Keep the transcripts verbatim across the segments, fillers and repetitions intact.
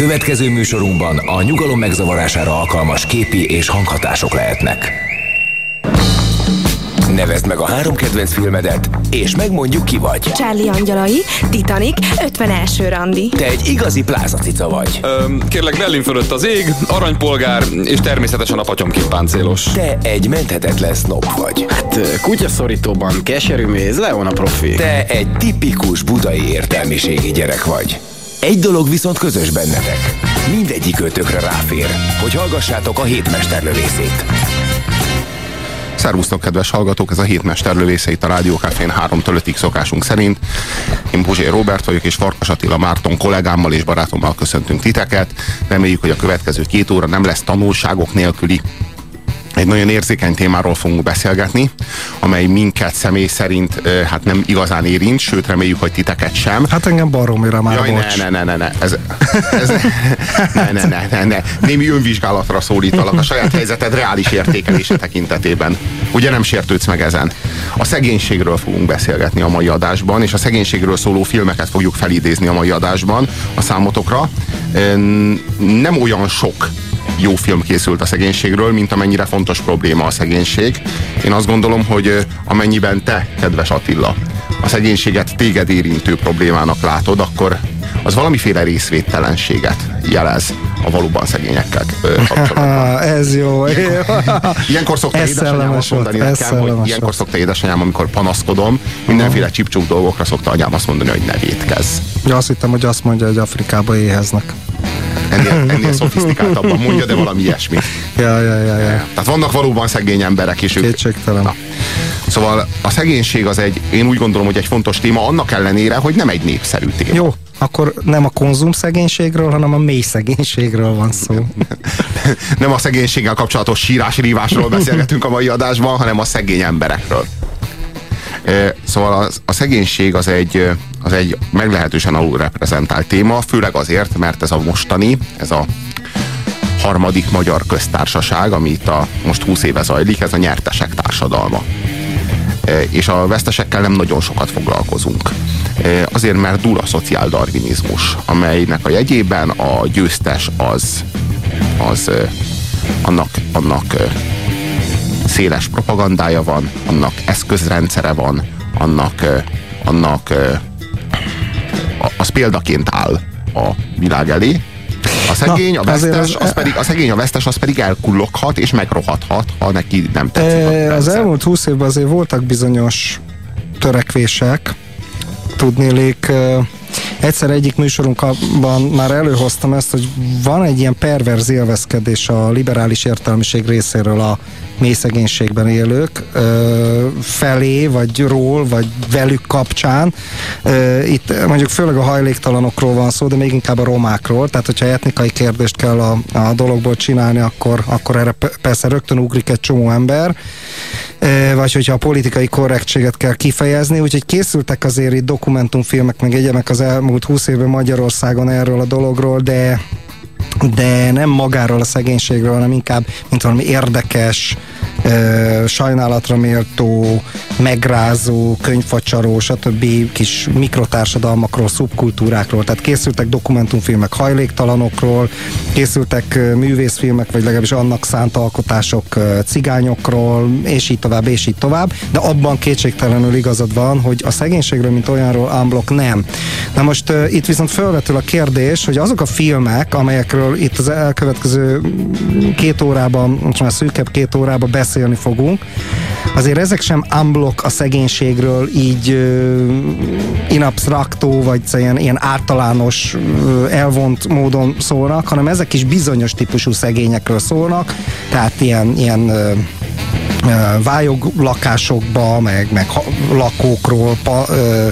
Következő műsorunkban a nyugalom megzavarására alkalmas képi és hanghatások lehetnek. Nevezd meg a három kedvenc filmedet, és megmondjuk, ki vagy. Charlie angyalai, Titanic, ötven első randi. Te egy igazi plázacica vagy. Öm, kérlek, Berlin fölött az ég, aranypolgár, és természetesen a patyomként páncélos. Te egy menthetetlen snob vagy. Hát kutyaszorítóban keserű méz, Leon a profi. Te egy tipikus budai értelmiségi gyerek vagy. Egy dolog viszont közös bennetek. Mindegyik ötökre ráfér, hogy hallgassátok a Hét mesterlövészét. Szervusztok, kedves hallgatók, ez a Hét mesterlövésze itt a Rádió Cafén háromtól ötig szokásunk szerint. Én Puzsér Róbert vagyok, és Farkas Attila Márton kollégámmal és barátommal köszöntünk titeket. Reméljük, hogy a következő két óra nem lesz tanulságok nélküli. Egy nagyon érzékeny témáról fogunk beszélgetni, amely minket személy szerint hát nem igazán érint, sőt reméljük, hogy titeket sem. Hát engem baromira már. Jaj, bocs. ne, ne, ne, ne, ez, ez, ne, ne, ne, ne, ne. Némi önvizsgálatra szólítalak a saját helyzeted reális értékelése tekintetében. Ugye nem sértődsz meg ezen? A szegénységről fogunk beszélgetni a mai adásban, és a szegénységről szóló filmeket fogjuk felidézni a mai adásban a számotokra. Nem olyan sok jó film készült a szegénységről, mint amennyire fontos probléma a szegénység. Én azt gondolom, hogy amennyiben te, kedves Attila, a szegénységet téged érintő problémának látod, akkor az valamiféle részvédtelenséget jelez a valóban szegényekkel kapcsolatban. Ez jó. Ilyenkor szokta édesanyám azt mondani nekem, hogy ilyenkor szokta édesanyám, amikor panaszkodom, mindenféle csipcsuk dolgokra szokta anyám azt mondani, hogy ne vétkezz. Ja, azt hittem, hogy azt mondja, hogy Afrikába éheznek. Ennél, ennél szofisztikáltabban mondja, de valami ilyesmi. Ja, ja, ja, ja. Tehát vannak valóban szegény emberek is. Kétségtelen. Na. Szóval a szegénység az egy, én úgy gondolom, hogy egy fontos téma, annak ellenére, hogy nem egy népszerű téma. Jó, akkor nem a konzum szegénységről, hanem a mély szegénységről van szó. Nem a szegénységgel kapcsolatos sírás-rívásról beszélgetünk a mai adásban, hanem a szegény emberekről. Szóval az, a szegénység az egy, az egy meglehetősen alulreprezentált téma, főleg azért, mert ez a mostani, ez a harmadik magyar köztársaság, ami itt a, most húsz éve zajlik, ez a nyertesek társadalma. És a vesztesekkel nem nagyon sokat foglalkozunk. Azért, mert dúl a szociáldarvinizmus, amelynek a jegyében a győztes az, az annak, annak széles propagandája van, annak eszközrendszere van, annak, annak az példaként áll a világ elé. A szegény, a vesztes, az pedig, a szegény, a vesztes, az pedig elkulloghat és megrohadhat, ha neki nem tetszik. E, az elmúlt húsz évben azért voltak bizonyos törekvések, tudnélék. Egyszer egyik műsorunkban már előhoztam ezt, hogy van egy ilyen perverz élvezkedés a liberális értelmiség részéről a mély szegénységben élők ö, felé, vagy ról, vagy velük kapcsán. Ö, itt mondjuk főleg a hajléktalanokról van szó, de még inkább a romákról. Tehát, hogyha etnikai kérdést kell a, a dologból csinálni, akkor, akkor erre persze rögtön ugrik egy csomó ember. Ö, vagy hogyha a politikai korrektséget kell kifejezni. Úgyhogy készültek azért itt dokumentumfilmek, meg egyenek az elmúlt húsz évben Magyarországon erről a dologról, de de nem magáról a szegénységről, hanem inkább, mint valami érdekes, ö, sajnálatra méltó, megrázó, könyvfacsaró, stb. Kis mikrotársadalmakról, szubkultúrákról. Tehát készültek dokumentumfilmek hajléktalanokról, készültek művészfilmek, vagy legalábbis annak szánt alkotások cigányokról, és így tovább, és így tovább. De abban kétségtelenül igazad van, hogy a szegénységről, mint olyanról unblock nem. Na most uh, itt viszont felvetül a kérdés, hogy azok a filmek, amelyekről itt az elkövetkező két órában, most már szűkebb két órában beszélni fogunk, azért ezek sem unblock a szegénységről így uh, in abstracto, vagy ilyen, ilyen általános, uh, elvont módon szólnak, hanem ezek is bizonyos típusú szegényekről szólnak, tehát ilyen, ilyen uh, uh, vályog lakásokba, meg, meg ha, lakókról, pa, uh,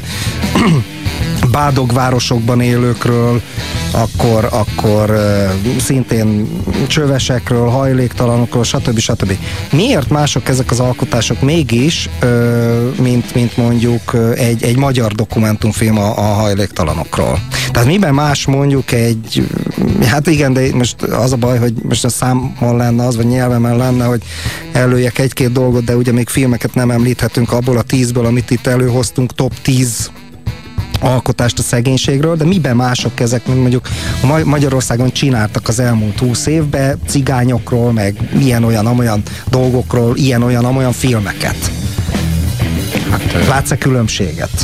bádogvárosokban élőkről, akkor, akkor uh, szintén csövesekről, hajléktalanokról, stb. stb. Miért mások ezek az alkotások mégis, uh, mint, mint mondjuk uh, egy, egy magyar dokumentumfilm a, a hajléktalanokról? Tehát miben más mondjuk egy, hát igen, de most az a baj, hogy most a számon lenne az, vagy nyelvemen lenne, hogy előjek egy-két dolgot, de ugye még filmeket nem említhetünk abból a tízből, amit itt előhoztunk, top tíz alkotást a szegénységről, de miben mások ezek, mint mondjuk a Magyarországon csináltak az elmúlt húsz évben cigányokról, meg ilyen-olyan-amolyan dolgokról, ilyen-olyan-amolyan filmeket. Hát, látsz-e különbséget?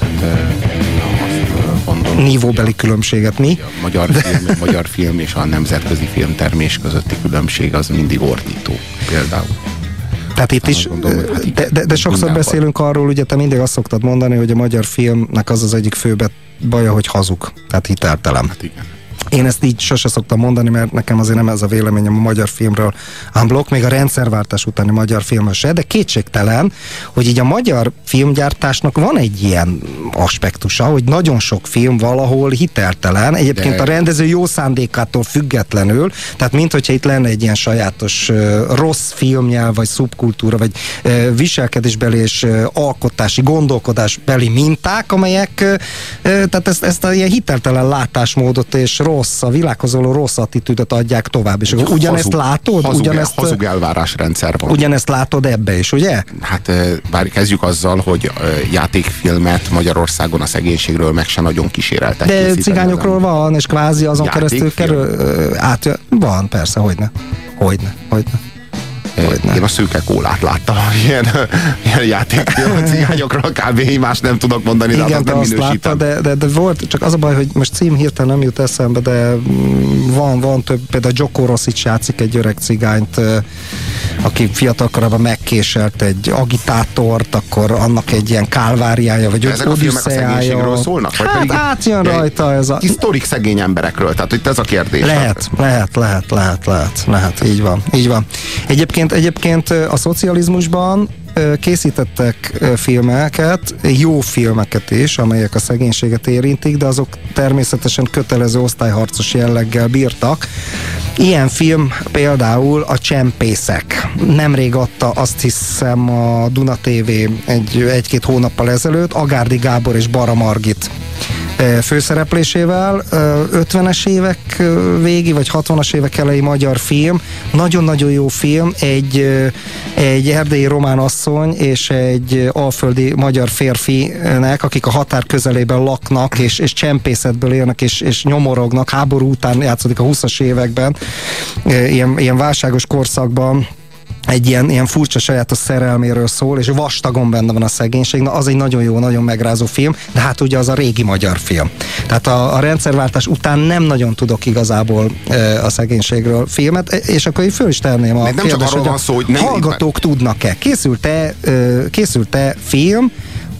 Gondolom, nívóbeli különbséget, mi? A magyar film, a magyar film és a nemzetközi filmtermés közötti különbség az mindig ordító, például. Tehát itt is, gondolom, hát de, de, de sokszor beszélünk arról, ugye te mindig azt szoktad mondani, hogy a magyar filmnek az az egyik fő baja, hogy hazug, tehát hiteltelen. Hát igen. Én ezt így sose szoktam mondani, mert nekem azért nem ez a véleményem a magyar filmről unblock, még a rendszerváltás utáni magyar filmről se, de kétségtelen, hogy így a magyar filmgyártásnak van egy ilyen aspektusa, hogy nagyon sok film valahol hiteltelen, egyébként de... a rendező jó szándékától függetlenül, tehát mint hogyha itt lenne egy ilyen sajátos uh, rossz filmnyelv, vagy szubkultúra, vagy uh, viselkedésbeli és uh, alkotási, gondolkodásbeli minták, amelyek uh, uh, tehát ezt, ezt a ilyen hiteltelen látásmódot és rossz rossz, a világhoz való rossz attitűdöt adják tovább. És ugyanezt hazug, látod? Hazug, ugyanezt, hazug elvárásrendszer van. Ugyanezt látod ebbe is, ugye? Hát bár kezdjük azzal, hogy játékfilmet Magyarországon a szegénységről meg se nagyon kíséreltek. De cigányokról van, és kvázi azon keresztül kerül át. Van, persze, hogyne. Hogyne, hogyne. Hogyne. Én a Szőke Kólát láttam, ilyen, ilyen játékfilm a cigányokról, kb. Más nem tudok mondani, de igen, de azt látta, de, de, de volt, csak az a baj, hogy most cím hirtelen nem jut eszembe, de van, van több, például Joko Rossit játszik egy öreg cigányt, aki fiatalkorában megkéselt egy agitátort, akkor annak egy ilyen kálváriája, vagy ezek a filmek a szegénységről szólnak? Vagy hát átjön rajta ez a... Historik szegény emberekről, tehát itt ez a kérdés. Lehet, lehet, lehet, lehet, lehet, lehet, így van, így van. Egyébként Egyébként a szocializmusban készítettek filmeket, jó filmeket is, amelyek a szegénységet érintik, de azok természetesen kötelező osztályharcos jelleggel bírtak. Ilyen film például a Csempészek. Nemrég adta, azt hiszem, a Duna té vé egy, egy-két hónappal ezelőtt, Agárdi Gábor és Bara Margit főszereplésével, ötvenes évek végi, vagy hatvanas évek elejé magyar film, nagyon-nagyon jó film, egy, egy erdélyi román asszony és egy alföldi magyar férfinek, akik a határ közelében laknak, és, és csempészetből élnek, és, és nyomorognak, háború után játszódik a huszas években, ilyen, ilyen válságos korszakban, egy ilyen, ilyen furcsa sajátos szerelméről szól, és vastagon benne van a szegénység. Na, az egy nagyon jó, nagyon megrázó film, de hát ugye az a régi magyar film. Tehát a, a rendszerváltás után nem nagyon tudok igazából e, a szegénységről filmet, és akkor én föl is tenném a nem kérdés, csak arról van szó, hogy nem hallgatók tudnak-e? Készült-e, készült-e film,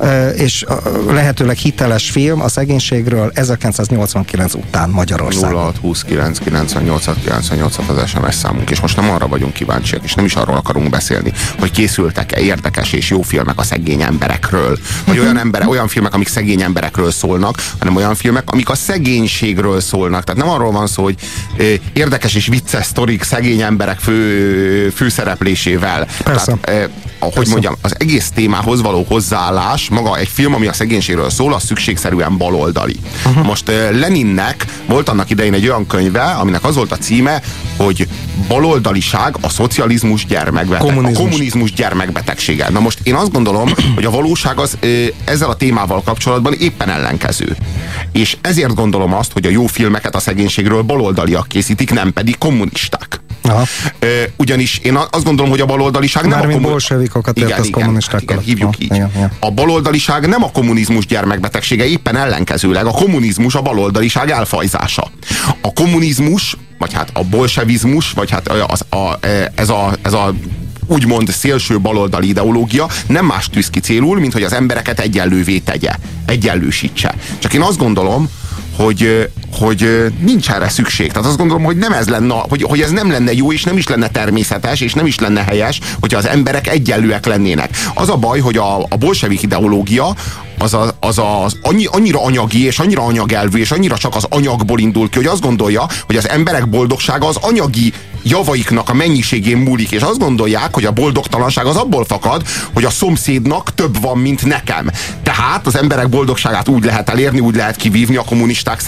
és lehetőleg hiteles film a szegénységről ezerkilencszáznyolcvankilenc után Magyarországon. nulla hat huszonkilenc kilencvennyolc kilencvennyolc az es em es számunk, és most nem arra vagyunk kíváncsiak, és nem is arról akarunk beszélni, hogy készültek-e érdekes és jó filmek a szegény emberekről, vagy olyan, embere, olyan filmek, amik szegény emberekről szólnak, hanem olyan filmek, amik a szegénységről szólnak. Tehát nem arról van szó, hogy érdekes és vicces sztorik szegény emberek fő, főszereplésével. Persze. Tehát, ahogy Persze. mondjam, az egész témához való hozzáállás, maga egy film, ami a szegénységről szól, az szükségszerűen baloldali. Uh-huh. Most uh, Leninnek volt annak idején egy olyan könyve, aminek az volt a címe, hogy baloldaliság a szocializmus gyermekbeteg, kommunizmus. a kommunizmus gyermekbetegsége. Na most én azt gondolom, hogy a valóság az uh, ezzel a témával kapcsolatban éppen ellenkező. És ezért gondolom azt, hogy a jó filmeket a szegénységről baloldaliak készítik, nem pedig kommunisták. Aha. Uh, ugyanis én azt gondolom, hogy a baloldaliság nem Mármint a kommun... bolsevikokat igen, értesz kommunistákkal. Igen, hívjuk ha, így. Igen, igen. A baloldaliság nem a kommunizmus gyermekbetegsége, éppen ellenkezőleg a kommunizmus a baloldaliság elfajzása. A kommunizmus, vagy hát a bolsevizmus, vagy hát az, a, ez a, ez a úgymond szélső baloldali ideológia nem más tűz ki célul, mint hogy az embereket egyenlővé tegye, egyenlősítse. Csak én azt gondolom, hogy, hogy nincs erre szükség. Tehát azt gondolom, hogy nem ez lenne, hogy, hogy ez nem lenne jó, és nem is lenne természetes, és nem is lenne helyes, hogyha az emberek egyenlőek lennének. Az a baj, hogy a, a bolsevik ideológia az, a, az, az annyi, annyira anyagi, és annyira anyagelvű, és annyira csak az anyagból indul ki, hogy azt gondolja, hogy az emberek boldogsága az anyagi javaiknak a mennyiségén múlik, és azt gondolják, hogy a boldogtalanság az abból fakad, hogy a szomszédnak több van, mint nekem. Tehát az emberek boldogságát úgy lehet elérni, úgy lehet kivívni a kommunisták szerint,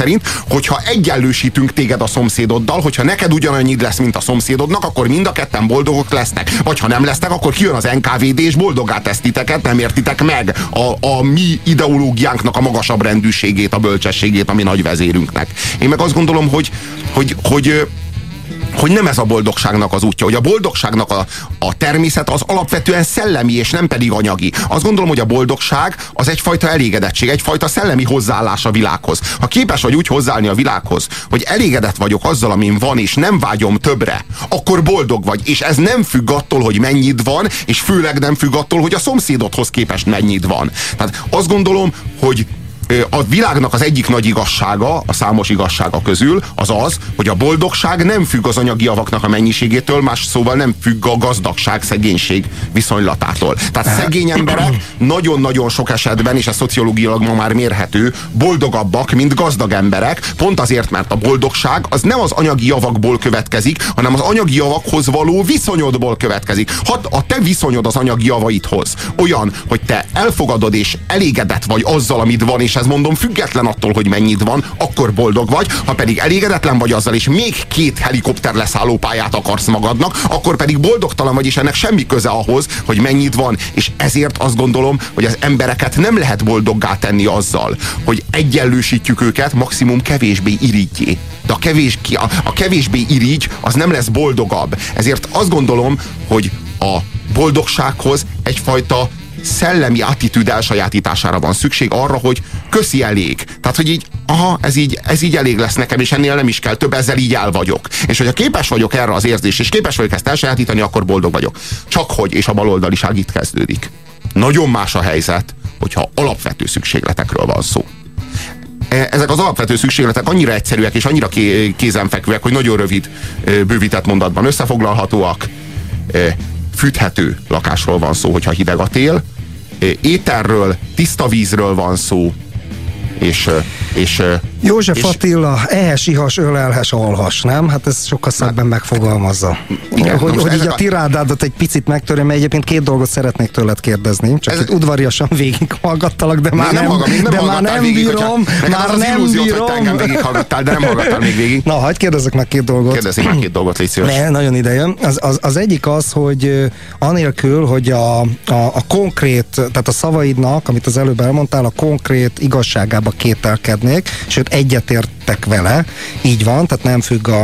hogyha egyenlősítünk téged a szomszédoddal, hogyha neked ugyanannyit lesz, mint a szomszédodnak, akkor mind a ketten boldogok lesznek. Vagy ha nem lesznek, akkor kijön az en ká vé dé és boldoggá tesz titeket, nem értitek meg a, a mi ideológiánknak a magasabb rendűségét, a bölcsességét, a mi nagy vezérünknek. Én meg azt gondolom, hogy, hogy, hogy hogy nem ez a boldogságnak az útja, hogy a boldogságnak a, a természet az alapvetően szellemi, és nem pedig anyagi. Azt gondolom, hogy a boldogság az egyfajta elégedettség, egyfajta szellemi hozzáállás a világhoz. Ha képes vagy úgy hozzáállni a világhoz, hogy elégedett vagyok azzal, amin van, és nem vágyom többre, akkor boldog vagy. És ez nem függ attól, hogy mennyit van, és főleg nem függ attól, hogy a szomszédodhoz képest mennyit van. Tehát azt gondolom, hogy a világnak az egyik nagy igazsága, a számos igazsága közül, az az, hogy a boldogság nem függ az anyagi javaknak a mennyiségétől, más szóval nem függ a gazdagság, szegénység viszonylatától. Tehát szegény emberek nagyon-nagyon sok esetben, és ez szociológiailag ma már mérhető, boldogabbak, mint gazdag emberek, pont azért, mert a boldogság az nem az anyagi javakból következik, hanem az anyagi javakhoz való viszonyodból következik. Ha a te viszonyod az anyagi javaidhoz olyan, hogy te elfogadod és elégedett vagy azzal, amit van, és ez mondom független attól, hogy mennyit van, akkor boldog vagy, ha pedig elégedetlen vagy azzal, és még két helikopter leszállópályát akarsz magadnak, akkor pedig boldogtalan vagy, és ennek semmi köze ahhoz, hogy mennyit van. És ezért azt gondolom, hogy az embereket nem lehet boldoggá tenni azzal, hogy egyenlősítjük őket, maximum kevésbé irigyé. De a, kevés, a, a kevésbé irigy az nem lesz boldogabb. Ezért azt gondolom, hogy a boldogsághoz egyfajta szellemi attitűd elsajátítására van szükség, arra, hogy köszi, elég. Tehát, hogy így, aha, ez így, ez így elég lesz nekem, és ennél nem is kell több, ezzel így el vagyok. És hogyha képes vagyok erre az érzés, és képes vagyok ezt elsajátítani, akkor boldog vagyok. Csak hogy, és a baloldaliság itt kezdődik. Nagyon más a helyzet, hogyha alapvető szükségletekről van szó. Ezek az alapvető szükségletek annyira egyszerűek, és annyira kézenfekvőek, hogy nagyon rövid, bővített mondatban összefoglalhatóak. Fűthető lakásról van szó, hogyha hideg a tél, ételről, tiszta vízről van szó, és... és József és, Attila, ehess, ihas, ölelhes, alhas, nem? Hát ez sokkal szebben megfogalmazza. Igen, hogy hogy így a tirádádat egy picit megtörjem, mert egyébként két dolgot szeretnék tőled kérdezni, csak ez, itt udvariasan végighallgattalak, de már nem, nem, hallgat, nem, de már nem végig, bírom, már nem illúziót, bírom. Hogy te engem végighallgattál, de nem hallgattál még végig. Na, hagyd kérdezzek meg két dolgot. Kérdezzék meg két dolgot, légy szíves. Ne, nagyon idejön. Az, az, az egyik az, hogy anélkül, hogy a, a, a konkrét, tehát a szavaidnak, amit az előbb elmondtál, a konkrét igazságába kételkednék, sőt egyetértek vele, így van, tehát nem függ a,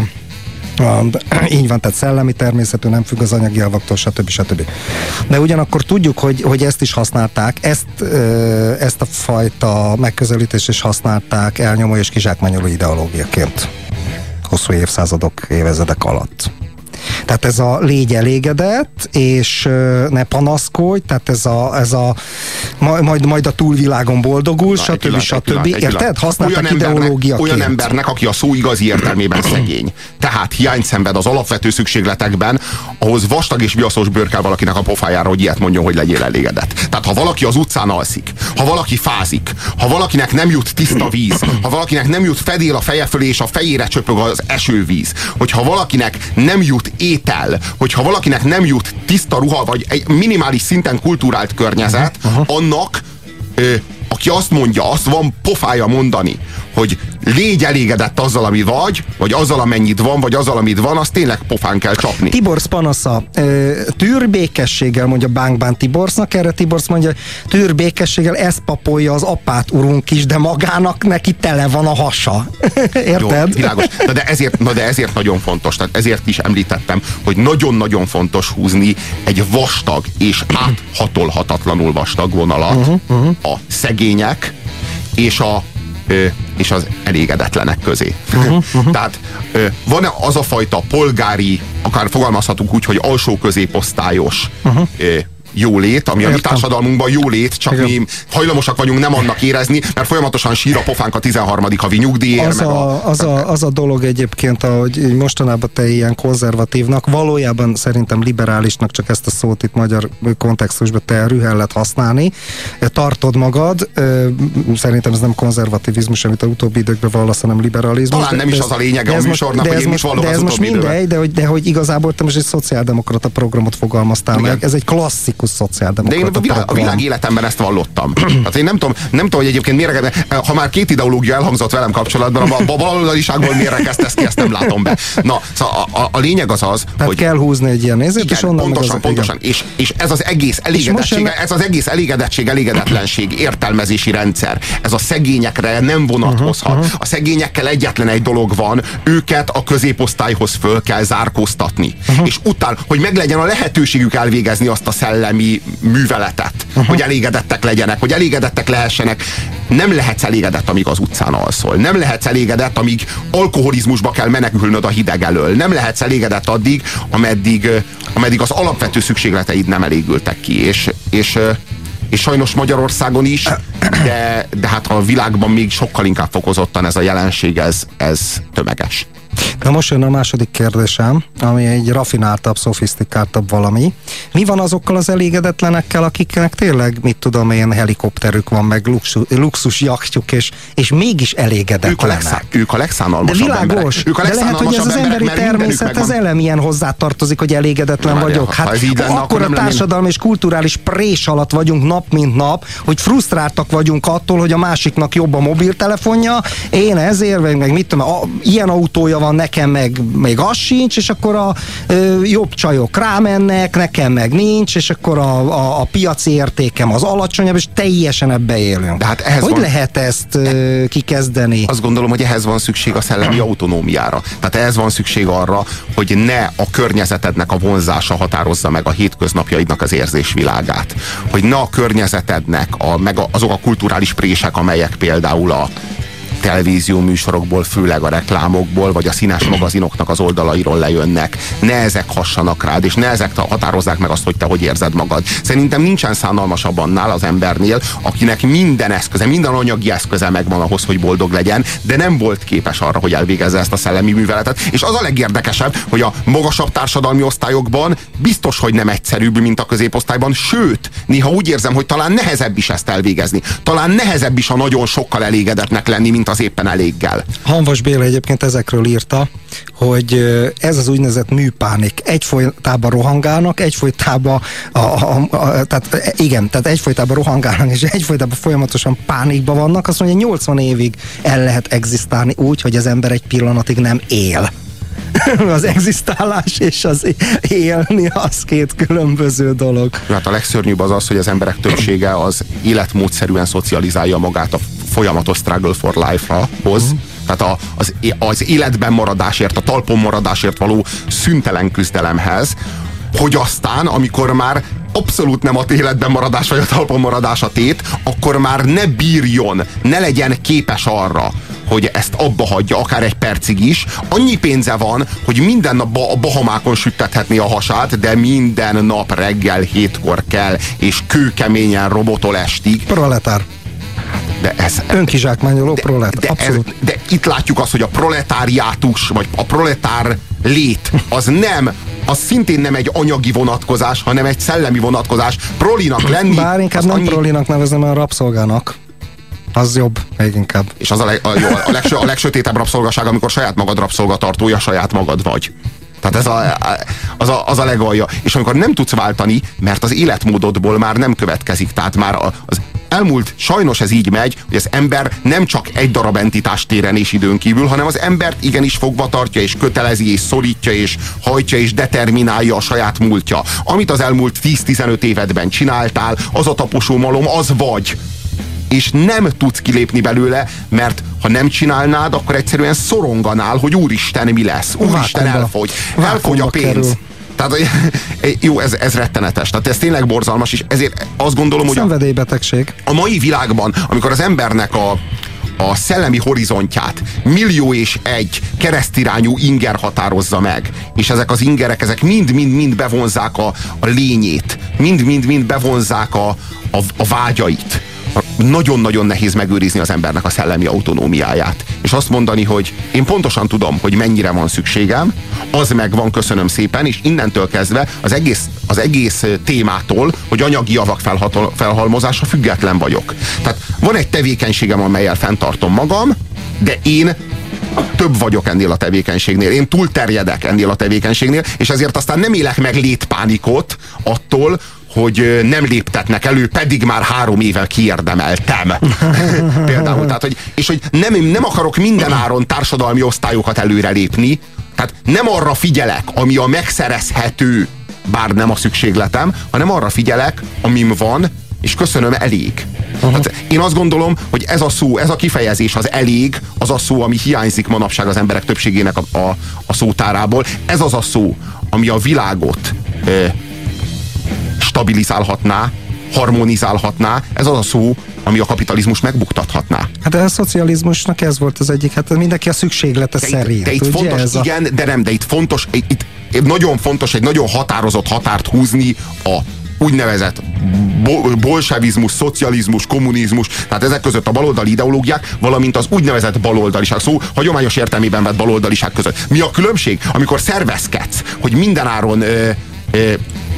a így van, tehát szellemi természetű, nem függ az anyagi javaktól, stb. stb. De ugyanakkor tudjuk, hogy, hogy ezt is használták, ezt, ezt a fajta megközelítést is használták elnyomó és kizsákmányoló ideológiaként hosszú évszázadok, évezredek alatt. Tehát ez a légy elégedett, és ne panaszkodj, tehát ez a, ez a majd, majd a túlvilágon boldogul, stb. Pillanat, stb. Érted? Használták ideológiaként. Olyan embernek, aki a szó igazi értelmében szegény. Tehát hiányt szenved az alapvető szükségletekben, ahhoz vastag és viaszos bőr kell valakinek a pofájára, hogy ilyet mondjon, hogy legyél elégedett. Tehát ha valaki az utcán alszik, ha valaki fázik, ha valakinek nem jut tiszta víz, ha valakinek nem jut fedél a feje fölé, és a fejére csöpög az esővíz, hogyha valakinek nem jut étel, hogyha valakinek nem jut tiszta ruha, vagy egy minimális szinten kulturált környezet, uh-huh. annak, ö, aki azt mondja, azt van pofája mondani, hogy légy elégedett azzal, ami vagy, vagy azzal, amennyit van, vagy azzal, amit van, azt tényleg pofán kell csapni. Tiborsz panasza. Tűr békességgel, mondja Bánkbán Tiborsznak, erre Tiborsz mondja, tűr békességgel, ezt papolja az apát urunk is, de magának neki tele van a hasa. Érted? Jó, világos. Na de, ezért, na de ezért nagyon fontos, tehát ezért is említettem, hogy nagyon-nagyon fontos húzni egy vastag és áthatolhatatlanul vastag vonalat uh-huh, uh-huh. a szegények és a és az elégedetlenek közé. Uh-huh, uh-huh. Tehát van-e az a fajta polgári, akár fogalmazhatunk úgy, hogy alsó középosztályos uh-huh. jólét, ami Értem. a mi társadalmunkban jólét, csak Igen. mi hajlamosak vagyunk nem annak érezni, mert folyamatosan sír a pofánk a tizenharmadik havi nyugdíjért. Az, a, az, a, az a dolog egyébként, ahogy mostanában te ilyen konzervatívnak, valójában szerintem liberálisnak, csak ezt a szót itt magyar kontextusban te rühellet használni, tartod magad, szerintem ez nem konzervativizmus, amit a utóbbi időkben vallasz, hanem liberalizmus. Talán nem is az a lényege a műsornak, hogy én mit vallom az utóbbi időben. De ez most mindegy, de hogy, de hogy igazából te most egy szociáldemokrata programot fogalmaztál Igen. meg, ez egy klasszikus klasszikus szociáldemokrata. De én a világ, a világ életemben ezt vallottam. Hát én nem tudom, nem tudom, hogy egyébként mire, ha már két ideológia elhangzott velem kapcsolatban, a baloldaliságból mire kezdesz ki, ezt nem látom be. Na, szóval a, a, a lényeg az az, tehát hogy... kell húzni egy ilyen nézőt, és onnan pontosan, meg az, pontosan. És, és ez az egész elégedettség, jön... ez az egész elégedettség, elégedetlenség, értelmezési rendszer, ez a szegényekre nem vonatkozhat. Uh-huh, uh-huh. A szegényekkel egyetlen egy dolog van, őket a középosztályhoz föl kell zárkóztatni. Uh-huh. És utána, hogy meglegyen a lehetőségük elvégezni azt a szellemi műveletet, uh-huh. hogy elégedettek legyenek, hogy elégedettek lehessenek. Nem lehetsz elégedett, amíg az utcán alszol. Nem lehetsz elégedett, amíg alkoholizmusba kell menekülnöd a hideg elől. Nem lehetsz elégedett addig, ameddig, ameddig az alapvető szükségleteid nem elégültek ki. És, és, és sajnos Magyarországon is, de, de hát a világban még sokkal inkább fokozottan ez a jelenség, ez, ez tömeges. Na most jön a második kérdésem, ami egy rafináltabb, szofisztikáltabb valami. Mi van azokkal az elégedetlenekkel, akiknek tényleg, mit tudom én, helikopterük van, meg luxus, luxus jachtjuk, és, és mégis elégedetlenek? Ők a, legszá, ők a legszánalmasabb de világos, emberek. Ők a de lehet, hogy ez az emberi természet, ez elemilyen hozzátartozik, hogy elégedetlen Várja, vagyok. Hát lenne, akkor a társadalmi és kulturális prés alatt vagyunk nap, mint nap, hogy frusztráltak vagyunk attól, hogy a másiknak jobb a mobiltelefonja, én ezért, meg mit tudom, a, ilyen autója van, nekem meg még az sincs, és akkor a ö, jobb csajok rámennek, nekem meg nincs, és akkor a, a, a piaci értékem az alacsonyabb, és teljesen ebbe élünk. De hát ehhez hogy van, lehet ezt ö, kikezdeni? Azt gondolom, hogy ehhez van szükség a szellemi autonómiára. Tehát ehhez van szükség arra, hogy ne a környezetednek a vonzása határozza meg a hétköznapjaidnak az érzésvilágát. Hogy ne a környezetednek a, meg azok a kulturális prések, amelyek például a televízió műsorokból, főleg a reklámokból, vagy a színes magazinoknak az oldalairól lejönnek. Ne ezek hassanak rád, és ne ezek határozzák meg azt, hogy te hogy érzed magad. Szerintem nincsen szánalmasabb annál az embernél, akinek minden eszköze, minden anyagi eszköze megvan ahhoz, hogy boldog legyen, de nem volt képes arra, hogy elvégezze ezt a szellemi műveletet. És az a legérdekesebb, hogy a magasabb társadalmi osztályokban biztos, hogy nem egyszerűbb, mint a középosztályban, sőt, néha úgy érzem, hogy talán nehezebb is ezt elvégezni. Talán nehezebb is a nagyon sokkal elégedetnek lenni, mint az éppen eléggel. Hanvas Béla egyébként ezekről írta, hogy ez az úgynevezett műpánik. Egyfolytában rohangálnak, egyfolytában a, a, a, tehát igen, tehát egyfolytában rohangálnak, és egyfolytában folyamatosan pánikban vannak. Azt mondja, nyolcvan évig el lehet egzisztálni úgy, hogy az ember egy pillanatig nem él. Az egzisztálás és az élni, az két különböző dolog. Hát a legszörnyűbb az az, hogy az emberek többsége az életmódszerűen szocializálja magát a folyamatos struggle for life-hoz. Mm. Tehát a, az, az életben maradásért, a talpon maradásért való szüntelen küzdelemhez, hogy aztán, amikor már abszolút nem a életben maradás vagy a talpon maradás a tét, akkor már ne bírjon, ne legyen képes arra, hogy ezt abba hagyja, akár egy percig is. Annyi pénze van, hogy minden nap a Bahamákon süttethetné a hasát, de minden nap reggel hétkor kell, és kőkeményen robotol estig. Proletár. De ez, önkizsákmányoló proletár. De, ez, de itt látjuk azt, hogy a proletáriátus, vagy a proletár lét, az nem, az szintén nem egy anyagi vonatkozás, hanem egy szellemi vonatkozás. Prolinak lenni... Bár inkább nem annyi... prolinak nevezem, a rabszolgának. Az jobb, még inkább. És az a, leg, a, jó, a, legsö, a legsötétebb rabszolgaság, amikor saját magad rabszolgatartója, saját magad vagy. Tehát ez a, az, a, az a legalja. És amikor nem tudsz váltani, mert az életmódodból már nem következik. Tehát már az elmúlt, sajnos ez így megy, hogy az ember nem csak egy darab entitás téren és időn kívül, hanem az embert igenis fogva tartja, és kötelezi, és szorítja, és hajtja, és determinálja a saját múltja. Amit az elmúlt tíz-tizenöt évedben csináltál, az a taposó malom, az vagy. És nem tudsz kilépni belőle, mert ha nem csinálnád, akkor egyszerűen szoronganál, hogy úristen, mi lesz? Úristen, elfogy. Elfogy a pénz. Kerül. Tehát jó, ez, ez rettenetes. Tehát ez tényleg borzalmas, és ezért azt gondolom, hogy szenvedélybetegség. A, a mai világban, amikor az embernek a a szellemi horizontját millió és egy keresztirányú inger határozza meg, és ezek az ingerek, ezek mind-mind-mind bevonzák a, a lényét, mind-mind-mind bevonzák a, a, a vágyait. Nagyon-nagyon nehéz megőrizni az embernek a szellemi autonómiáját. És azt mondani, hogy én pontosan tudom, hogy mennyire van szükségem, az megvan, köszönöm szépen, és innentől kezdve az egész, az egész témától, hogy anyagi javak felhatol, felhalmozása független vagyok. Tehát van egy tevékenységem, amellyel fenntartom magam, de én több vagyok ennél a tevékenységnél. Én túlterjedek ennél a tevékenységnél, és ezért aztán nem élek meg létpánikot attól, hogy nem léptetnek elő, pedig már három éve kiérdemeltem. Például, tehát, hogy, és hogy nem, nem akarok mindenáron társadalmi osztályokat előrelépni, tehát nem arra figyelek, ami a megszerezhető, bár nem a szükségletem, hanem arra figyelek, amim van, és köszönöm, elég. Tehát én azt gondolom, hogy ez a szó, ez a kifejezés, az elég, az a szó, ami hiányzik manapság az emberek többségének a, a, a szótárából. Ez az a szó, ami a világot e, stabilizálhatná, harmonizálhatná. Ez az a szó, ami a kapitalizmus megbuktathatná. Hát de a szocializmusnak ez volt az egyik, hát mindenki a szükséglete de szerint. Itt, de itt fontos, ez igen, a... de nem, de itt fontos, itt, itt nagyon fontos egy nagyon határozott határt húzni a úgynevezett bolsevizmus, szocializmus, kommunizmus, tehát ezek között a baloldali ideológiák, valamint az úgynevezett baloldaliság, szó hagyományos értelmében vett baloldaliság között. Mi a különbség? Amikor szervezkedsz, hogy mindenáron ö, ö,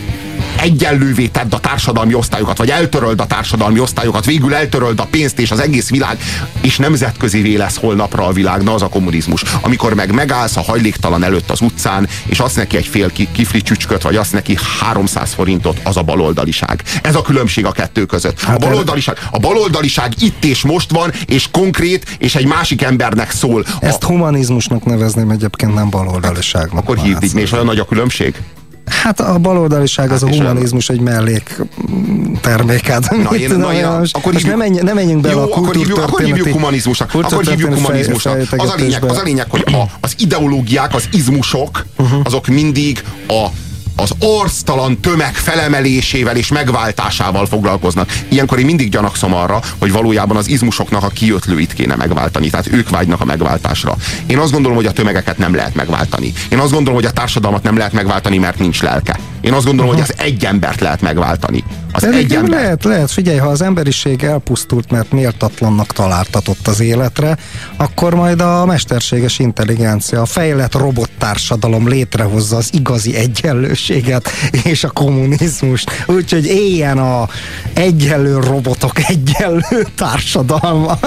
egyenlővé tedd a társadalmi osztályokat, vagy eltöröld a társadalmi osztályokat, végül eltöröld a pénzt és az egész világ, és nemzetközivé lesz holnapra a világ, na az a kommunizmus. Amikor meg megállsz a hajléktalan előtt az utcán, és adsz neki egy fél kifli csücsköt, vagy adsz neki háromszáz forintot, az a baloldaliság. Ez a különbség a kettő között. A baloldaliság, a baloldaliság itt és most van, és konkrét, és egy másik embernek szól. Ezt a... humanizmusnak nevezném egyébként, nem baloldaliságnak. Akkor hívd így, és olyan nagy a különbség? Hát a baloldaliság, hát az a humanizmus egy mellék terméket. Na, én, na, én, akkor hívjuk, nem, menj, nem menjünk bele jó, a kultúrtörténeti... Akkor hívjuk humanizmusnak. Akkor hívjuk humanizmusnak. Az a lényeg, az, a lényeg hogy a, az ideológiák, az izmusok, uh-huh. azok mindig a az arctalan tömeg felemelésével és megváltásával foglalkoznak. Ilyenkor én mindig gyanakszom arra, hogy valójában az izmusoknak a kiötlőit kéne megváltani. Tehát ők vágynak a megváltásra. Én azt gondolom, hogy a tömegeket nem lehet megváltani. Én azt gondolom, hogy a társadalmat nem lehet megváltani, mert nincs lelke. Én azt gondolom, uh-huh. hogy az egy embert lehet megváltani. Az De egy ember. Lehet, lehet, figyelj, ha az emberiség elpusztult, mert méltatlannak találtatott az életre, akkor majd a mesterséges intelligencia, a fejlett robottársadalom létrehozza az igazi egyenlőséget és a kommunizmust. Úgyhogy éljen a egyenlő robotok egyenlő társadalma.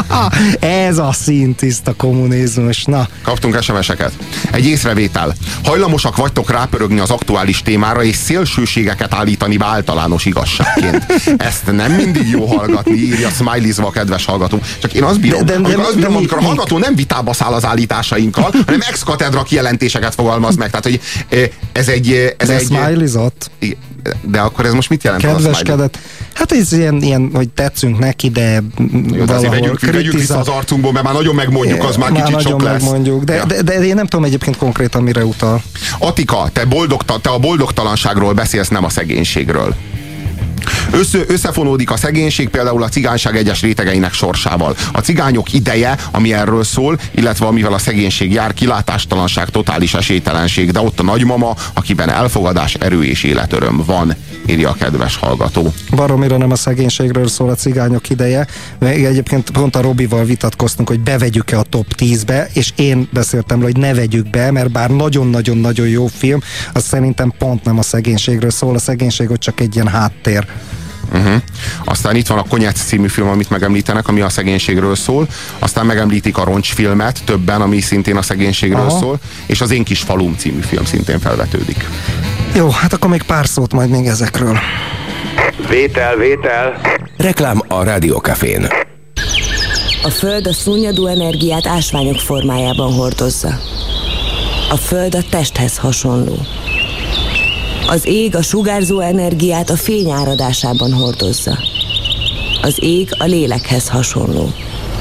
Ez a szintiszta kommunizmus. Na. Kaptunk es em es-eket. Egy észrevétel. Hajlamosak vagytok rápörögni az aktuális témára és szélsőségeket állítani be általános igazságként. Ezt nem mindig jó hallgatni, írja smileyzva a kedves hallgató. Csak én azt bírom, de, de, amikor, azt bírom, de, amikor a hallgató nem vitába száll az állításainkkal, hanem ex-katedra kijelentéseket fogalmaz meg. Tehát, hogy ez egy... Ez de egy smileyzott. De akkor ez most mit jelent? Kedveskedett. Hát ez ilyen, ilyen, hogy tetszünk neki, de jó, de azért vegyünk, vegyünk vissza az arcunkból, mert már nagyon megmondjuk, az már, már kicsit sok lesz. Megmondjuk, de, ja. de, de én nem tudom egyébként konkrétan mire utal. Attika, te, boldog, te a boldogtalanságról beszélsz, nem a szegénységről. Össze, összefonódik a szegénység például a cigányság egyes rétegeinek sorsával. A cigányok ideje, ami erről szól, illetve amivel a szegénység jár, kilátástalanság, totális esélytelenség, de ott a nagymama, akiben elfogadás, erő és életöröm van, írja a kedves hallgató. Baromira nem a szegénységről szól a cigányok ideje. Egyébként pont a Robival vitatkoztunk, hogy bevegyük-e a top tízbe, és én beszéltem, hogy ne vegyük be, mert bár nagyon-nagyon-nagyon jó film, az szerintem pont nem a szegénységről szól. A szegénység ott csak egy ilyen háttér. Uh-huh. Aztán itt van a Konyec című film, amit megemlítenek, ami a szegénységről szól. Aztán megemlítik a Roncs filmet többen, ami szintén a szegénységről Aha. szól. És az Én kis falum című film szintén felvetődik. Jó, hát akkor még pár szót majd még ezekről. Vétel, vétel. Reklám a Rádiókafén. A Föld a szunnyadó energiát ásványok formájában hordozza. A Föld a testhez hasonló. Az ég a sugárzó energiát a fény áradásában hordozza. Az ég a lélekhez hasonló.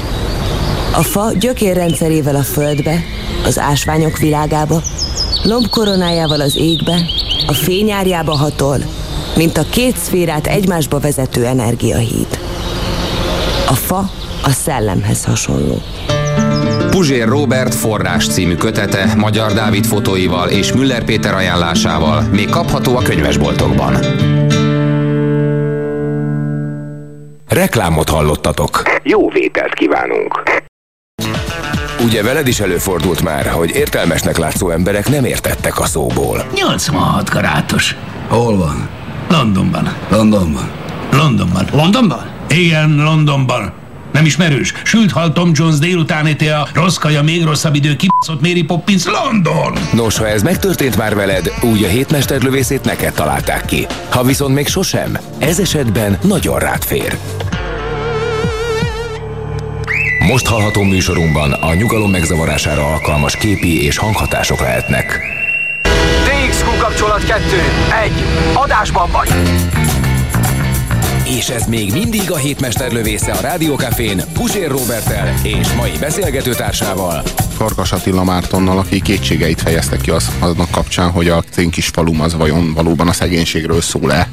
A fa gyökérrendszerével a földbe, az ásványok világába, lombkoronájával az égbe, a fényárjába hatol, mint a két szférát egymásba vezető energiahíd. A fa a szellemhez hasonló. Puzsér Róbert Forrás című kötete Magyar Dávid fotóival és Müller Péter ajánlásával még kapható a könyvesboltokban. Reklámot hallottatok. Jó vételt kívánunk! Ugye veled is előfordult már, hogy értelmesnek látszó emberek nem értettek a szóból. nyolcvanhat karátos. Hol van? Londonban. Londonban? Londonban. Londonban? Igen, Londonban. Nem ismerős? Sült hal Tom Jones délutáni tea, rossz kaja, még rosszabb idő, kibaszott Mary Poppins, London! Nos, ha ez megtörtént már veled, úgy a hétmesterlövészét neked találták ki. Ha viszont még sosem, ez esetben nagyon rád fér. Most hallható műsorunkban a nyugalom megzavarására alkalmas képi és hanghatások lehetnek. té iksz Q kapcsolat kettő, egy, adásban vagy! És ez még mindig a hétmesterlövésze a Rádiókafén Puzsér Róberttel és mai beszélgetőtársával, Farkas Attila Mártonnal, aki kétségeit fejezte ki az, aznak kapcsán, hogy a én kis falum az vajon valóban a szegénységről szól-e?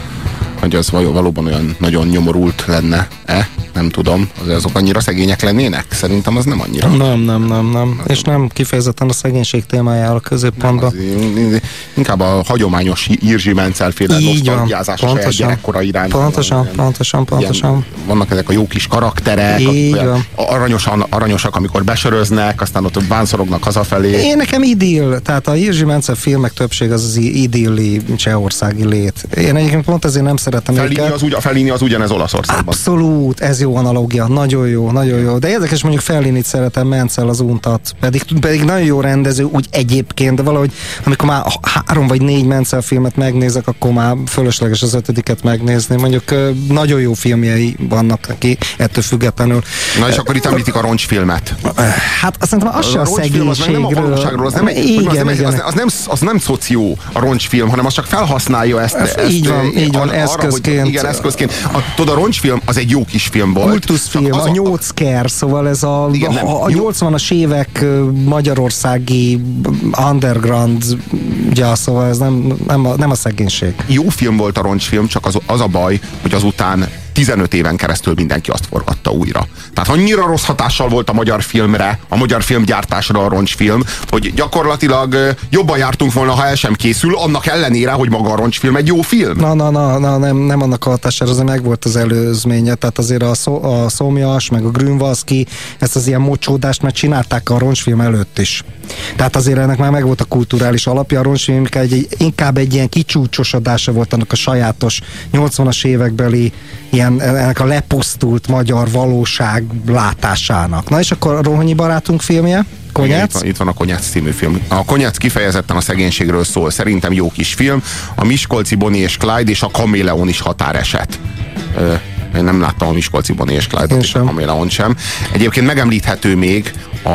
Hogy az valóban olyan nagyon nyomorult lenne-e? Nem tudom. Az, azok annyira szegények lennének? Szerintem az nem annyira. Nem, nem, nem, nem. És nem kifejezetten a szegénység témájára a középpontban. Az, inkább a hagyományos Jirzsi Mencelféle nosztalgiázás a saját gyerekkora irány. Pontosan, ilyen, pontosan, pontosan. Ilyen, vannak ezek a jó kis karakterek, aranyosan, aranyosak, amikor besöröznek, aztán ott vánszorognak hazafelé. Én nekem idill, tehát a Jirzsi Mencel filmek többség az az idilli csehországi lét. Én egyébként pont ezért nem szeretem Fellini őket. Az úgy, a Fellini az ugyanez Olaszországban. Abszolút, ez jó analógia, nagyon jó, nagyon jó. De érdekes, mondjuk Fellinit szeretem, Mencel az untat. Pedig, pedig nagyon jó rendező, úgy egyébként, de valahogy amikor már három vagy négy Mencel filmet megnézek, akkor már fölösleges az ötödiket megnézni. Mondjuk nagyon jó filmjei vannak neki, ettől függetlenül. Na és akkor itt említik a roncsfilmet. Hát azt szerintem az se a szegénységről. Az nem a valóságról, az nem, igen, az, nem, igen. Az, az, nem, az nem szoció a roncsfilm, hanem az csak felhasználja ezt. Ez ezt így van, így van, arra, eszközként. Hogy, igen, eszközként. A, tudod, a roncsfilm az egy jó kis film volt. Kultuszfilm, a nyolcker, szóval ez a, igen, a, a nyolcvanas évek magyarországi underground, ja, szóval ez nem, nem, a, nem a szegénység. Jó film volt a roncsfilm, csak az, az a baj, hogy azután tizenöt éven keresztül mindenki azt forgatta újra. Tehát annyira rossz hatással volt a magyar filmre, a magyar filmgyártásra a roncsfilm, hogy gyakorlatilag jobban jártunk volna, ha el sem készül, annak ellenére, hogy maga a roncsfilm egy jó film. Na, na, na, na nem, nem annak a hatására, azért meg volt az előzménye, tehát azért a, szó, a Szomjas, meg a Grünwalski ezt az ilyen mocsódást már csinálták a roncsfilm előtt is. Tehát azért ennek már megvolt a kulturális alapja, a roncsfilm egy, inkább egy ilyen kicsúcsosodása volt annak a sajátos nyolcvanas évekbeli ilyen, ennek a lepusztult magyar valóság látásának. Na és akkor a Rohonyi barátunk filmje? Konyác? Itt van, itt van a Konyác című film. A Konyác kifejezetten a szegénységről szól. Szerintem jó kis film. A Miskolci Bonnie és Clyde és a Kaméleon is határeset. Ö, én nem láttam a Miskolci Bonnie és Clyde-ot és a Kaméleon sem. Egyébként megemlíthető még a,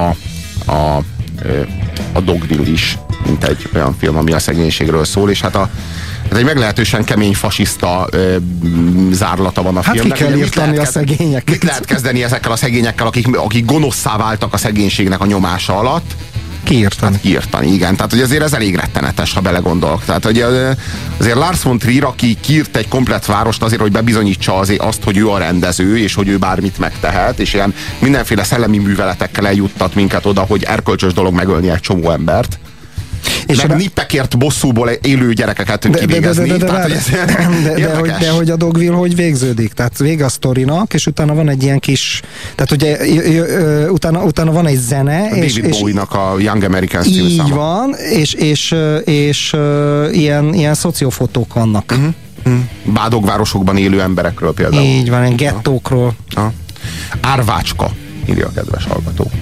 a, a Dogville is, mint egy olyan film, ami a szegénységről szól, és hát a ez egy meglehetősen kemény fasiszta ö, zárlata van a hát filmnek. Hát ki kell írtani a szegényeket. Mit lehet kezdeni ezekkel a szegényekkel, akik, akik gonoszszá váltak a szegénységnek a nyomása alatt? Kiírtani. Hát kiírtani, igen. Tehát, hogy azért ez elég rettenetes, ha belegondolok. Tehát, hogy azért Lars von Trier, aki kiírt egy komplett várost azért, hogy bebizonyítsa azért azt, hogy ő a rendező, és hogy ő bármit megtehet, és ilyen mindenféle szellemi műveletekkel eljuttat minket oda, hogy erkölcsös dolog megölni egy csomó embert. És meg a nippekért bosszúból élő gyerekeket de, kivégezni. De, de, de, de, tehát, de, de, hogy, de hogy a Dogville hogy végződik? Tehát vége a sztorinak, és utána van egy ilyen kis, tehát ugye utána, utána van egy zene. A és, David Bowie-nak a Young Americans című így száma. van, és, és, és, és ilyen, ilyen szociófotók vannak. Uh-huh. Uh-huh. Bádogvárosokban élő emberekről például. Így van, ilyen gettókról. Ja. Árvácska, írja a kedves hallgató.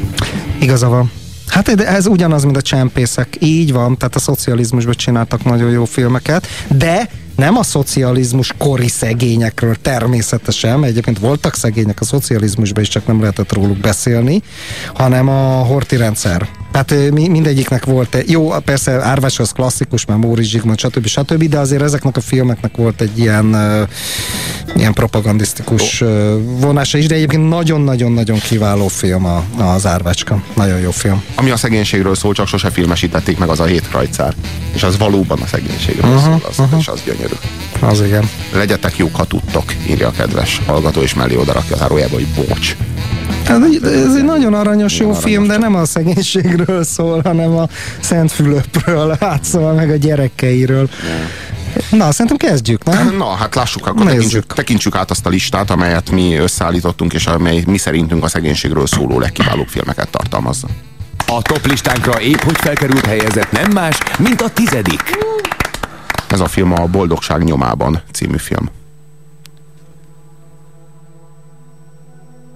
Igaza van. Hát ez ugyanaz, mint a csempészek. Így van, tehát a szocializmusban csináltak nagyon jó filmeket, de nem a szocializmus kori szegényekről természetesen, egyébként voltak szegények a szocializmusban is, csak nem lehetett róluk beszélni, hanem a horthy rendszer. Tehát mindegyiknek volt egy, jó, persze Árvás az klasszikus, már Móricz Zsigmond, stb. stb., de azért ezeknek a filmeknek volt egy ilyen, uh, ilyen propagandisztikus uh, vonása is, de egyébként nagyon-nagyon-nagyon kiváló film a, az Árvácska. Nagyon jó film. Ami a szegénységről szól, csak sose filmesítették meg, az a Hét krajcár. És az valóban a szegénységről uh-huh, szól, az, uh-huh. és az gyönyörű. Az igen. Legyetek jók, ha tudtok, írja a kedves hallgató, és mellé oda rakja az árójába, hogy bocs. Ez egy, ez egy nagyon aranyos, jó aranyos film, de nem a szegénységről szól, hanem a Szent Fülöpről, hát szóval meg a gyerekeiről. Ja. Na, szerintem kezdjük, nem? Na, hát lássuk, akkor tekintsük, tekintsük át azt a listát, amelyet mi összeállítottunk, és amely mi szerintünk a szegénységről szóló legkiválóbb filmeket tartalmazza. A top listánkra épp hogy felkerült helyezett nem más, mint a tizedik. Ez a film a Boldogság nyomában című film.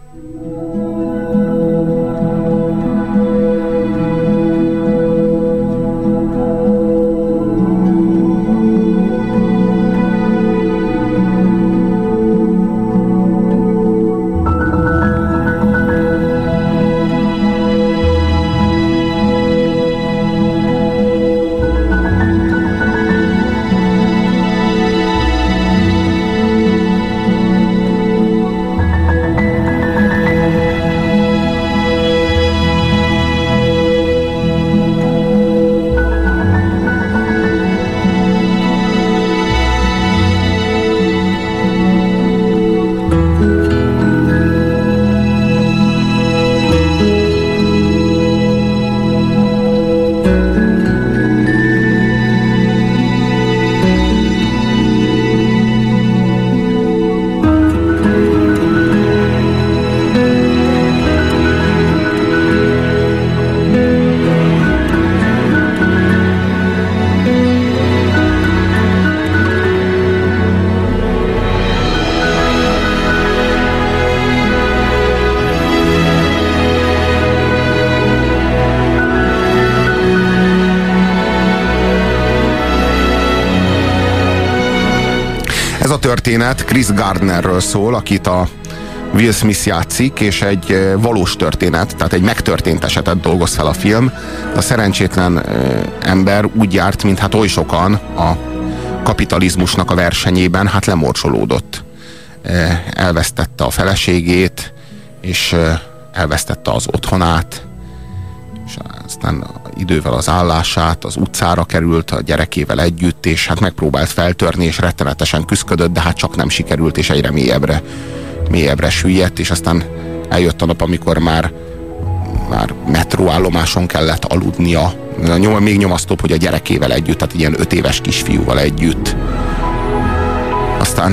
Ez a történet Chris Gardnerről szól, akit a Will Smith játszik, és egy valós történet, tehát egy megtörtént esetet dolgoz fel a film. A szerencsétlen ember úgy járt, mint hát oly sokan a kapitalizmusnak a versenyében, hát lemorsolódott. Elvesztette a feleségét, és elvesztette az otthonát, és aztán idővel az állását, az utcára került a gyerekével együtt, és hát megpróbált feltörni, és rettenetesen küszködött, de hát csak nem sikerült, és egyre mélyebbre, mélyebbre süllyedt, és aztán eljött a nap, amikor már, már metróállomáson kellett aludnia. Nyom, még nyomasztóbb, hogy a gyerekével együtt, tehát ilyen öt éves kisfiúval együtt. Aztán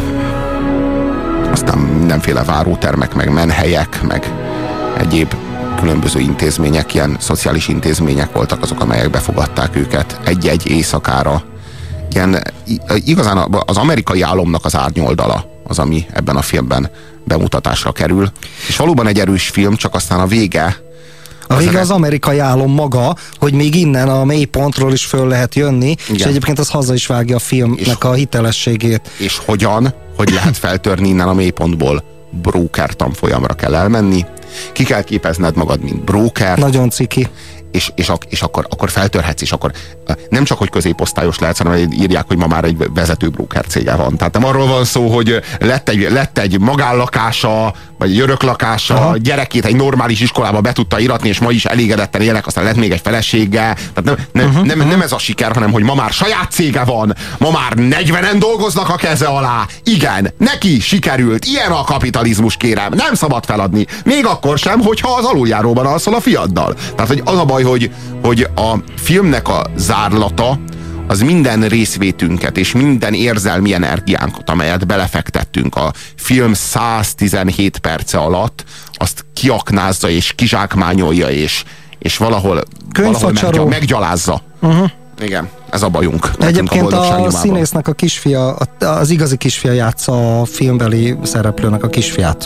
aztán mindenféle várótermek, meg menhelyek, meg egyéb különböző intézmények, ilyen szociális intézmények voltak azok, amelyek befogadták őket egy-egy éjszakára. Ilyen, igazán az amerikai álomnak az árnyoldala az, ami ebben a filmben bemutatásra kerül. És valóban egy erős film, csak aztán a vége... A vége az amerikai álom maga, hogy még innen a mélypontról is föl lehet jönni, igen. És egyébként az haza is vágja a filmnek és, a hitelességét. És hogyan? Hogy lehet feltörni innen a mélypontból? Broker tanfolyamra kell elmenni, ki kell képezned magad, mint broker. Nagyon ciki. És, és, és akkor, akkor feltörhetsz, és akkor nem csak, hogy középosztályos lehetsz, hanem írják, hogy ma már egy vezető broker cége van. Tehát nem arról van szó, hogy lett egy, lett egy magánlakása, vagy egy öröklakása, aha. Gyerekét egy normális iskolába be tudta iratni, és ma is elégedetten élnek, aztán lett még egy felesége. Tehát nem, nem, uh-huh, nem, uh-huh. nem ez a siker, hanem hogy ma már saját cége van, ma már negyvenen dolgoznak a keze alá. Igen, neki sikerült. Ilyen a kapitalizmus, kérem. Nem szabad feladni. Még akkor sem, hogyha az aluljáróban alszol a fiaddal. Tehát, hogy az a baj, hogy, hogy a filmnek a zárlata az minden részvétünket és minden érzelmi energiánkat, amelyet belefektettünk a film száztizenhét perce alatt, azt kiaknázza és kizsákmányolja, és, és valahol, valahol meggy- meggyalázza. Uh-huh. Igen, ez a bajunk. Egyébként a, a színésznek a kisfia, az igazi kisfia játsza a filmbeli szereplőnek a kisfiát.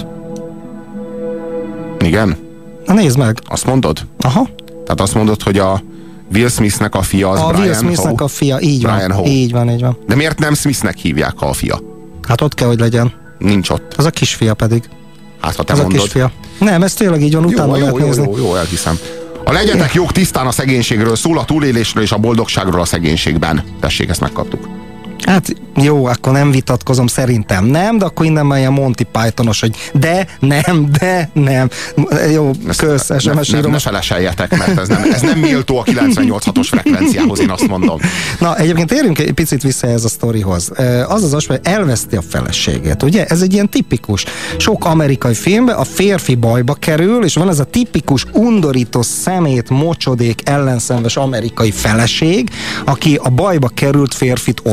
Igen? Na nézd meg. Azt mondod? Aha. Tehát azt mondod, hogy a Will Smithnek a fia az a Brian Will Smithnek a fia, így Brian van, Howe. így van, így van. De miért nem Smithnek hívják, ha a fia? Hát ott kell, hogy legyen. Nincs ott. Az a kisfia pedig. Hát, ha te az mondod. A kisfia. Nem, ez tényleg így van, utána jó, lehet jó, nézni. Jó, jó, jó, elhiszem. A Legyetek jók tisztán a szegénységről szól, a túlélésről és a boldogságról a szegénységben. Tessék, ezt megkaptuk. Hát jó, akkor nem vitatkozom, szerintem nem, de akkor innen már ilyen Monty Pythonos, hogy de, nem, de, nem. Jó, kösz, es em es ne, írom. Ne feleseljetek, mert ez nem, ez nem méltó a kilencvennyolc hatos frekvenciához, én azt mondom. Na, egyébként térjünk egy picit vissza ez a sztorihoz. Az az aspekt, elveszti a feleségét, ugye? Ez egy ilyen tipikus. Sok amerikai filmben a férfi bajba kerül, és van ez a tipikus, undorító, szemét, mocsodék, ellenszenves amerikai feleség, aki a bajba került férfit otthagyja.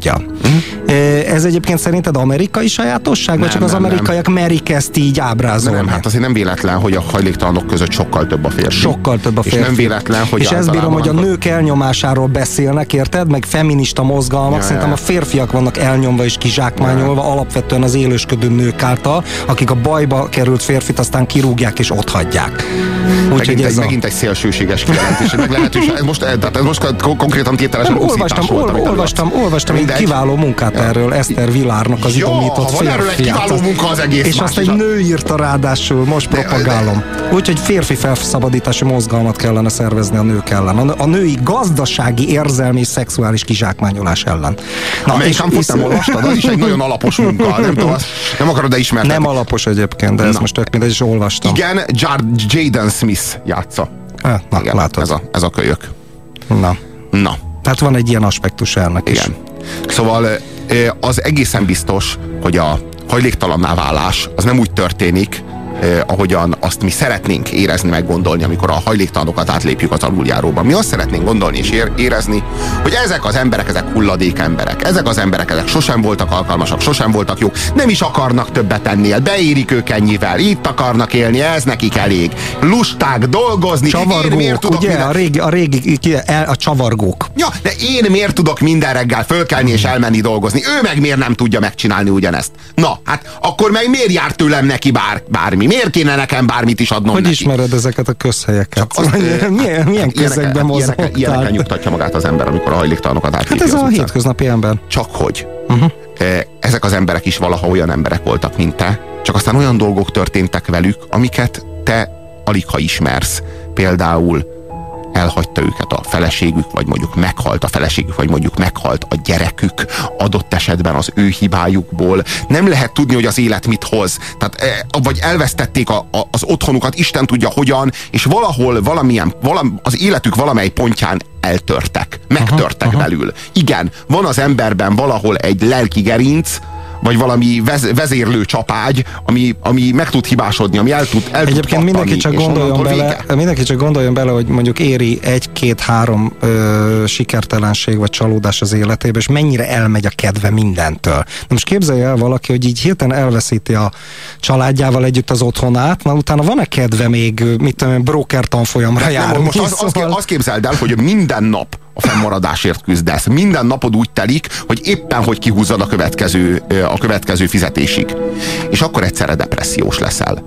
tudja. Hm? Ez egyébként szerinted amerikai sajátosság, vagy csak az nem, amerikaiak nem. merik ezt így ábrázolni? Nem, hát azért nem véletlen, hogy a hajléktalanok között sokkal több a férfi. Sokkal több a férfi. És nem véletlen, hogy és ezt bírom, hogy a amikor... nők elnyomásáról beszélnek, érted? Meg feminista mozgalmak, ja, szerintem ja. a férfiak vannak elnyomva és kizsákmányolva, ja. alapvetően az élősködő nők által, akik a bajba került férfit aztán kirúgják és otthagyják. Megint, egy, a... megint egy szélsőséges kijelentés. Meg lehetős, ez most, tehát ez most konkrétan tételesen olvastam, volt, ol, olvastam, olvastam egy kiváló munkát ja. erről Eszter Vilárnak, az idomított férfiát. Van erről egy kiváló munka az egész. És azt egy nő írta ráadásul, most propagálom. Úgyhogy férfi felszabadítási mozgalmat kellene szervezni a nők ellen. A, a női gazdasági, érzelmi és szexuális kizsákmányolás ellen. Na, Amerikán Foot nem olvastad? Az is egy nagyon alapos munka. Nem, tudom, nem akarod de ismertetni. Nem alapos egyébként, de ez most tök mindegy, is olvastam. Igen, Jaden Smith játsza. Hát, na, igen, látod. Ez a, ez a kölyök. Na. Na. Tehát van egy ilyen aspektus ennek is. Igen. Szóval az egészen biztos, hogy a hajléktalanná válás az nem úgy történik, eh, ahogyan azt mi szeretnénk érezni, meg gondolni, amikor a hajléktalanokat átlépjük az aluljáróban. Mi azt szeretnénk gondolni és érezni, hogy ezek az emberek, ezek hulladék emberek. Ezek az emberek, ezek sosem voltak alkalmasak, sosem voltak jók, nem is akarnak többet ennél, beérik ők ennyivel, itt akarnak élni, ez nekik elég. Lusták dolgozni. Csavargók, én miért tudok ugye? minden... A régi, a régi a csavargók. Ja, de én miért tudok minden reggel fölkelni és elmenni dolgozni? Ő meg miért nem tudja megcsinálni ugyanezt? Na, hát akkor meg miért jár tőlem neki bár, bármi? Miért kéne nekem bármit is adnom Hogy neki? ismered ezeket a közhelyeket? Azt, milyen milyen közegben mozogtál? Ilyenekkel nyugtatja magát az ember, amikor a hajléktalanokat átlépja. Hát ez a hétköznapi ember. Csak hogy. Uh-huh. Ezek az emberek is valaha olyan emberek voltak, mint te, csak aztán olyan dolgok történtek velük, amiket te aligha ismersz. Például elhagyta őket a feleségük, vagy mondjuk meghalt a feleségük, vagy mondjuk meghalt a gyerekük, adott esetben az ő hibájukból. Nem lehet tudni, hogy az élet mit hoz. Tehát, vagy elvesztették a, a, az otthonukat, Isten tudja hogyan, és valahol valamilyen, valam, az életük valamely pontján eltörtek, megtörtek aha, belül. Aha. Igen, van az emberben valahol egy lelki gerinc, vagy valami vez, vezérlő csapágy, ami, ami meg tud hibásodni, ami el tud, el Egyébként tud pattani, mindenki csak gondoljon bele, mindenki csak gondoljon bele, hogy mondjuk éri egy-két-három sikertelenség vagy csalódás az életébe, és mennyire elmegy a kedve mindentől. Na most képzelje el valaki, hogy így hirtelen elveszíti a családjával együtt az otthonát, na utána van-e kedve még, mit tudom, broker tanfolyamra járni? Most az, szóval... azt képzeld el, hogy minden nap a fennmaradásért küzdesz. Minden napod úgy telik, hogy éppen hogy kihúzzad a következő, a következő fizetésig. És akkor egyszerre depressziós leszel.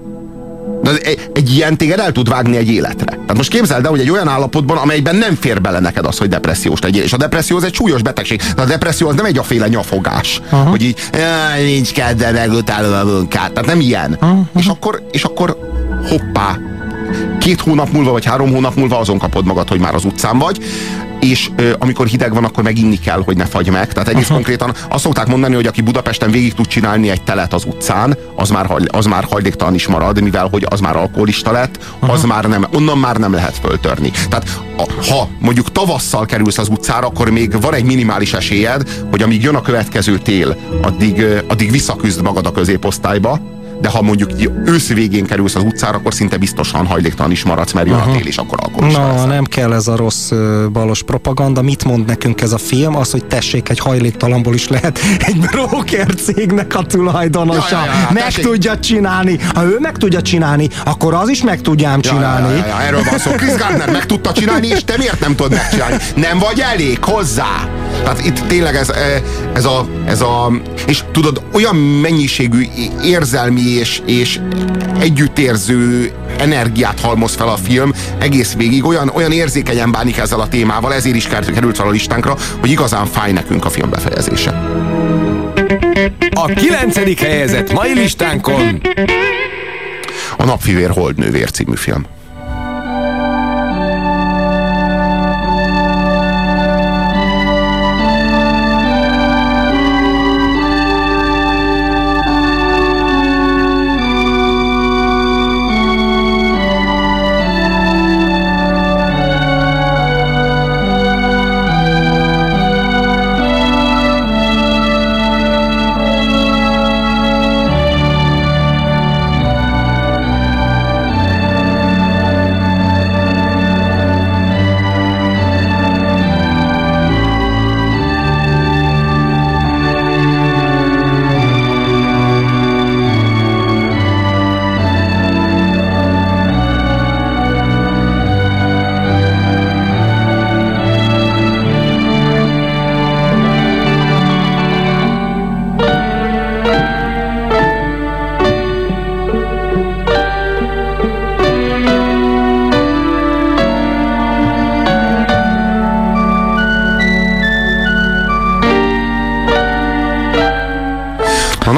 De egy, egy ilyen téged el tud vágni egy életre. Tehát most képzeld el, hogy egy olyan állapotban, amelyben nem fér bele neked az, hogy depressziós legyél. És a depresszió az egy súlyos betegség. De a depresszió az nem egy aféle nyafogás. Aha. Hogy így, nincs kedve, megutálom a munkát. Tehát nem ilyen. Aha. És akkor, és akkor hoppá, két hónap múlva, vagy három hónap múlva azon kapod magad, hogy már az utcán vagy, és ö, amikor hideg van, akkor meg inni kell, hogy ne fagy meg. Tehát egész uh-huh. konkrétan azt szokták mondani, hogy aki Budapesten végig tud csinálni egy telet az utcán, az már, az már hajléktalan is marad, mivel hogy az már alkoholista lett, uh-huh. az már nem, onnan már nem lehet föltörni. Tehát a, ha mondjuk tavasszal kerülsz az utcára, akkor még van egy minimális esélyed, hogy amíg jön a következő tél, addig, addig visszaküzd magad a középosztályba, de ha mondjuk ősz végén kerülsz az utcára, akkor szinte biztosan hajléktalan is maradsz, mert jön uh-huh. a tél, és akkor alkoholista Na, leszel. nem kell ez a rossz balos propaganda. Mit mond nekünk ez a film? Az, hogy tessék, egy hajléktalanból is lehet egy broker cégnek a tulajdonosa. Ja, ja, ja, meg tessék. Tudja csinálni. Ha ő meg tudja csinálni, akkor az is meg tudjám csinálni. Ja, ja, ja, ja, erről van szó. Chris Gardner meg tudta csinálni, és te miért nem tudod megcsinálni? Nem vagy elég hozzá. Tehát itt tényleg ez, ez, a, ez a... És tudod, olyan mennyiségű érzelmi és, és együttérző energiát halmoz fel a film egész végig, olyan, olyan érzékenyen bánik ezzel a témával, ezért is került fel a listánkra, hogy igazán fáj nekünk a film befejezése. A kilencedik helyezett mai listánkon a Napfivér Holdnővér című film.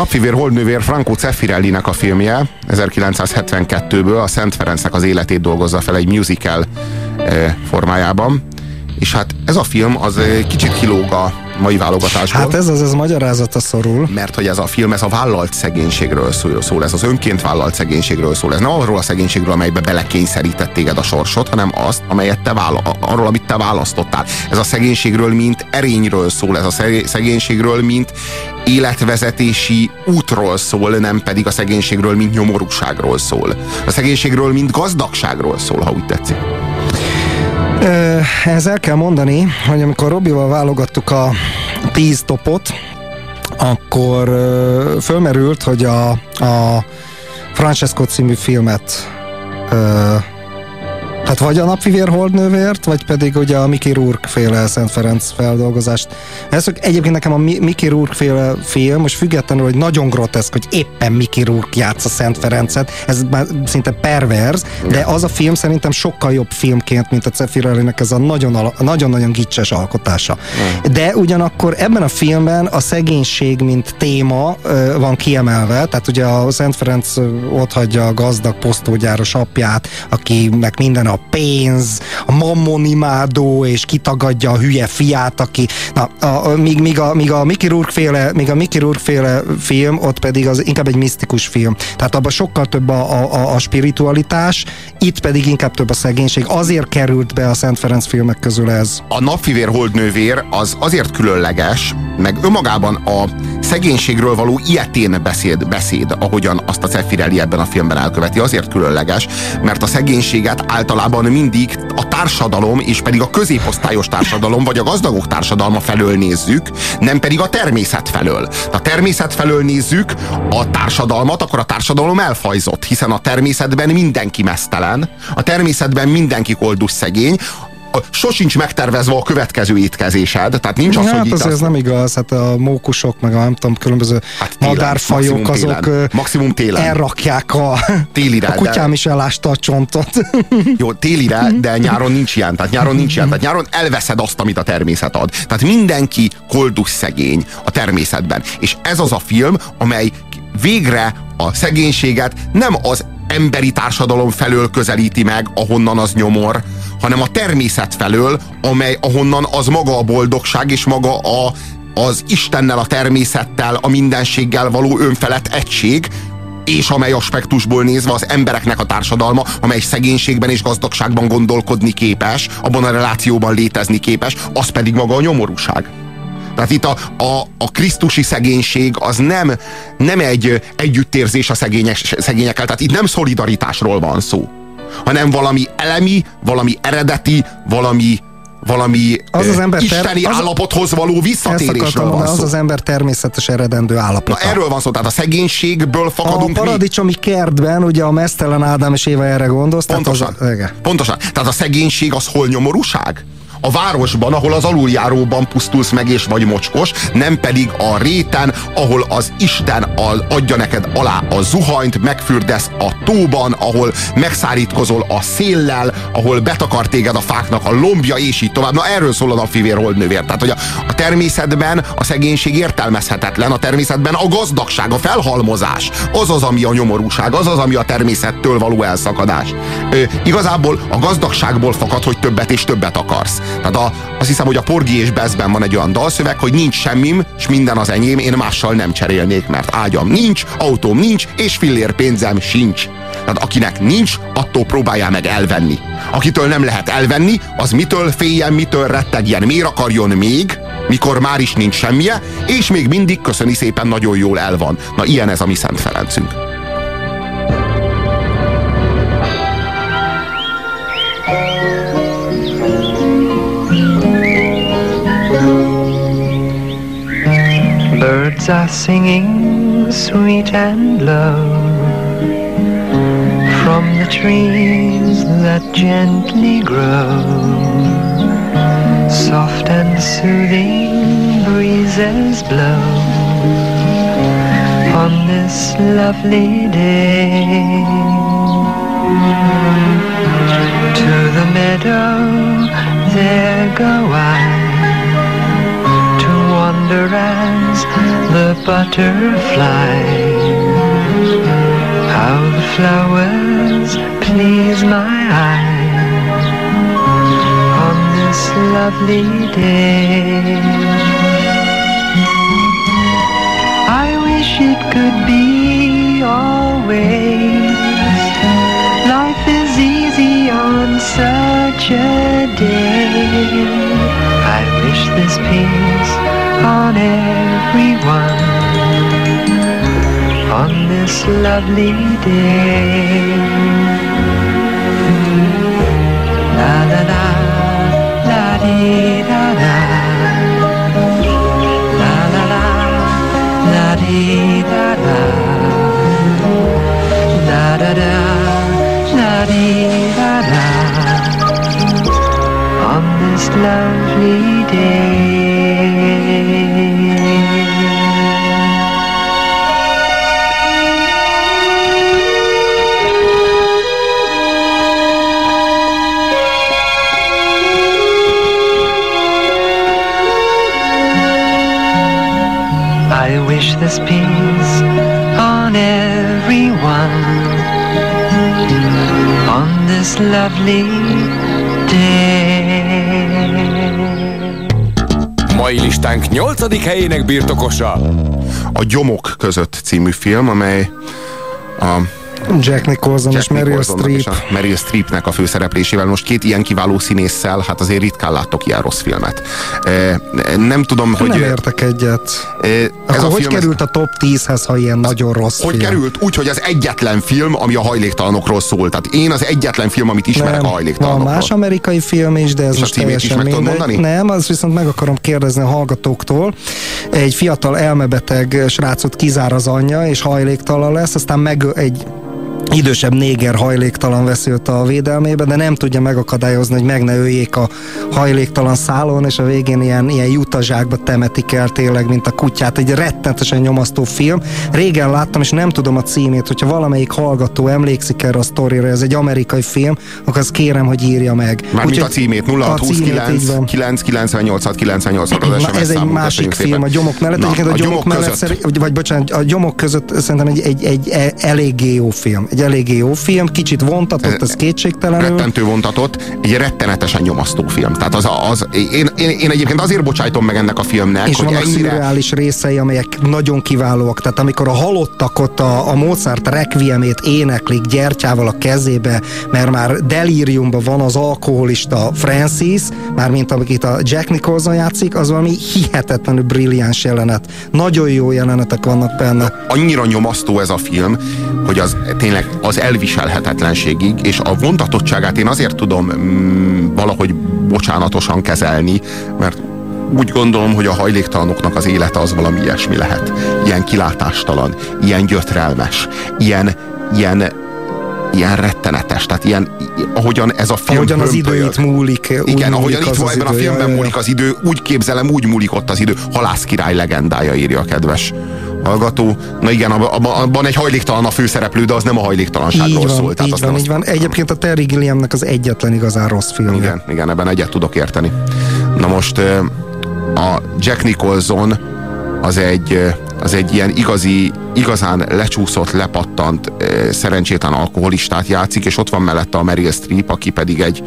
Napfivér Holdnővér Franco Zeffirellinek a filmje, ezerkilencszázhetvenkettőből, a Szent Ferencnek az életét dolgozza fel egy musical eh, formájában. És hát ez a film az eh, kicsit kilóg a mai válogatásból. Hát ez az, ez magyarázata szorul. Mert hogy ez a film, ez a vállalt szegénységről szól, ez az önként vállalt szegénységről szól. Ez nem arról a szegénységről, amelybe belekényszerített téged a sorsot, hanem azt, amelyet te vála- arról, amit te választottál. Ez a szegénységről, mint erényről szól, ez a szegénységről, mint életvezetési útról szól, nem pedig a szegénységről, mint nyomorúságról szól. A szegénységről, mint gazdagságról szól, ha úgy tetszik. Ez el kell mondani, hogy amikor Robival válogattuk a tíz topot, akkor fölmerült, hogy a, a Francesco című filmet, tehát vagy a Napfivér Holdnővért, vagy pedig ugye a Mickey Rourke féle Szent Ferenc feldolgozást. Ez egyébként nekem a Mickey Rourke féle film, most függetlenül, hogy nagyon groteszk, hogy éppen Mickey Rourke játsza Szent Ferencet, ez már szinte perverz, de az a film szerintem sokkal jobb filmként, mint a Zeffirellinek ez a nagyon-nagyon gicses alkotása. De ugyanakkor ebben a filmben a szegénység, mint téma van kiemelve, tehát ugye a Szent Ferenc otthagyja a gazdag posztógyáros apját, akinek minden a pénz, a mammonimádó, és kitagadja a hülye fiát, aki, na, a, a, míg, míg, a, míg a Mickey Rourke féle, míg a Mickey Rourke féle film, ott pedig az inkább egy misztikus film. Tehát abban sokkal több a, a, a spiritualitás, itt pedig inkább több a szegénység. Azért került be a Szent Ferenc filmek közül ez. A Napfivér Holdnővér az azért különleges, meg önmagában a szegénységről való ilyetén beszéd, beszéd, ahogyan azt a Zeffirelli ebben a filmben elköveti, azért különleges, mert a szegénységet általában mindig a társadalom, és pedig a középosztályos társadalom, vagy a gazdagok társadalma felől nézzük, nem pedig a természet felől. Ha a természet felől nézzük a társadalmat, akkor a társadalom elfajzott, hiszen a természetben mindenki meztelen, a természetben mindenki koldus szegény, sosincs megtervezve a következő étkezésed, tehát nincs az, hát hogy az, az nem igaz, hát a mókusok, meg a nem tudom, különböző hát télen, madárfajok, maximum azok télen, maximum télen. elrakják a, télire, a kutyám de... is elásta a csontot. Jó, télire, de nyáron nincs ilyen, tehát nyáron nincs ilyen, tehát nyáron elveszed azt, amit a természet ad. Tehát mindenki koldus szegény a természetben. És ez az a film, amely végre a szegénységet nem az emberi társadalom felől közelíti meg, ahonnan az nyomor, hanem a természet felől, amely ahonnan az maga a boldogság, és maga a, az Istennel, a természettel, a mindenséggel való önfelett egység, és amely aspektusból nézve az embereknek a társadalma, amely szegénységben és gazdagságban gondolkodni képes, abban a relációban létezni képes, az pedig maga a nyomorúság. Tehát itt a, a, a krisztusi szegénység az nem, nem egy együttérzés a szegényes, szegényekkel, tehát itt nem szolidaritásról van szó, hanem valami elemi, valami eredeti, valami, valami az az ember isteni ter- az állapothoz való visszatérésről van szó. Az az ember természetes eredendő állapota. Na, erről van szó, tehát a szegénységből fakadunk. A paradicsomi mi? kertben, ugye a meztelen Ádám és Éva erre gondolsz. Pontosan, az, pontosan. Tehát a szegénység az hol nyomorúság? A városban, ahol az aluljáróban pusztulsz meg és vagy mocskos, nem pedig a réten, ahol az Isten adja neked alá a zuhanyt, megfürdesz a tóban, ahol megszárítkozol a széllel, ahol betakar téged a fáknak a lombja, és így tovább. Na erről szól a Napfivér Holdnővér. Tehát, hogy a, a természetben a szegénység értelmezhetetlen, a természetben a gazdagság, a felhalmozás, az az, ami a nyomorúság, az az, ami a természettől való elszakadás. Ö, igazából a gazdagságból fakad, hogy többet és többet akarsz. Tehát a, azt hiszem, hogy a Porgy és Beszben van egy olyan dalszöveg, hogy nincs semmim, és minden az enyém, én mással nem cserélnék, mert ágyam nincs, autóm nincs, és fillér pénzem sincs. Tehát akinek nincs, attól próbáljál meg elvenni. Akitől nem lehet elvenni, az mitől féljen, mitől rettegjen, miért akarjon még, mikor már is nincs semmije, és még mindig köszöni szépen, nagyon jól el van. Na ilyen ez a mi Szent Ferencünk. Birds are singing sweet and low from the trees that gently grow. Soft and soothing breezes blow on this lovely day. To the meadow there go I, to fonder as the butterflies. How the flowers please my eyes on this lovely day. I wish it could be always. Life is easy on such a day. I wish this peace on everyone on this lovely day. La la la, la dee da da. La la la, la dee da da. La da da, la dee da da. On this lovely day. I wish this peace on everyone on this lovely day. Mai listánk nyolcadik helyének birtokosa. A Gyomok között című film, amely a Jack Nicholson Jack és Meryl Streep. A Meryl Streepnek a főszereplésével. Most két ilyen kiváló színésszel, hát azért ritkán láttok ilyen rossz filmet. E, nem tudom, hogy... Nem értek egyet. E, ez Akkor a hogy film, került a top tízhez, ha ilyen nagyon rossz Hogy film? került? Úgy, hogy az egyetlen film, ami a hajléktalanokról szól. Tehát én az egyetlen film, amit ismerek nem, a hajléktalanokról. Van más amerikai film is, de ez és most a címét is meg tudod mondani? Nem, az viszont meg akarom kérdezni a hallgatóktól. Egy fiatal elmebeteg srácot kizár az anyja, és hajléktalan lesz, aztán meg egy idősebb néger hajléktalan veszi őt a védelmébe, de nem tudja megakadályozni, hogy meg ne öljék a hajléktalan szálon, és a végén ilyen, ilyen jutazsákba temetik el tényleg, mint a kutyát. Egy rettenetesen nyomasztó film. Régen láttam, és nem tudom a címét, hogyha valamelyik hallgató emlékszik erre a sztorira, ez egy amerikai film, akkor azt kérem, hogy írja meg. Mármint a címét nulla hat huszonkilenc kilenc kilencvennyolc kilencvennyolc az es em es. Na, ez egy másik film szépen. A Gyomok mellett. Na, Egyébként a, a Gyomok, gyomok mellett, között. Vagy, vagy bocsánat, a Gyomok között szerintem egy, egy, egy eléggé jó film. Egy eléggé jó film, kicsit vontatott, ez kétségtelenül. Rettentő vontatott, egy rettenetesen nyomasztó film. Tehát az, az én, én, én egyébként azért bocsájtom meg ennek a filmnek, és hogy vannak ennyire... szürreális részei, amelyek nagyon kiválóak. Tehát amikor a halottak ott a, a Mozart requiemét éneklik gyertyával a kezébe, mert már delíriumban van az alkoholista Francis, mármint amit a Jack Nicholson játszik, az valami hihetetlenül brilliáns jelenet. Nagyon jó jelenetek vannak benne. Annyira nyomasztó ez a film, hogy az tényleg az elviselhetetlenségig, és a vontatottságát én azért tudom mm, valahogy bocsánatosan kezelni, mert úgy gondolom, hogy a hajléktalanoknak az élete az valami ilyesmi lehet. Ilyen kilátástalan, ilyen gyötrelmes, ilyen, ilyen, ilyen rettenetes, tehát ilyen, ahogyan ez a film ahogyan az idő itt múlik. Igen, ahogyan múlik itt van ebben a filmben jaj, múlik az idő, úgy képzelem, úgy múlik ott az idő. Halászkirály legendája, írja a kedves hallgató. Na igen, abban egy hajléktalan a főszereplő, de az nem a hajléktalanságról szól. Tehát így van, így van. Egyébként a Terry Gilliamnek az egyetlen igazán rossz film. Igen, igen, ebben egyet tudok érteni. Na most a Jack Nicholson az egy, az egy ilyen igazi, igazán lecsúszott, lepattant, szerencsétlen alkoholistát játszik, és ott van mellette a Meryl Streep, aki pedig egy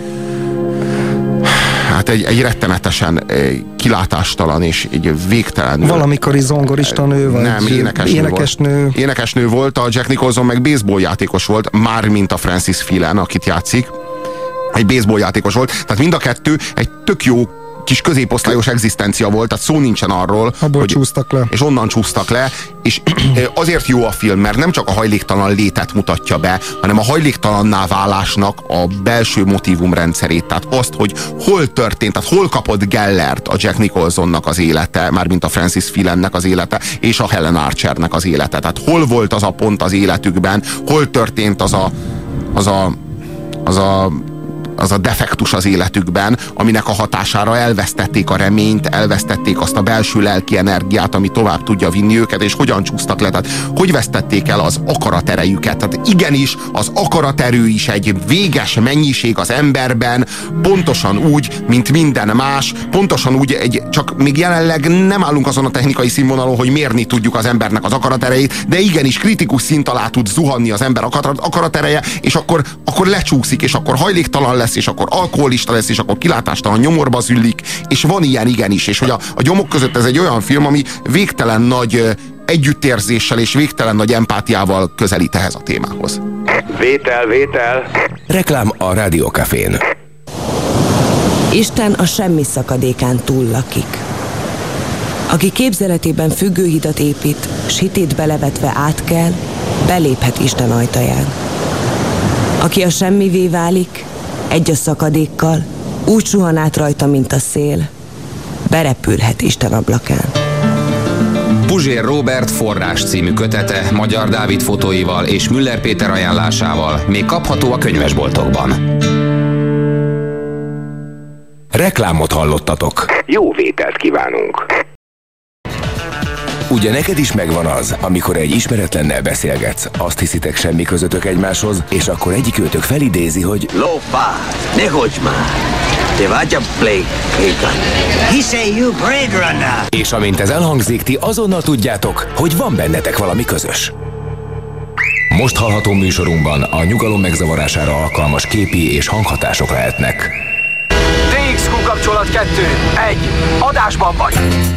hát egy, egy rettenetesen kilátástalan és egy végtelenül... Valamikori zongorista nő, vagy nem, énekesnő, énekesnő. Volt. Énekesnő volt, a Jack Nicholson meg baseball játékos volt, már mint a Francis Phelan, akit játszik. Egy baseball játékos volt, tehát mind a kettő egy tök jó kis középosztályos egzisztencia volt, tehát szó nincsen arról, abból hogy csúsztak le. És onnan csúsztak le, és azért jó a film, mert nem csak a hajléktalan létet mutatja be, hanem a hajléktalanná válásnak a belső motívumrendszerét, tehát azt, hogy hol történt, tehát hol kapott Gellert a Jack Nicholsonnak az élete, mármint a Francis Phelannek az élete, és a Helen Archernek az élete. Tehát hol volt az a pont az életükben, hol történt az a az a az a az a defektus az életükben, aminek a hatására elvesztették a reményt, elvesztették azt a belső lelki energiát, ami tovább tudja vinni őket, és hogyan csúsztak le, tehát hogy vesztették el az akaraterejüket. Tehát igenis, az akaraterő is egy véges mennyiség az emberben, pontosan úgy, mint minden más, pontosan úgy, egy, csak még jelenleg nem állunk azon a technikai színvonalon, hogy mérni tudjuk az embernek az akaraterejét, de igenis kritikus szint alá tud zuhanni az ember akaratereje, és akkor, akkor lecsúszik, és akkor hajléktalan lesz, és akkor alkoholista lesz, és akkor kilátástalan nyomorba züllik, és van ilyen igenis, és hogy a, a Gyomok között ez egy olyan film, ami végtelen nagy együttérzéssel és végtelen nagy empátiával közelít ehhez a témához. Vétel, vétel. Reklám a Rádiókafén. Isten a semmi szakadékán túl lakik. Aki képzeletében függőhidat épít, s hitét belevetve átkel, beléphet Isten ajtaján. Aki a semmivé válik, egy a szakadékkal, úgy suhan át rajta, mint a szél, berepülhet Isten ablakán. Puzsér Róbert Forrás című kötete Magyar Dávid fotóival és Müller Péter ajánlásával még kapható a könyvesboltokban. Reklámot hallottatok. Jó vételt kívánunk. Ugye neked is megvan az, amikor egy ismeretlennel beszélgetsz, azt hiszitek semmi közöttök egymáshoz, és akkor egyikőtök felidézi, hogy Lófá, ne hogy már! Te vagy a Blake Hagan. He say you Blade Runner. És amint ez elhangzik, ti azonnal tudjátok, hogy van bennetek valami közös. Most hallható műsorunkban a nyugalom megzavarására alkalmas képi és hanghatások lehetnek. té iksz kú kapcsolat kettő, egy, adásban vagy!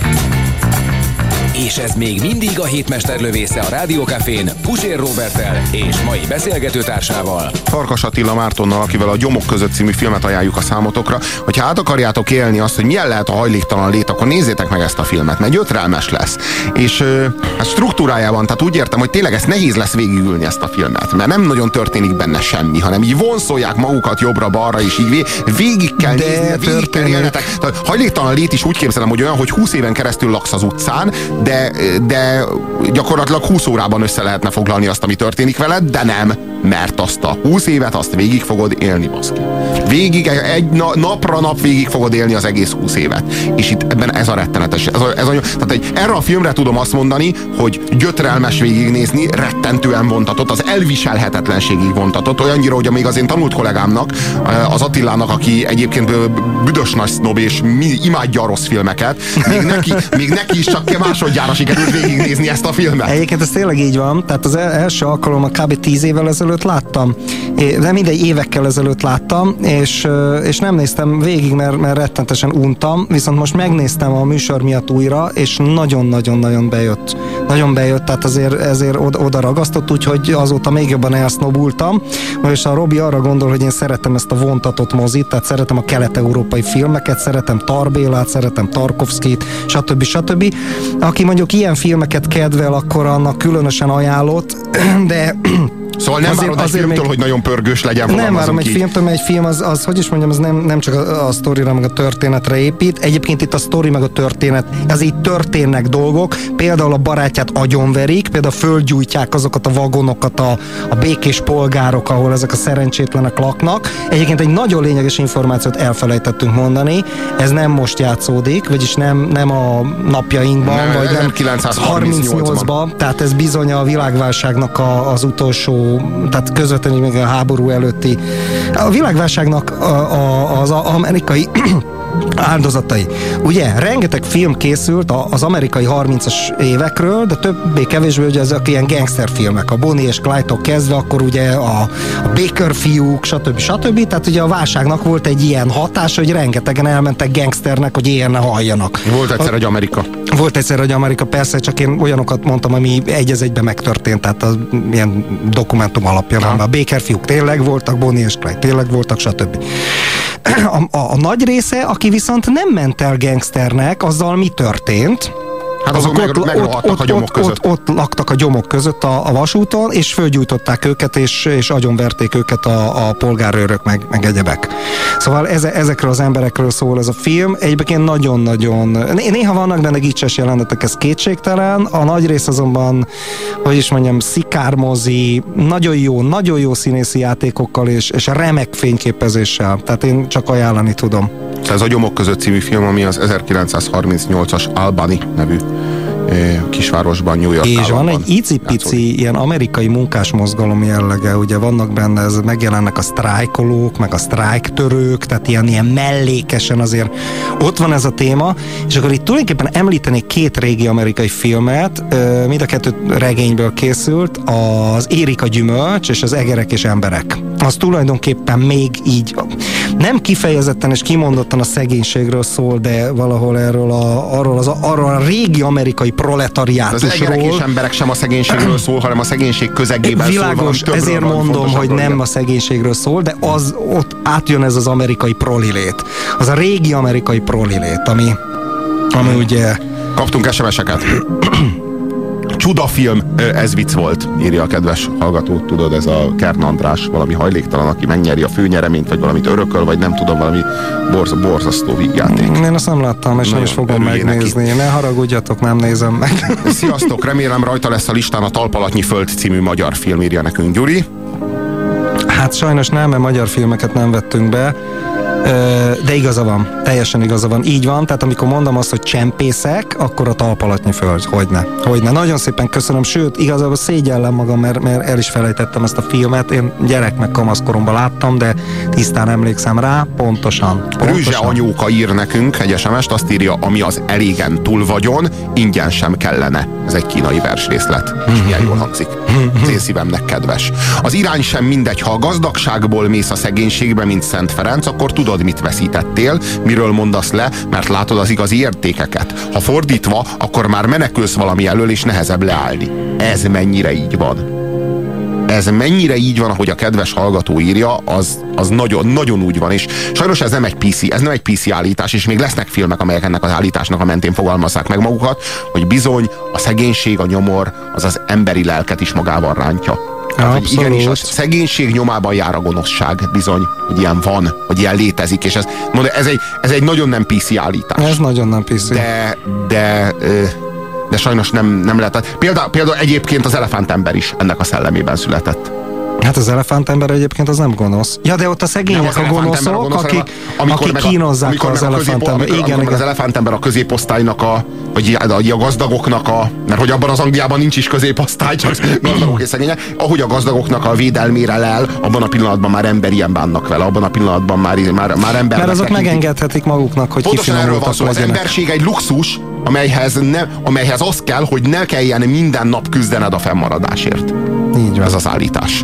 És ez még mindig a hétmester lövésze a Rádiókafén Puzsér Róberttel és mai beszélgetőtársával, Farkas Attila Mártonnal, akivel a Gyomok között című filmet ajánljuk a számotokra. Hogyha át akarjátok élni azt, hogy milyen lehet a hajléktalan lét, akkor nézzétek meg ezt a filmet, mert gyötrelmes lesz. És hát struktúrájában, tehát úgy értem, hogy tényleg ezt nehéz lesz végigülni ezt a filmet, mert nem nagyon történik benne semmi, hanem így vonszolják magukat jobbra-balra, és így végig kell de nézni, végig kell élnetek. Tehát hajléktalan lét is úgy képzelem, hogy olyan, hogy húsz éven keresztül laksz az utcán, de, de gyakorlatilag húsz órában össze lehetne foglalni azt, ami történik veled, de nem, mert azt a húsz évet azt végig fogod élni, baszki. Végig, egy na, napra nap végig fogod élni az egész húsz évet. És itt ebben ez a rettenetes. Ez a, ez a, tehát egy, erre a filmre tudom azt mondani, hogy gyötrelmes végignézni, rettentően vontatott, az elviselhetetlenségig vontatott, olyannyira, hogy még az én tanult kollégámnak, az Attilának, aki egyébként büdös nagy sznob és imádja a rossz filmeket, még neki, még neki is csak másodjára sikerült végignézni ezt a filmet. Egyébként ez tényleg így van, tehát az első alkalommal kb. tíz évvel ezelőtt láttam, de mindegy, évekkel ezelőtt láttam, és, és nem néztem végig, mert, mert rettentesen untam, viszont most megnéztem a műsor miatt újra, és nagyon-nagyon-nagyon bejött. Nagyon bejött, tehát azért ezért oda, oda ragasztott, úgyhogy azóta még jobban elsznobultam. És a Robi arra gondol, hogy én szeretem ezt a vontatott mozit, tehát szeretem a kelet-európai filmeket, szeretem Tarbélát, szeretem Tarkovszkit, stb. stb. Aki mondjuk ilyen filmeket kedvel, akkor annak különösen ajánlott, de Szóval nem várod egy filmtől, még, hogy nagyon pörgős legyen. Nem várom egy filmtől, mert egy film az, az, hogy is mondjam, az nem, nem csak a, a sztorira, meg a történetre épít. Egyébként itt a sztori, meg a történet, ez így történnek dolgok. Például a barátját agyonverik, például földgyújtják azokat a vagonokat a, a békés polgárok, ahol ezek a szerencsétlenek laknak. Egyébként egy nagyon lényeges információt elfelejtettünk mondani. Ez nem most játszódik, vagyis nem, nem a napjainkban, nem, vagy nem ezerkilencszázharmincnyolcban. Tehát ez bizony a világválságnak a, az utolsó, tehát közvetlenül még a háború előtti. A világválságnak a, a, az amerikai áldozatai. Ugye, rengeteg film készült az amerikai harmincas évekről, de többé-kevésbé ugye ezek ilyen gangsterfilmek, a Bonnie és Clyde-tól kezdve, akkor ugye a, a Baker fiúk, stb. stb. Tehát ugye a válságnak volt egy ilyen hatás, hogy rengetegen elmentek gangsternek, hogy ilyen ne halljanak. Volt egyszer egy Amerika. Volt egyszer egy Amerika, persze, csak én olyanokat mondtam, ami egy az egyben megtörtént, tehát az ilyen dokumentum alapján. A Baker fiúk tényleg voltak, Bonnie és Clyde tényleg voltak, stb. A, a, a nagy része, aki viszont nem ment el gangsternek, azzal mi történt? Hát azok, azok meg, megrohadtak ott, a gyomok ott, között. Ott, ott laktak a gyomok között a, a vasúton, és fölgyújtották őket, és, és agyonverték őket a, a polgárőrök, meg, meg egyebek. Szóval eze, ezekről az emberekről szól ez a film. Egyébként nagyon-nagyon... Néha vannak benne gicses jelenetek, ez kétségtelen. A nagy rész azonban, hogy is mondjam, szikármozi, nagyon jó, nagyon jó színészi játékokkal, és, és remek fényképezéssel. Tehát én csak ajánlani tudom. Ez a Gyomok között című film, ami az ezerkilencszázharmincnyolcas Albany nevű kisvárosban, New York És államban van egy icipici ilyen amerikai munkásmozgalom jellege, ugye vannak benne, ez, megjelennek a sztrájkolók, meg a sztrájktörők, tehát ilyen, ilyen mellékesen azért ott van ez a téma, és akkor itt tulajdonképpen említenék két régi amerikai filmet, mind a kettő regényből készült, az Érik a gyümölcs és az Egerek és emberek. Az tulajdonképpen még így nem kifejezetten és kimondottan a szegénységről szól, de valahol erről a, arról, az, arról a régi amerikai proletariátusról. Az Egerek és emberek sem a szegénységről szól, hanem a szegénység közegében világos, szól. Ezért mondom, hogy nem a szegénységről szól, de az ott átjön ez az amerikai prolilét. Az a régi amerikai prolilét, ami, ami ugye... Kaptunk es em es-eket. Csudafilm, ez vicc volt, írja a kedves hallgató. Tudod, ez a Kern András, valami hajléktalan, aki megnyeri a főnyereményt, vagy valamit örököl, vagy nem tudom, valami borz, borzasztó vígjáték. Én azt nem láttam, és nem is fogom megnézni. Neki. Ne haragudjatok, nem nézem meg. Sziasztok, remélem rajta lesz a listán a Talpalatnyi Föld című magyar film, írja nekünk Gyuri. Hát sajnos nem, mert magyar filmeket nem vettünk be. De igaza van, teljesen igaza van, így van, tehát amikor mondom azt, hogy csempészek, akkor a Talpalatnyi Föld, hogyne, hogyne. Nagyon szépen köszönöm, sőt, igazából szégyellem magam, mert, mert el is felejtettem ezt a filmet, én gyerek meg kamaszkoromban láttam, de tisztán emlékszem rá, pontosan. pontosan. Rüzse anyóka ír nekünk egy es em es-t, azt írja, ami az elégen túl vagyon, ingyen sem kellene. Ez egy kínai versrészlet, és milyen jól hangzik. Az én szívemnek kedves. Az irány sem mindegy, ha a gazdagságból mész a szegénységbe, mint Szent Ferenc, akkor tudod, mit veszítettél, miről mondasz le, mert látod az igazi értékeket. Ha fordítva, akkor már menekülsz valami elől, és nehezebb leállni. Ez mennyire így van. Ez mennyire így van, ahogy a kedves hallgató írja, az, az nagyon, nagyon úgy van, és sajnos ez nem egy pé cé, ez nem egy pé cé állítás, és még lesznek filmek, amelyek ennek az állításnak a mentén fogalmazzák meg magukat, hogy bizony a szegénység, a nyomor, az az emberi lelket is magával rántja. Tehát, igenis, a szegénység nyomában jár a gonoszság, bizony, hogy ilyen van, hogy ilyen létezik, és ez, mondja, ez, egy, ez egy nagyon nem pé cé állítás. Ez nagyon nem pé cé. De, de, de sajnos nem, nem lehet. Például, például egyébként az elefántember is ennek a szellemében született. Hát az elefántember egyébként az nem gonosz. Ja, de ott a szegények a gonoszok, a gonosz, akik, akik kínozzák az elefántember. Igen, amikor, igen. Az elefántember a középosztálynak a, vagy a gazdagoknak a, mert hogy abban az Angliában nincs is középosztály, csak gazdagok és szegények, ahogy a gazdagoknak a védelmére lel, abban a pillanatban már emberien bánnak vele, abban a pillanatban már, már, már ember. Mert azok megengedhetik maguknak, hogy kifinomultak legyenek. Az emberség egy luxus, amelyhez, ne, amelyhez az kell, hogy ne kelljen minden nap küzdened a fennmaradásért. Így van. Ez az állítás.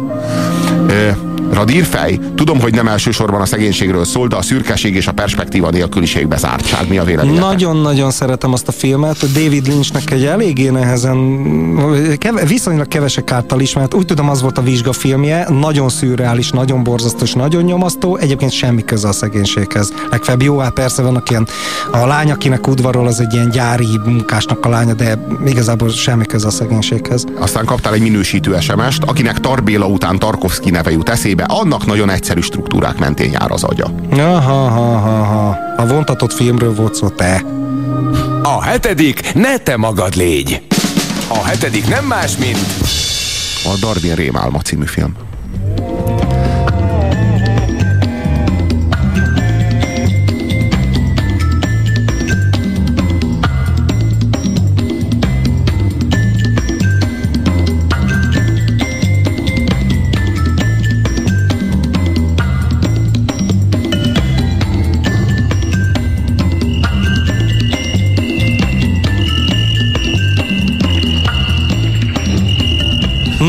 Radírfej, tudom, hogy nem elsősorban a szegénységről szól, de a szürkeség és a perspektíva nélküliség bezártság. Mi a véleményetek? Nagyon-nagyon szeretem azt a filmet. David Lynchnek egy eléggé nehezen, keve, viszonylag kevesek által ismert. Úgy tudom, az volt a vizsgafilmje. Nagyon szürreális, nagyon borzasztó és nagyon nyomasztó. Egyébként semmi köze a szegénységhez. Legfeljebb jó, hát persze vannak ilyen, a lány, akinek udvarol, az egy ilyen gyári munkásnak a lánya, de igazából semmi köze a szegénységhez. Aztán kaptál egy minősítő es em es-t, akinek Tarbéla után Tarkovszky neve jut eszébe. Annak nagyon egyszerű struktúrák mentén jár az agya. Aha, aha, aha. A vontatott filmről volt szó, te. A hetedik, ne te magad légy. A hetedik nem más, mint... a Darwin rémálma című film.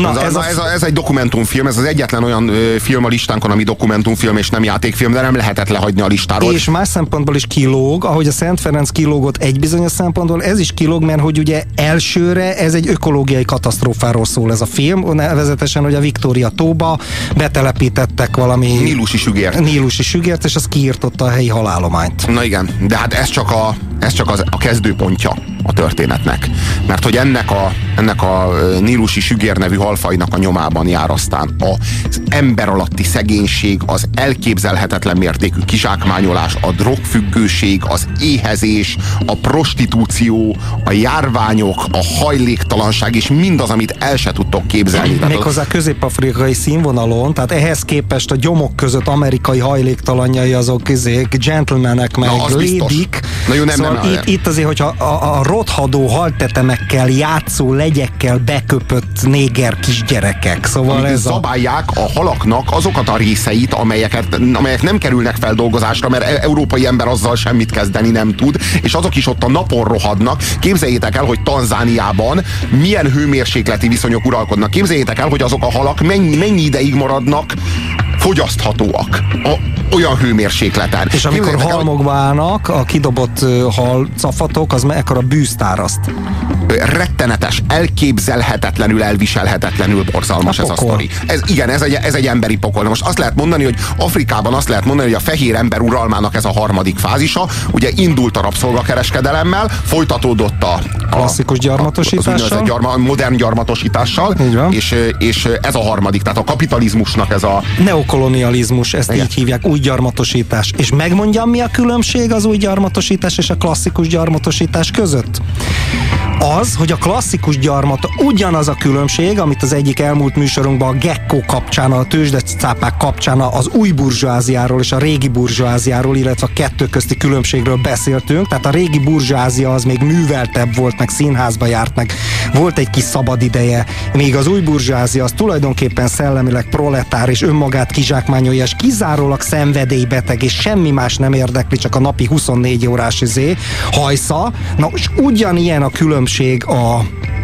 Na, ez, a, ez, a, ez, a, ez egy dokumentumfilm, ez az egyetlen olyan ö, film a listánkon, ami dokumentumfilm és nem játékfilm, de nem lehetett lehagyni a listáról. És más szempontból is kilóg, ahogy a Szent Ferenc kilógott egy bizonyos szempontból, ez is kilóg, mert hogy ugye elsőre ez egy ökológiai katasztrófáról szól ez a film, nevezetesen, hogy a Viktória tóba betelepítettek valami nílusi sügért. Nílusi sügért, és az kiirtotta a helyi halállományt. Na igen, de hát ez csak a, ez csak az, a kezdőpontja a történetnek. Mert hogy ennek a, ennek a nílusi sügér nevű halfajnak a nyomában jár aztán az ember alatti szegénység, az elképzelhetetlen mértékű kizsákmányolás, a drogfüggőség, az éhezés, a prostitúció, a járványok, a hajléktalanság, és mindaz, amit el se tudtok képzelni. Méghozzá az... közép-afrikai színvonalon, tehát ehhez képest a gyomok között amerikai hajléktalanjai azok izék, gentlemanek, meg lédik. Na jó, nem, szóval nem, nem, itt, itt azért, hogyha a, a rothadó haltetemekkel, játszó legyekkel beköpött néger kisgyerekek. Szóval amik ez zabálják a... a halaknak azokat a részeit, amelyeket, amelyek nem kerülnek feldolgozásra, mert európai ember azzal semmit kezdeni nem tud, és azok is ott a napon rohadnak. Képzeljétek el, hogy Tanzániában milyen hőmérsékleti viszonyok uralkodnak. Képzeljétek el, hogy azok a halak mennyi, mennyi ideig maradnak fogyaszthatóak a, olyan hőmérsékleten. És amikor halmokba állnak, a kidobott uh, hal cafatok, az mekkora bűzt áraszt. Rettenetes, elképzelhetetlenül, elviselhetetlenül borzalmas ez a sztori. Ez, igen, ez egy, ez egy emberi pokol. Most azt lehet mondani, hogy Afrikában azt lehet mondani, hogy a fehér ember uralmának ez a harmadik fázisa. Ugye indult a rabszolgakereskedelemmel, folytatódott a, a klasszikus gyarmatosítással, a gyarma, modern gyarmatosítással, és, és ez a harmadik, tehát a kapitalizmusnak ez a neokolonializmus, ezt igen. Így hívják, új gyarmatosítás. És megmondjam, mi a különbség az új gyarmatosítás és a klasszikus gyarmatosítás között? Az, hogy a klasszikus gyarmat ugyanaz a különbség, amit az egyik elmúlt műsorunkban a gekkó kapcsán, a tőzsdecápák kapcsán az új burzsóáziáról és a régi burzsóáziáról, illetve a kettő közti különbségről beszéltünk. Tehát a régi burzsóázia az még műveltebb volt, meg színházba járt, meg volt egy kis szabadideje, míg az új burzsóázia az tulajdonképpen szellemileg proletár és önmagát kizsákmányolja, és kizárólag szenvedélybeteg, és semmi más nem érdekli, csak a napi huszonnégy órás izé, hajsza. Na, és ugyanilyen a különbség a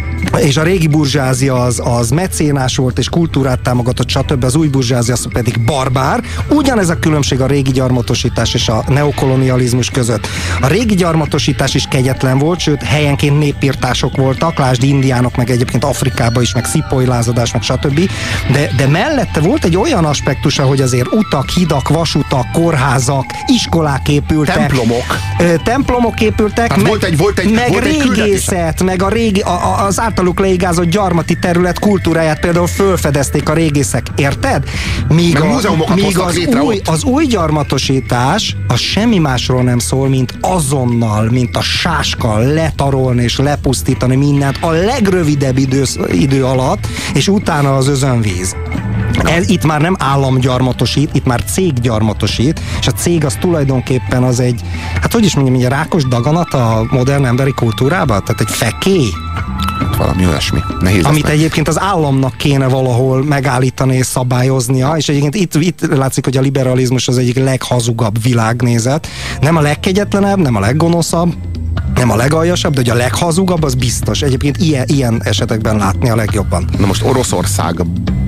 és a régi burzsázia az, az mecénás volt, és kultúrát támogatott, stb. Az új burzsázia az pedig barbár. Ugyanez a különbség a régi gyarmatosítás és a neokolonializmus között. A régi gyarmatosítás is kegyetlen volt, sőt helyenként népírtások voltak, lásd indiánok, meg egyébként Afrikában is, meg szipoly-lázadás, meg stb. De, de mellette volt egy olyan aspektusa, hogy azért utak, hidak, vasutak, kórházak, iskolák épültek. Templomok. Ö, templomok épültek, meg, volt egy, volt egy, meg volt egy régészet, meg a régi, a, a, az általuk leigázott gyarmati terület kultúráját például fölfedezték a régészek, érted? Míg, a, míg az, új, az új gyarmatosítás az semmi másról nem szól, mint azonnal, mint a sáskal letarolni és lepusztítani mindent a legrövidebb idő, idő alatt, és utána az özönvíz. Ez, itt már nem állam gyarmatosít, itt már cég gyarmatosít, és a cég az tulajdonképpen az egy, hát hogy is mondjam, egy rákos daganat a modern emberi kultúrában? Tehát egy fekély. Valami olyasmi. Nehéz amit egyébként az államnak kéne valahol megállítani és szabályoznia, és egyébként itt, itt látszik, hogy a liberalizmus az egyik leghazugabb világnézet. Nem a legkegyetlenebb, nem a leggonoszabb, nem a legaljasabb, de hogy a leghazugabb, az biztos. Egyébként ilyen, ilyen esetekben látni a legjobban. Na most Oroszország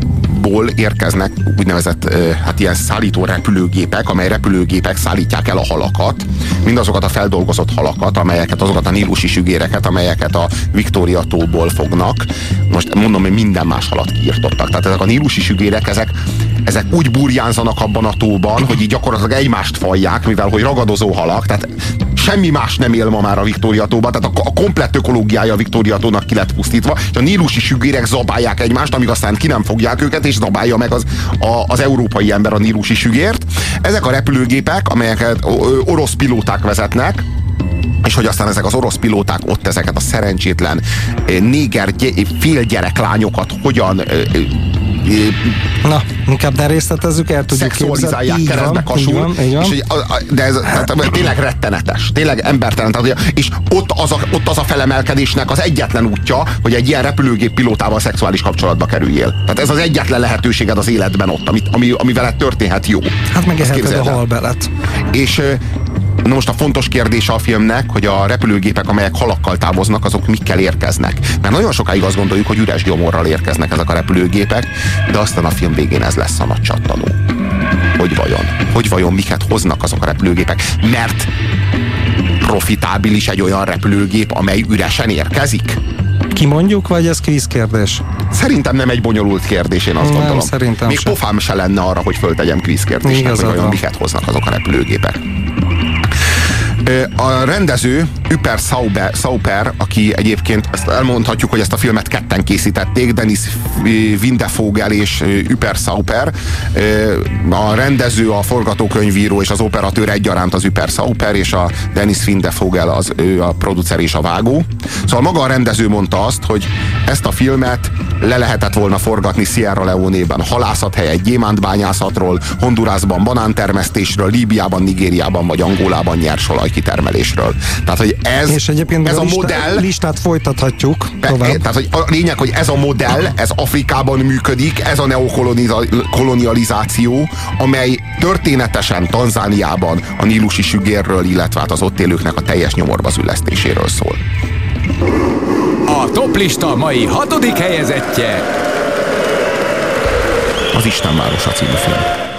ból érkeznek úgynevezett hát ilyen szállító repülőgépek, amely repülőgépek szállítják el a halakat, mindazokat a feldolgozott halakat, amelyeket, azokat a nílusi sügéreket, amelyeket a Viktória tóból fognak. Most mondom, hogy minden más halat kiirtottak. Tehát ezek a nílusi sügérek, ezek, ezek úgy burjánzanak abban a tóban, hogy így gyakorlatilag egymást fajják, mivel hogy ragadozó halak, tehát semmi más nem él ma már a Viktória tóban, tehát a, a komplett ökológiája a Viktória tónak ki lett pusztítva, és a nílusi sügérek zabálják egymást, amíg aztán ki nem fogják őket, és zabálja meg az, a, az európai ember a nílusi sügért. Ezek a repülőgépek, amelyeket orosz pilóták vezetnek, és hogy aztán ezek az orosz pilóták ott ezeket a szerencsétlen néger félgyerek lányokat hogyan Na, inkább ne részletezzük, el tudjuk szexualizálják keresztbe kasul, de ez hát, tényleg rettenetes, tényleg embertelen, tehát, és ott az, a, ott az a felemelkedésnek az egyetlen útja, hogy egy ilyen repülőgép pilótával szexuális kapcsolatba kerüljél. Tehát ez az egyetlen lehetőséged az életben ott, amit, ami, ami veled történhet jó. Hát meg eheted a halbelet. És Na most a fontos kérdése a filmnek, hogy a repülőgépek, amelyek halakkal távoznak, azok mikkel érkeznek. Mert nagyon sokáig azt gondoljuk, hogy üres gyomorral érkeznek ezek a repülőgépek, de aztán a film végén ez lesz a nagy csattanó. Hogy vajon? Hogy vajon miket hoznak azok a repülőgépek? Mert profitábilis egy olyan repülőgép, amely üresen érkezik? Kimondjuk, vagy ez kvízkérdés? Szerintem nem egy bonyolult kérdés, én azt nem, gondolom. Szerintem Még sem. pofám se lenne arra, hogy föltegyem kvízkérdésnek, hogy vajon miket hoznak azok a repülőgépek. A rendező, Üper Sauber, Sauper, aki egyébként, ezt elmondhatjuk, hogy ezt a filmet ketten készítették, Dennis Windefogel és Üper Sauper. A rendező, a forgatókönyvíró és az operatőr egyaránt az Üper Sauper, és a Dennis Windefogel az, ő a producer és a vágó. Szóval maga a rendező mondta azt, hogy ezt a filmet le lehetett volna forgatni Sierra Leone-ben halászat helyett gyémántbányászatról, Hondurasban banántermesztésről, Líbiában, Nigériában vagy Angolában nyersolajkitermelésről. Tehát, hogy ez, és egyébként ez a, a lista, modell... listát folytathatjuk tovább. Tehát, hogy a lényeg, hogy ez a modell, ez Afrikában működik, ez a neokolonializáció, amely történetesen Tanzániában a nílusi sügérről, illetve hát az ott élőknek a teljes nyomorba züllesztéséről szól. A toplista mai hatodik helyezettje az Istenvárosa című film.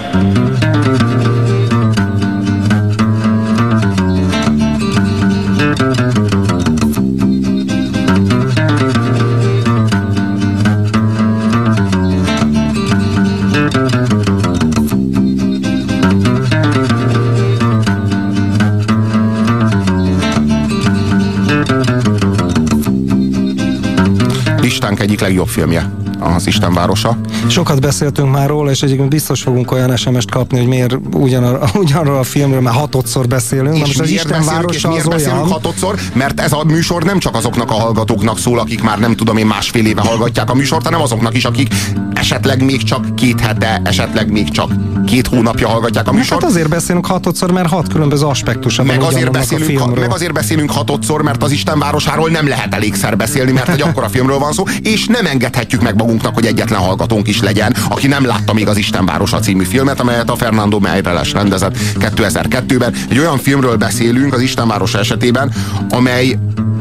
Listánk egyik legjobb filmje, az Istenvárosa. Sokat beszéltünk már róla, és egyébként biztos fogunk olyan es em est kapni, hogy miért ugyanarra, ugyanarra a filmről már hatodszor beszélünk. És most az Istenvárosa az olyan... hatodszor? Mert ez a műsor nem csak azoknak a hallgatóknak szól, akik már nem tudom én másfél éve hallgatják a műsort, hanem azoknak is, akik esetleg még csak két hete, esetleg még csak két hónapja hallgatják a műsort. Hát azért beszélünk hatodszor, mert hat különböző aspektusa van meg, beszélünk, meg azért beszélünk hatodszor, mert az Istenvárosáról nem lehet elégszer beszélni, mert egy akkora filmről van szó, és nem engedhetjük meg magunknak, hogy egyetlen hallgatónk is legyen, aki nem látta még az Istenvárosa című filmet, amelyet a Fernando Meirelles rendezett kétezer-kettőben. Egy olyan filmről beszélünk az Istenvárosa esetében, amely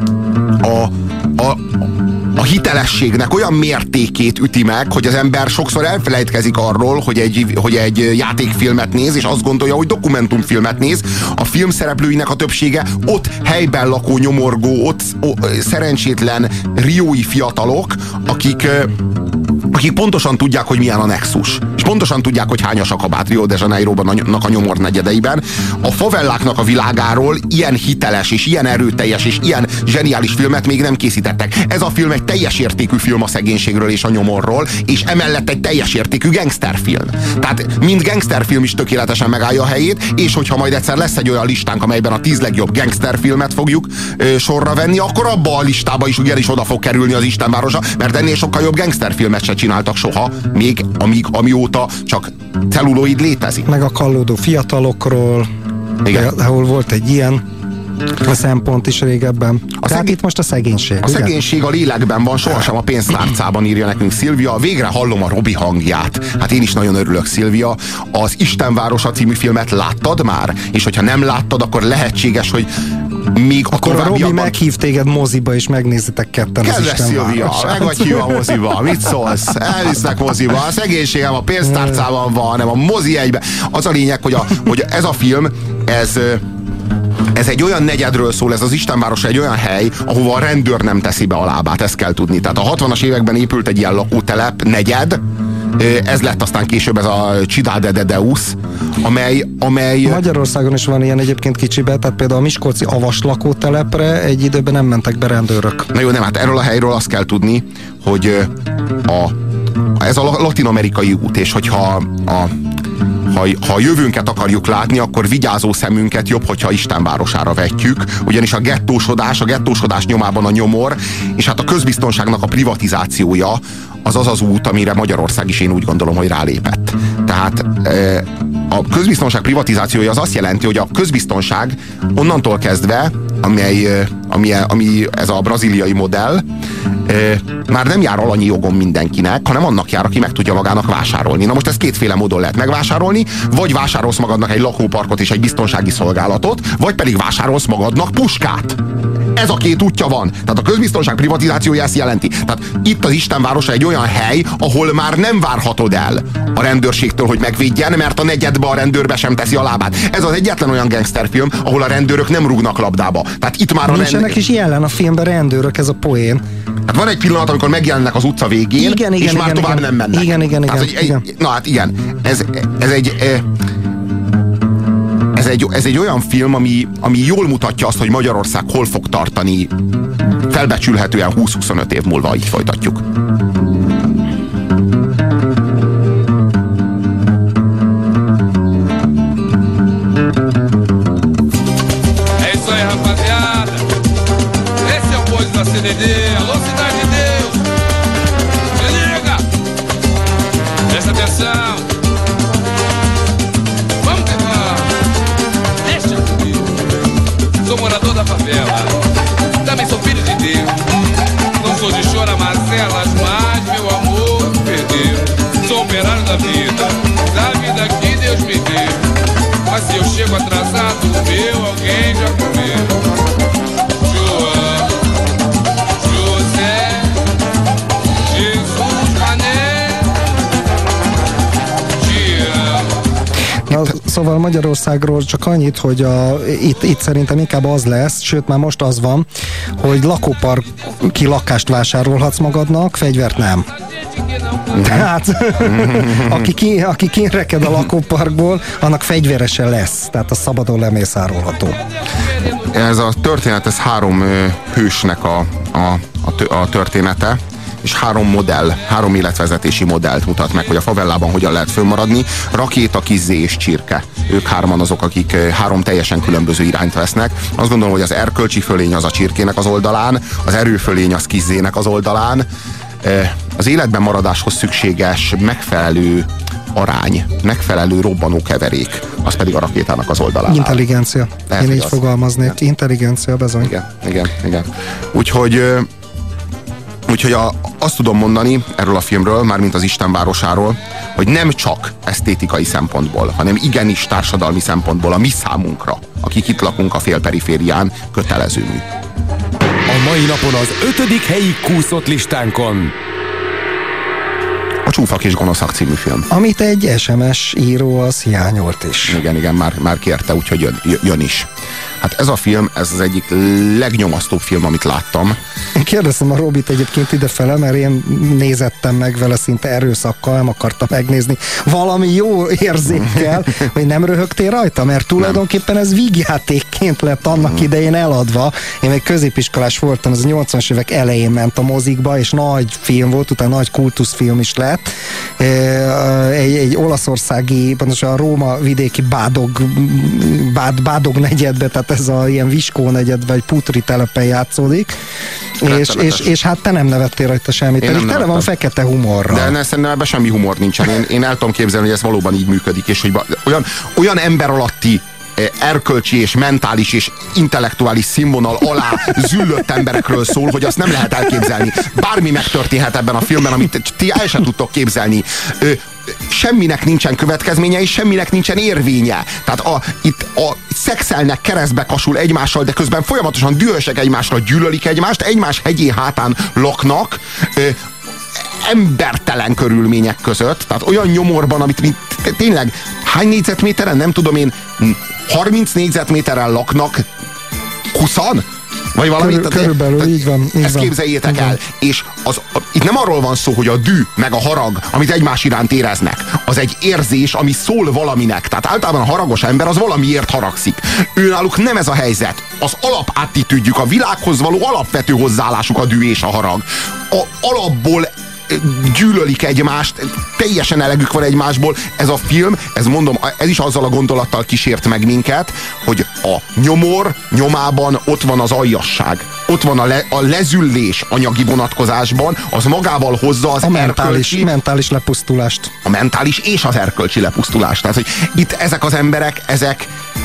a, a a hitelességnek olyan mértékét üti meg, hogy az ember sokszor elfelejtkezik arról, hogy egy, hogy egy játékfilmet néz, és azt gondolja, hogy dokumentumfilmet néz. A film szereplőinek a többsége ott helyben lakó nyomorgó, ott ó, szerencsétlen riói fiatalok, akik akik pontosan tudják, hogy milyen a nexus. És pontosan tudják, hogy hányasak a bát Rio de Janeiroban a nyomor negyedeiben. A favelláknak a világáról ilyen hiteles, és ilyen erőteljes, és ilyen zseniális filmet még nem készítettek. Ez a film egy teljes értékű film a szegénységről és a nyomorról, és emellett egy teljes értékű gangsterfilm. Tehát mind gangsterfilm is tökéletesen megállja a helyét, és hogyha majd egyszer lesz egy olyan listánk, amelyben a tíz legjobb gangsterfilmet fogjuk ö, sorra venni, akkor abba a listába is ugyanis oda fog kerülni az Istenvárosa, mert ennél sokkal jobb gangsterfilmet se csináltak soha, még amíg, amióta csak celluloid létezik. Meg a kallódó fiatalokról, igen. Ahol volt egy ilyen a szempont is régebben. A Tehát szegény... itt most a szegénység. A ugye? Szegénység a lélekben van, sohasem a pénztárcában, írja nekünk Szilvia. Végre hallom a Robi hangját. Hát én is nagyon örülök, Szilvia. Az Istenvárosa című filmet láttad már? És hogyha nem láttad, akkor lehetséges, hogy még a akkor a Robi meghív téged moziba, és megnézitek ketten az Istenvárosát. Meg vagy hív a moziba. Mit szólsz? Elvisznek moziba. A szegénységem a pénztárcában van, nem a mozi egyben. Az a lényeg, hogy, a, hogy ez a film, ez... Ez egy olyan negyedről szól, ez az Istenvárosa egy olyan hely, ahova a rendőr nem teszi be a lábát, ezt kell tudni. Tehát a hatvanas években épült egy ilyen lakótelep, negyed, ez lett aztán később ez a Cidade de Deus, amely, amely... Magyarországon is van ilyen egyébként kicsibe, tehát például a miskolci Avas lakótelepre egy időben nem mentek be rendőrök. Na jó, nem, hát erről a helyről azt kell tudni, hogy a, ez a latin-amerikai út, és hogyha a Ha, ha a jövőnket akarjuk látni, akkor vigyázó szemünket jobb, hogyha Istenvárosára vetjük, ugyanis a gettósodás, a gettósodás nyomában a nyomor, és hát a közbiztonságnak a privatizációja az az az út, amire Magyarország is én úgy gondolom, hogy rálépett. Tehát a közbiztonság privatizációja az azt jelenti, hogy a közbiztonság onnantól kezdve, amely, ami, ami ez a brazíliai modell, már nem jár alanyi jogon mindenkinek, hanem annak jár, aki meg tudja magának vásárolni. Na most ezt kétféle módon lehet megvásárolni, vagy vásárolsz magadnak egy lakóparkot és egy biztonsági szolgálatot, vagy pedig vásárolsz magadnak puskát. Ez a két útja van. Tehát a közbiztonság privatizációja ezt jelenti. Tehát itt az Istenvárosa egy olyan hely, ahol már nem várhatod el a rendőrségtől, hogy megvédjen, mert a negyedbe a rendőrbe sem teszi a lábát. Ez az egyetlen olyan gangsterfilm, ahol a rendőrök nem rúgnak labdába. Tehát itt már a rendőrök... Nincsenek is jelen a filmben rendőrök, ez a poén. Hát van egy pillanat, amikor megjelennek az utca végén, igen, igen, és már igen, tovább igen. nem mennek. Igen, igen, igen, Tehát, igen. Egy, na hát igen, ez, ez egy... Ez egy, ez egy olyan film, ami, ami jól mutatja azt, hogy Magyarország hol fog tartani felbecsülhetően húsz-huszonöt év múlva, így folytatjuk. É isso aí, rapaziada. Esse é o Bonde da C D D. Alô, Cidade de Deus. Se liga. Presta atenção. Sou morador da favela, também sou filho de Deus. Não sou de chora-mazelas, mas meu amor me perdeu. Sou operário da vida, da vida que Deus me deu. Mas se eu chego atrasado, o meu alguém já comeu. João, José, Jesus, Mané, te amo. Na, szóval Magyarországról csak annyit, hogy a, itt, itt szerintem inkább az lesz, sőt már most az van, hogy lakóparki lakást vásárolhatsz magadnak, fegyvert nem. Tehát aki, ki, aki kinreked a lakóparkból, annak fegyveresen lesz, tehát a szabadon lemészárolható. Ez a történet, ez három ö, hősnek a, a, a, a története, és három modell, három életvezetési modellt mutat meg, hogy a favellában hogyan lehet fönnmaradni. Rakéta, Kizzé és Csirke. Ők hárman azok, akik három teljesen különböző irányt vesznek. Azt gondolom, hogy az erkölcsi fölény az a Csirkének az oldalán, az erőfölény az Kizzének az oldalán. Az életben maradáshoz szükséges megfelelő arány, megfelelő robbanó keverék, az pedig a rakétának az oldalán. Intelligencia. Lehet, én így az... fogalmaznék. Igen. Intelligencia, bezony. Igen, igen, igen. Úgyhogy Úgyhogy a, azt tudom mondani erről a filmről, mármint az Istenvárosáról, hogy nem csak esztétikai szempontból, hanem igenis társadalmi szempontból a mi számunkra, akik itt lakunk a félperiférián, kötelező mű. A mai napon az ötödik helyig kúszott listánkon a Csúfak és gonoszak című film. Amit egy es em es író az hiányolt is. Igen, igen, már, már kérte, úgyhogy jön, jön is. Hát ez a film, ez az egyik legnyomasztóbb film, amit láttam. Én kérdeztem a Robit egyébként idefele, mert én nézettem meg vele szinte erőszakkal, nem akartam megnézni valami jó érzékkel, hogy nem röhögtél rajta, mert tulajdonképpen ez vígjátékként lett annak idején eladva. Én még középiskolás voltam, ez a nyolcvanas évek elején ment a mozikba, és nagy film volt, utána nagy kultuszfilm is lett. Egy, egy olaszországi, pontosan a Róma vidéki Bádog, Bád, Bádog negyedbe, tehát ez a ilyen Viskó negyed, vagy Putri telepen játszódik, és, és, és hát te nem nevettél rajta semmit, pedig tele van fekete humorra. De ne, szerintem ebben semmi humor nincsen. Én, én el tudom képzelni, hogy ez valóban így működik, és hogy olyan, olyan ember alatti erkölcsi és mentális és intellektuális színvonal alá züllött emberekről szól, hogy azt nem lehet elképzelni. Bármi megtörténhet ebben a filmben, amit ti el sem tudtok képzelni. Ö, semminek nincsen következménye, és semminek nincsen érvénye. Tehát a, itt a szexelnek, keresztbe kasul egymással, de közben folyamatosan dühösek egymásra, gyűlölik egymást, egymás hegyén hátán laknak, ö, embertelen körülmények között, tehát olyan nyomorban, amit mint, tényleg hány négyzetméteren, nem tudom én, harminc négyzetméteren laknak huszan? Vagy valami? Körül, körülbelül, tehát, így van. Így ezt van, képzeljétek így el. van. És az, a, itt nem arról van szó, hogy a dű, meg a harag, amit egymás iránt éreznek, az egy érzés, ami szól valaminek. Tehát általában a haragos ember az valamiért haragszik. Őnáluk nem ez a helyzet. Az alapattitűdjük, a világhoz való alapvető hozzáállásuk a dű és a harag. A alapból gyűlölik egymást, teljesen elegük van egymásból. Ez a film, ez mondom, ez is azzal a gondolattal kísért meg minket, hogy a nyomor nyomában ott van az aljasság. Ott van a, le, a lezüllés anyagi vonatkozásban, az magával hozza az a mentális, erkölcsi, mentális lepusztulást. A mentális és az erkölcsi lepusztulást. Tehát, hogy itt ezek az emberek, ezek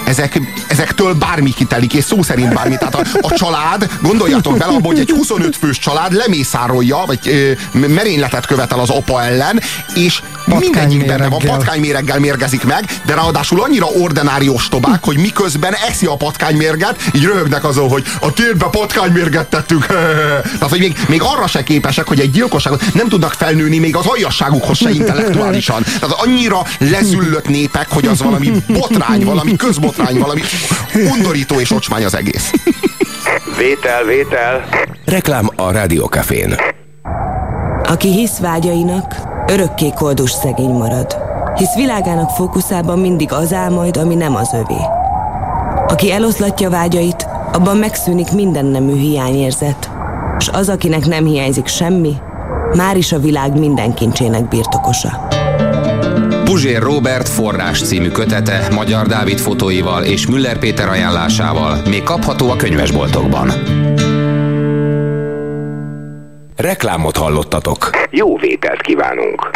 ezek, ezektől bármi kitelik, és szó szerint bármi. Tehát a, a család, gondoljatok bele abba, hogy egy huszonöt fős család lemészárolja, vagy ö, merényletet követel az apa ellen, és mindegyik benne van, patkányméreggel mérgezik meg, de ráadásul annyira ordinári ostobák, hogy miközben eszi a patkánymérget, így röhögnek azon, hogy a térdbe patkánymérget tettünk. Tehát, hogy még, még arra se képesek, hogy egy gyilkosságot nem tudnak felnőni még az aljasságukhoz se intellektuálisan. Tehát annyira lezüllött népek, hogy az valami botrány, valami közbotrány, valami undorító és ocsmány az egész. Vétel, vétel. Reklám a Rádiókafén. Aki hisz vágyainak, örökké koldus szegény marad. Hisz világának fókuszában mindig az áll majd, ami nem az övé. Aki eloszlatja vágyait, abban megszűnik minden nemű hiányérzet, s az, akinek nem hiányzik semmi, már is a világ minden kincsének birtokosa. Puzsér Róbert Forrás című kötete Magyar Dávid fotóival és Müller Péter ajánlásával még kapható a könyvesboltokban. Reklámot hallottatok. Jó vételt kívánunk.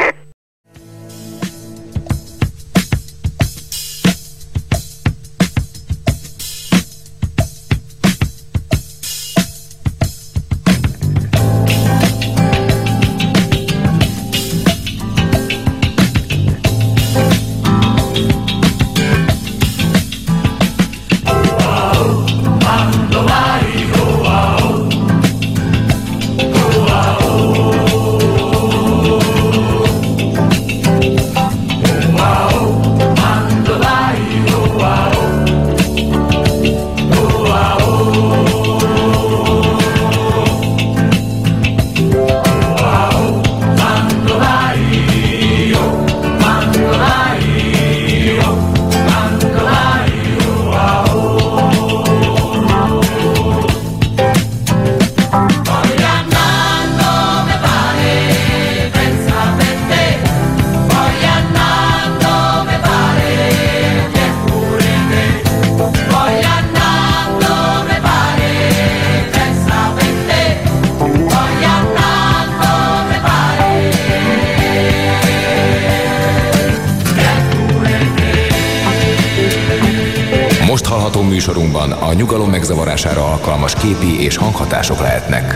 Műsorunkban a nyugalom megzavarására alkalmas képi és hanghatások lehetnek.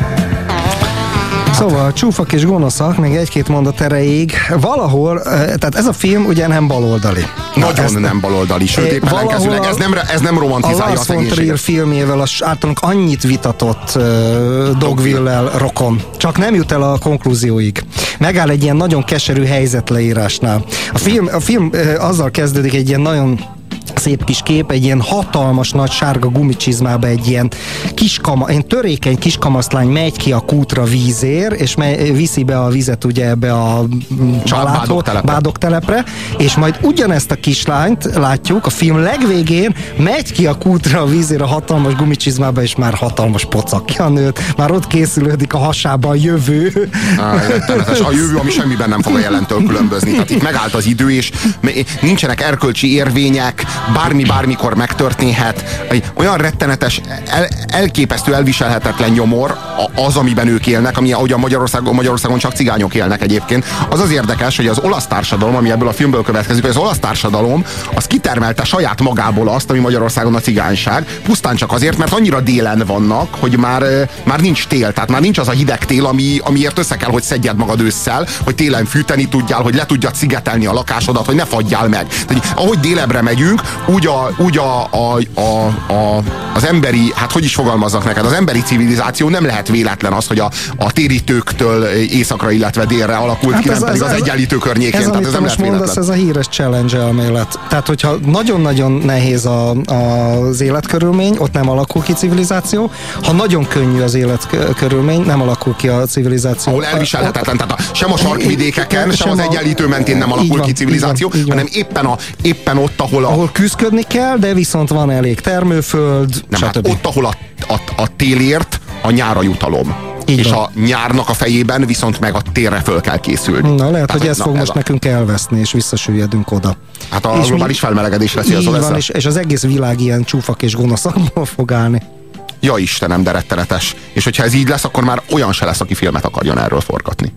Szóval csúfak és gonoszak, még egy-két mondat erejéig. Valahol, tehát ez a film ugye nem baloldali. Nagyon ezt, nem baloldali, sőt éppen elkezdőleg ez nem, ez nem romantizálja a, a szegénységet. A Lars von Trier filmjével az általunk annyit vitatott uh, Dogville-lel rokon. Csak nem jut el a konklúzióig. Megáll egy ilyen nagyon keserű helyzetleírásnál. A film, a film uh, azzal kezdődik, egy ilyen nagyon szép kis kép, egy ilyen hatalmas nagy sárga gumicsizmába egy ilyen kiskama, egy törékeny kiskamaszlány megy ki a kútra vízér, és me- viszi be a vizet ugye ebbe a családhoz, bádogtelepre, és majd ugyanezt a kislányt látjuk a film legvégén, megy ki a kútra a vízér a hatalmas gumicsizmába, és már hatalmas pocakja a nőt, már ott készülődik a hasába a jövő. Á, a jövő, ami semmiben nem fog a jelentől különbözni. Tehát itt megállt az idő, és nincsenek erkölcsi érvények, bármi bármikor megtörténhet. Olyan rettenetes, el, elképesztő, elviselhetetlen nyomor az, amiben ők élnek, ami ahogy a Magyarországon, Magyarországon csak cigányok élnek egyébként. Az az érdekes, hogy az olasz társadalom, ami ebből a filmből következik, hogy az olasz társadalom az kitermelte saját magából azt, ami Magyarországon a cigányság, pusztán csak azért, mert annyira délen vannak, hogy már, már nincs tél, tehát már nincs az a hideg tél, ami, amiért össze kell, hogy szedjed magad ősszel, hogy télen fűteni tudjál, hogy le tudjad szigetelni a lakásodat, hogy ne fagyjál meg. Tehát, ahogy délebbre megyünk, úgy, a, úgy a, a, a, a, az emberi, hát hogy is fogalmazzak neked, az emberi civilizáció nem lehet véletlen az, hogy a, a térítőktől északra, illetve délre alakult hát ki, nem pedig az egyenlítő környékén. Ez, tehát ez nem most lehet mondasz, ez a híres challenge elmélet. Tehát, hogyha nagyon-nagyon nehéz a, a, az életkörülmény, ott nem alakul ki civilizáció. Ha nagyon könnyű az életkörülmény, nem alakul ki a civilizáció. Ahol elviselhetetlen, tehát a, sem a sarkvidékeken, sem az egyenlítő mentén nem alakul van, ki civilizáció, így van, így van. hanem éppen, a, éppen ott, ahol a... Ahol küzdködni kell, de viszont van elég termőföld, nem, hát ott, ahol a, a, a télért a nyár a jutalom. Így és van. A nyárnak a fejében viszont meg a térre föl kell készülni. Na, lehet, Tehát, hogy ez na, fog ez most a... nekünk elveszni, és visszasüllyedünk oda. Hát a globális felmelegedés veszi az van, és, és az egész világ ilyen csúfak és gonoszakból fog állni. Ja Istenem, de rettenetes. És hogyha ez így lesz, akkor már olyan se lesz, aki filmet akarjon erről forgatni.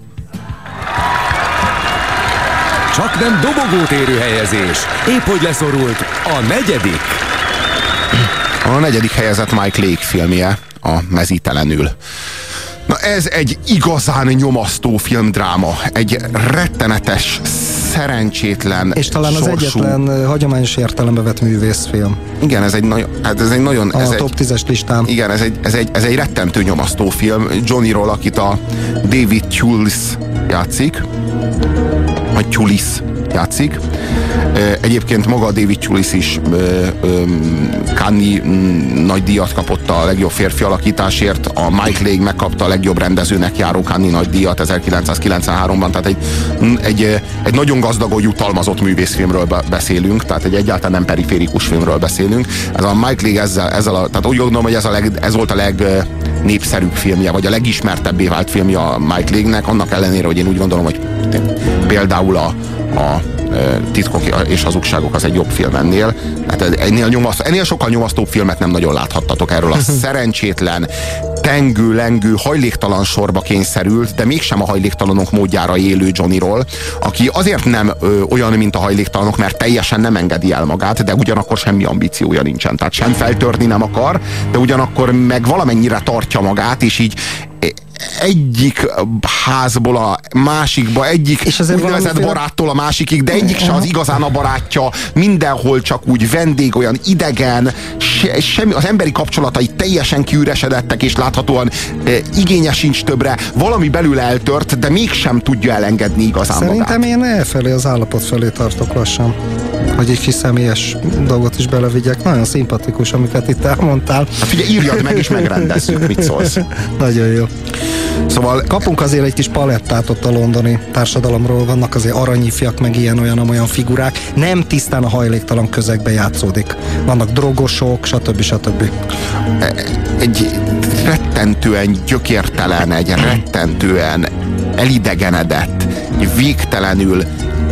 Csak nem dobogót érő helyezés. Épp hogy leszorult a negyedik. A negyedik helyezett Mike Leigh filmje, a Mezítelenül. Na ez egy igazán nyomasztó filmdráma, egy rettenetes, szerencsétlen, és talán sorsú... az egyetlen hagyományos értelembe vett művészfilm. Igen, ez egy, nagy, hát ez egy nagyon... A ez top egy, tízes listán. Igen, ez egy, ez, egy, ez egy rettentő nyomasztó film. Johnnyról, akit a David Thewlis játszik, vagy Thewlis játszik. Egyébként maga a David Thewlis is Cannes nagy díjat kapott a legjobb férfi alakításért, a Mike Leigh megkapta a legjobb rendezőnek járó Cannes nagy díjat ezerkilencszázkilencvenháromban, tehát egy, egy, egy nagyon gazdagon jutalmazott művészfilmről beszélünk, tehát egy egyáltalán nem periférikus filmről beszélünk. Ez a Mike Leigh ezzel, ezzel a, tehát úgy gondolom, hogy ez, a leg, ez volt a legnépszerűbb filmje, vagy a legismertebbé vált filmje a Mike Leigh-nek, annak ellenére, hogy én úgy gondolom, hogy például a, a Titkok és hazugságok az egy jobb film ennél. Hát ennél, nyomaszt, ennél sokkal nyomasztóbb filmet nem nagyon láthattatok erről a szerencsétlen, tengő, lengő, hajléktalan sorba kényszerült, de mégsem a hajléktalanok módjára élő Johnnyról, aki azért nem ö, olyan, mint a hajléktalanok, mert teljesen nem engedi el magát, de ugyanakkor semmi ambíciója nincsen. Tehát sem feltörni nem akar, de ugyanakkor meg valamennyire tartja magát, és így egyik házból a másikba, egyik úgynevezett valamiféle... baráttól a másikig, de egyik se az igazán a barátja, mindenhol csak úgy vendég, olyan idegen, se, semmi, az emberi kapcsolatai teljesen kiüresedettek, és láthatóan e, igénye sincs többre, valami belül eltört, de mégsem tudja elengedni igazán Szerintem magát. én elfelé, az állapot felé tartok lassan, hogy egy kis személyes dolgot is belevigyek. Nagyon szimpatikus, amiket itt elmondtál. Hát figyelj, írjad meg, és megrendezzük, mit szólsz. Nagyon jó. Szóval kapunk azért egy kis palettát ott a londoni társadalomról, vannak azért aranyifjak, meg ilyen-olyan-olyan figurák. Nem tisztán a hajléktalan közegbe játszódik. Vannak drogosok, stb. stb. Egy rettentően gyökértelen, egy rettentően elidegenedett, egy végtelenül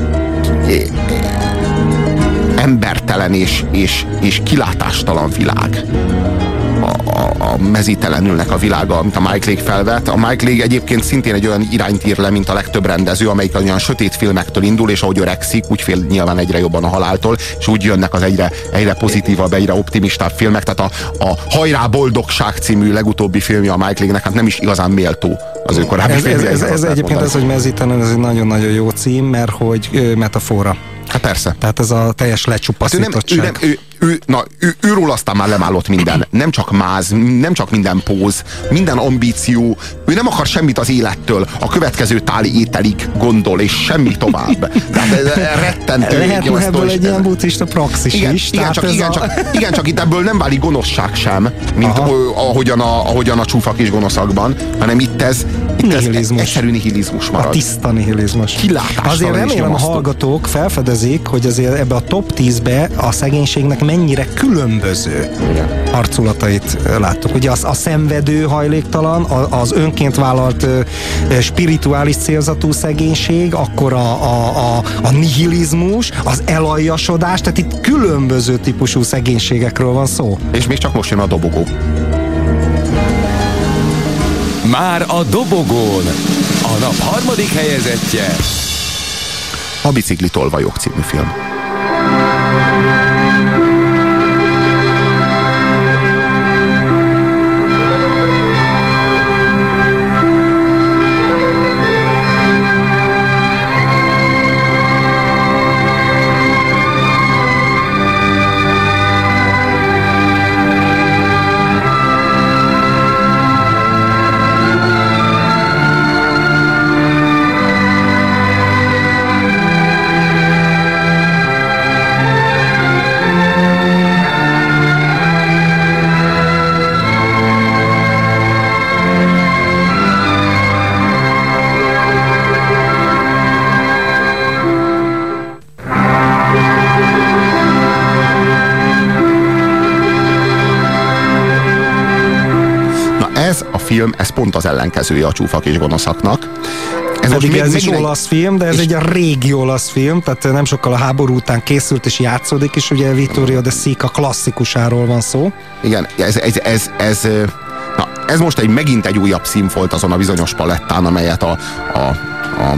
embertelen és, és, és kilátástalan világ. A, a, a Mezítelenülnek a világa, amit a Mike Leigh felvett. A Mike Leigh egyébként szintén egy olyan irányt ír le, mint a legtöbb rendező, amelyik olyan sötét filmektől indul, és ahogy öregszik, úgy fél nyilván egyre jobban a haláltól, és úgy jönnek az egyre, egyre pozitívabb, egyre optimistább filmek. Tehát a, a Hajrá boldogság című legutóbbi filmje a Mike Leigh-nek hát nem is igazán méltó az ő korábbi ez, filmje. Ez, ez, ez egyébként ez, hogy Mezítelen, ez egy nagyon-nagyon jó cím, mert hogy ö, metafora. Hát persze. Tehát ez a teljes lecsupaszítottság. Hát ő, ő, ő, ő, na, ő, őről aztán már lemállott minden. Nem csak máz, nem csak minden póz, minden ambíció. Ő nem akar semmit az élettől. A következő táli ételig gondol, és semmi tovább. Tehát ez rettentő. Lehetne ebből egy ilyen buddhista praxis igen, is. Igen, csak, igen, a... csak, igen, csak itt ebből nem válik gonoszság sem, mint ahogyan a, ahogyan a Csúfa kis gonoszakban, hanem itt ez, itt ez egyszerű nihilizmus marad. A tiszta nihilizmus. Kilátástal. Azért remélem a hallgatók felfedezik, hogy azért ebbe a top tízbe a szegénységnek mennyire különböző igen. arculatait láttuk. Ugye az, a szenvedő hajléktalan, az önként vállalt spirituális célzatú szegénység, akkor a, a, a, a nihilizmus, az elaljasodás, tehát itt különböző típusú szegénységekről van szó. És még csak most jön a dobogó. Már a dobogón a nap harmadik helyezettje. A Bicikli tolvajok című film. Film, ez pont az ellenkezője a Csúfak és gonoszaknak. Ez, Pedig ez is olasz film, de ez egy a régi olasz film, tehát nem sokkal a háború után készült és játszódik, és ugye Vittorio De Sica klasszikusáról van szó. Igen, ez, ez, ez, ez, na, ez most egy, megint egy újabb színfolt azon a bizonyos palettán, amelyet a, a, a, a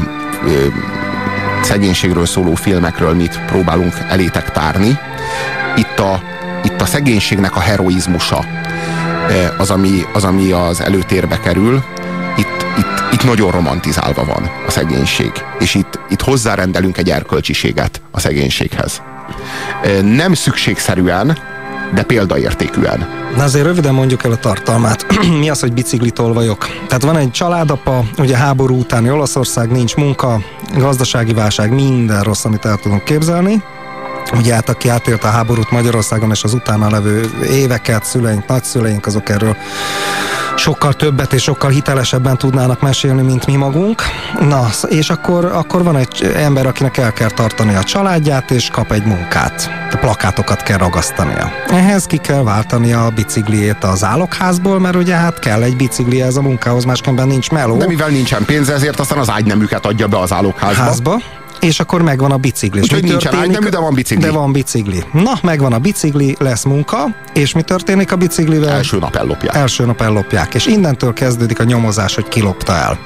szegénységről szóló filmekről mit próbálunk elétek tárni. Itt a, itt itt a szegénységnek a heroizmusa az, ami az, ami az előtérbe kerül. Itt, itt, itt nagyon romantizálva van a szegénység, és itt, itt hozzárendelünk egy erkölcsiséget a szegénységhez. Nem szükségszerűen, de példaértékűen. Na azért röviden mondjuk el a tartalmát. Mi az, hogy biciklitolvajok? Tehát van egy családapa, ugye háború utáni Olaszország, nincs munka, gazdasági válság, minden rossz, amit el tudunk képzelni. Ugye hát aki átélte a háborút Magyarországon és az utána levő éveket, szüleink, nagyszüleink, azok erről sokkal többet és sokkal hitelesebben tudnának mesélni, mint mi magunk. Na, és akkor, akkor van egy ember, akinek el kell tartani a családját, és kap egy munkát. A plakátokat kell ragasztania. Ehhez ki kell váltania a bicikliét az álokházból, mert ugye hát kell egy bicikli ez a munkához, másképpen nincs meló. De mivel nincsen pénze, ezért aztán az ágyneműket adja be az álokházba. Házba. És akkor megvan a bicikli. Úgyhogy nincsen ágynemű, de van bicikli. De van bicikli. Na, megvan a bicikli, lesz munka, és mi történik a biciklivel? Első nap ellopják. Első nap ellopják, és innentől kezdődik a nyomozás, hogy ki lopta el.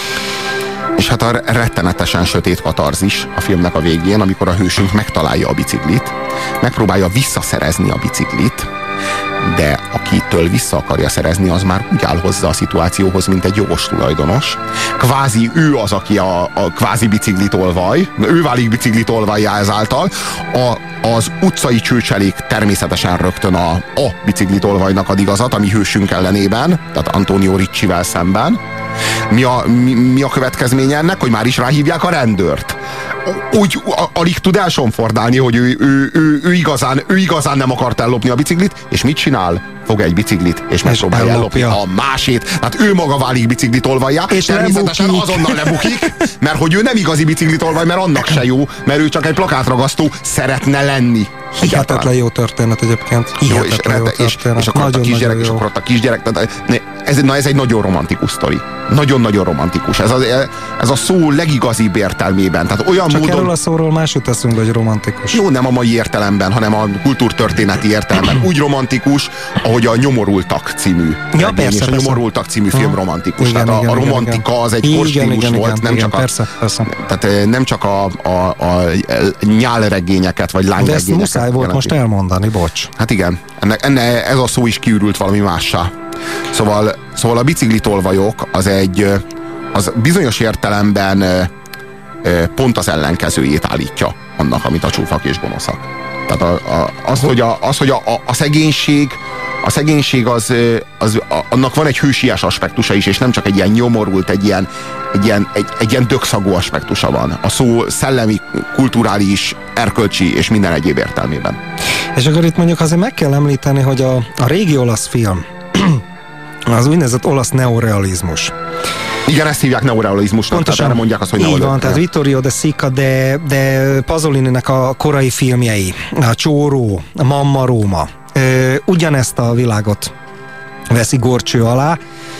És hát a rettenetesen sötét katarzis a filmnek a végén, amikor a hősünk megtalálja a biciklit, megpróbálja visszaszerezni a biciklit, de akitől vissza akarja szerezni, az már úgy áll hozzá a szituációhoz, mint egy jogos tulajdonos. Kvázi ő az, aki a, a kvázi biciklitolvaj, ő válik biciklitolvajjá ezáltal. A, az utcai csőcselék természetesen rögtön a, a biciklitolvajnak ad igazat, ami hősünk ellenében, tehát Antonio Riccivel szemben. Mi a, mi, mi a következménye ennek? Hogy már is ráhívják a rendőrt. Úgy alig tud elsomfordálni, hogy ő, ő, ő, ő, igazán, ő igazán nem akart ellopni a biciklit, és mit csinál? Fog egy biciklit, és megpróbálja ellopni a másét. Tehát ő maga válik biciklitolvajjá, és természetesen lebukik. Azonnal lebukik, mert hogy ő nem igazi biciklitolvaj, mert annak se jó, mert ő csak egy plakátragasztó szeretne lenni. Hihetetlen jó történet egyébként. Hihetetlen jó, és, jó történet. És, és, akkor ott a kisgyerek, és akkor ott a kisgyerek. Ez, na, ez egy nagyon romantikus sztori. Nagyon-nagyon romantikus. Ez a, ez a szó legigazibb értelmében. Tehát olyan csak módon... erről a szóról máshogy teszünk, hogy romantikus. Jó, nem a mai értelemben, hanem a kultúrtörténeti értelemben. Úgy romantikus, ahogy a Nyomorultak című ja, persze, és a Nyomorultak című film ha. romantikus. Igen, tehát igen, a, a romantika igen, az egy korstílus volt. Igen, nem igen, csak a, persze, persze. Tehát nem csak a, a, a nyálregényeket, vagy lányregényeket. De ezt muszáj volt most elmondani, bocs. Hát igen, enne, enne, ez a szó is kiürült valami mássá. Szóval, szóval a biciklitolvajok az egy, az bizonyos értelemben pont az ellenkezőjét állítja annak, amit a csúfak és gonoszak. Tehát a, a, az, hogy, a, az, hogy a, a, a szegénység a szegénység az, az a, annak van egy hősies aspektusa is, és nem csak egy ilyen nyomorult, egy ilyen, egy ilyen, egy, egy ilyen dögszagú aspektusa van. A szó szellemi, kulturális, erkölcsi és minden egyéb értelmében. És akkor itt mondjuk azért meg kell említeni, hogy a, a régi olasz film, az úgynevezett olasz neorealizmus. Igen, ezt hívják neorealizmusnak, tehát erre mondják azt, hogy neorealizmus. Így van, tehát Vittorio De Sica, de, de Pasolininek a korai filmjei, a Csóró, a Mamma Róma, ugyanezt a világot veszi górcső alá.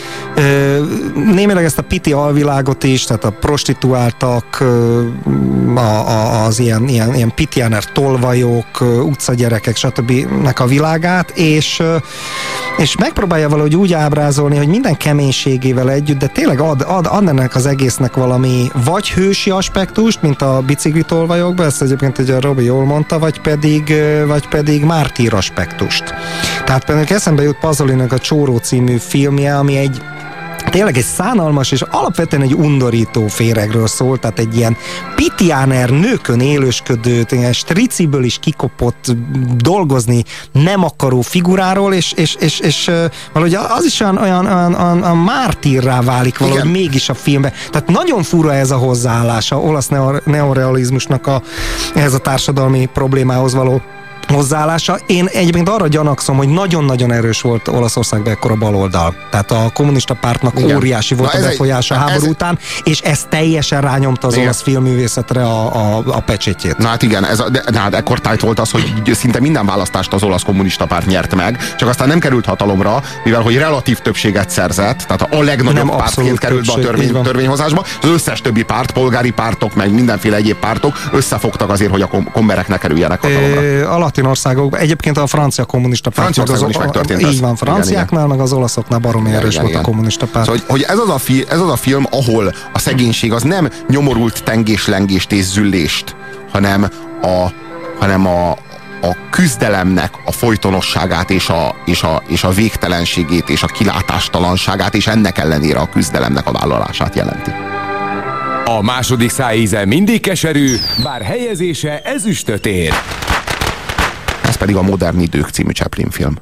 Némileg ezt a piti alvilágot is, tehát a prostituáltak, a, a, az ilyen, ilyen, ilyen pitiáner tolvajok, utcagyerekek, stb. Nek a világát, és, és megpróbálja valahogy úgy ábrázolni, hogy minden keménységével együtt, de tényleg ad, ad, ad ennek az egésznek valami vagy hősi aspektust, mint a biciklitolvajokban, ezt egyébként ugye a Robi jól mondta, vagy pedig, vagy pedig mártír aspektust. Tehát például eszembe jut Pasolininek a Csóró című filmje, ami egy tényleg egy szánalmas és alapvetően egy undorító féregről szól, tehát egy ilyen pitiáner nőkön élősködő, ilyen striciből is kikopott, dolgozni nem akaró figuráról, és, és, és, és valahogy az is olyan, olyan, olyan, olyan, olyan mártírrá válik valahogy igen. Mégis a filmben. Tehát nagyon fura ez a hozzáállás a olasz neorealizmusnak a, ehhez a társadalmi problémához való hozzáállása. Én egyébként arra gyanakszom, hogy nagyon-nagyon erős volt Olaszországban ekkor a baloldal. Tehát a kommunista pártnak igen. Óriási volt na a befolyása a háború ez... után, és ez teljesen rányomta az igen. olasz filmművészetre a, a, a pecsétjét. Na hát igen, ez a, de, de hát ekkor tájt volt az, hogy szinte minden választást az olasz kommunista párt nyert meg, csak aztán nem került hatalomra, mivel hogy relatív többséget szerzett, tehát a legnagyobb nem pártként került be a törvény, törvényhozásba, az összes többi párt, polgári pártok, meg mindenféle egyéb pártok összefogtak azért, hogy a komberek ne kerüljenek hatalomra. E, Országokban. Egyébként a francia kommunista párt. Franciaországban is megtörtént ez. Így van, franciáknál, igen, meg az olaszoknál baromi erős igen, volt igen. a kommunista párt. Szóval, hogy ez az, a fi, ez az a film, ahol a szegénység az nem nyomorult tengés, lengést és züllést, hanem a, hanem a, a küzdelemnek a folytonosságát és a, és, a, és a végtelenségét és a kilátástalanságát, és ennek ellenére a küzdelemnek a vállalását jelenti. A második szájíze mindig keserű, bár helyezése ezüstöt ér. Ez pedig a Modern idők című Chaplin film.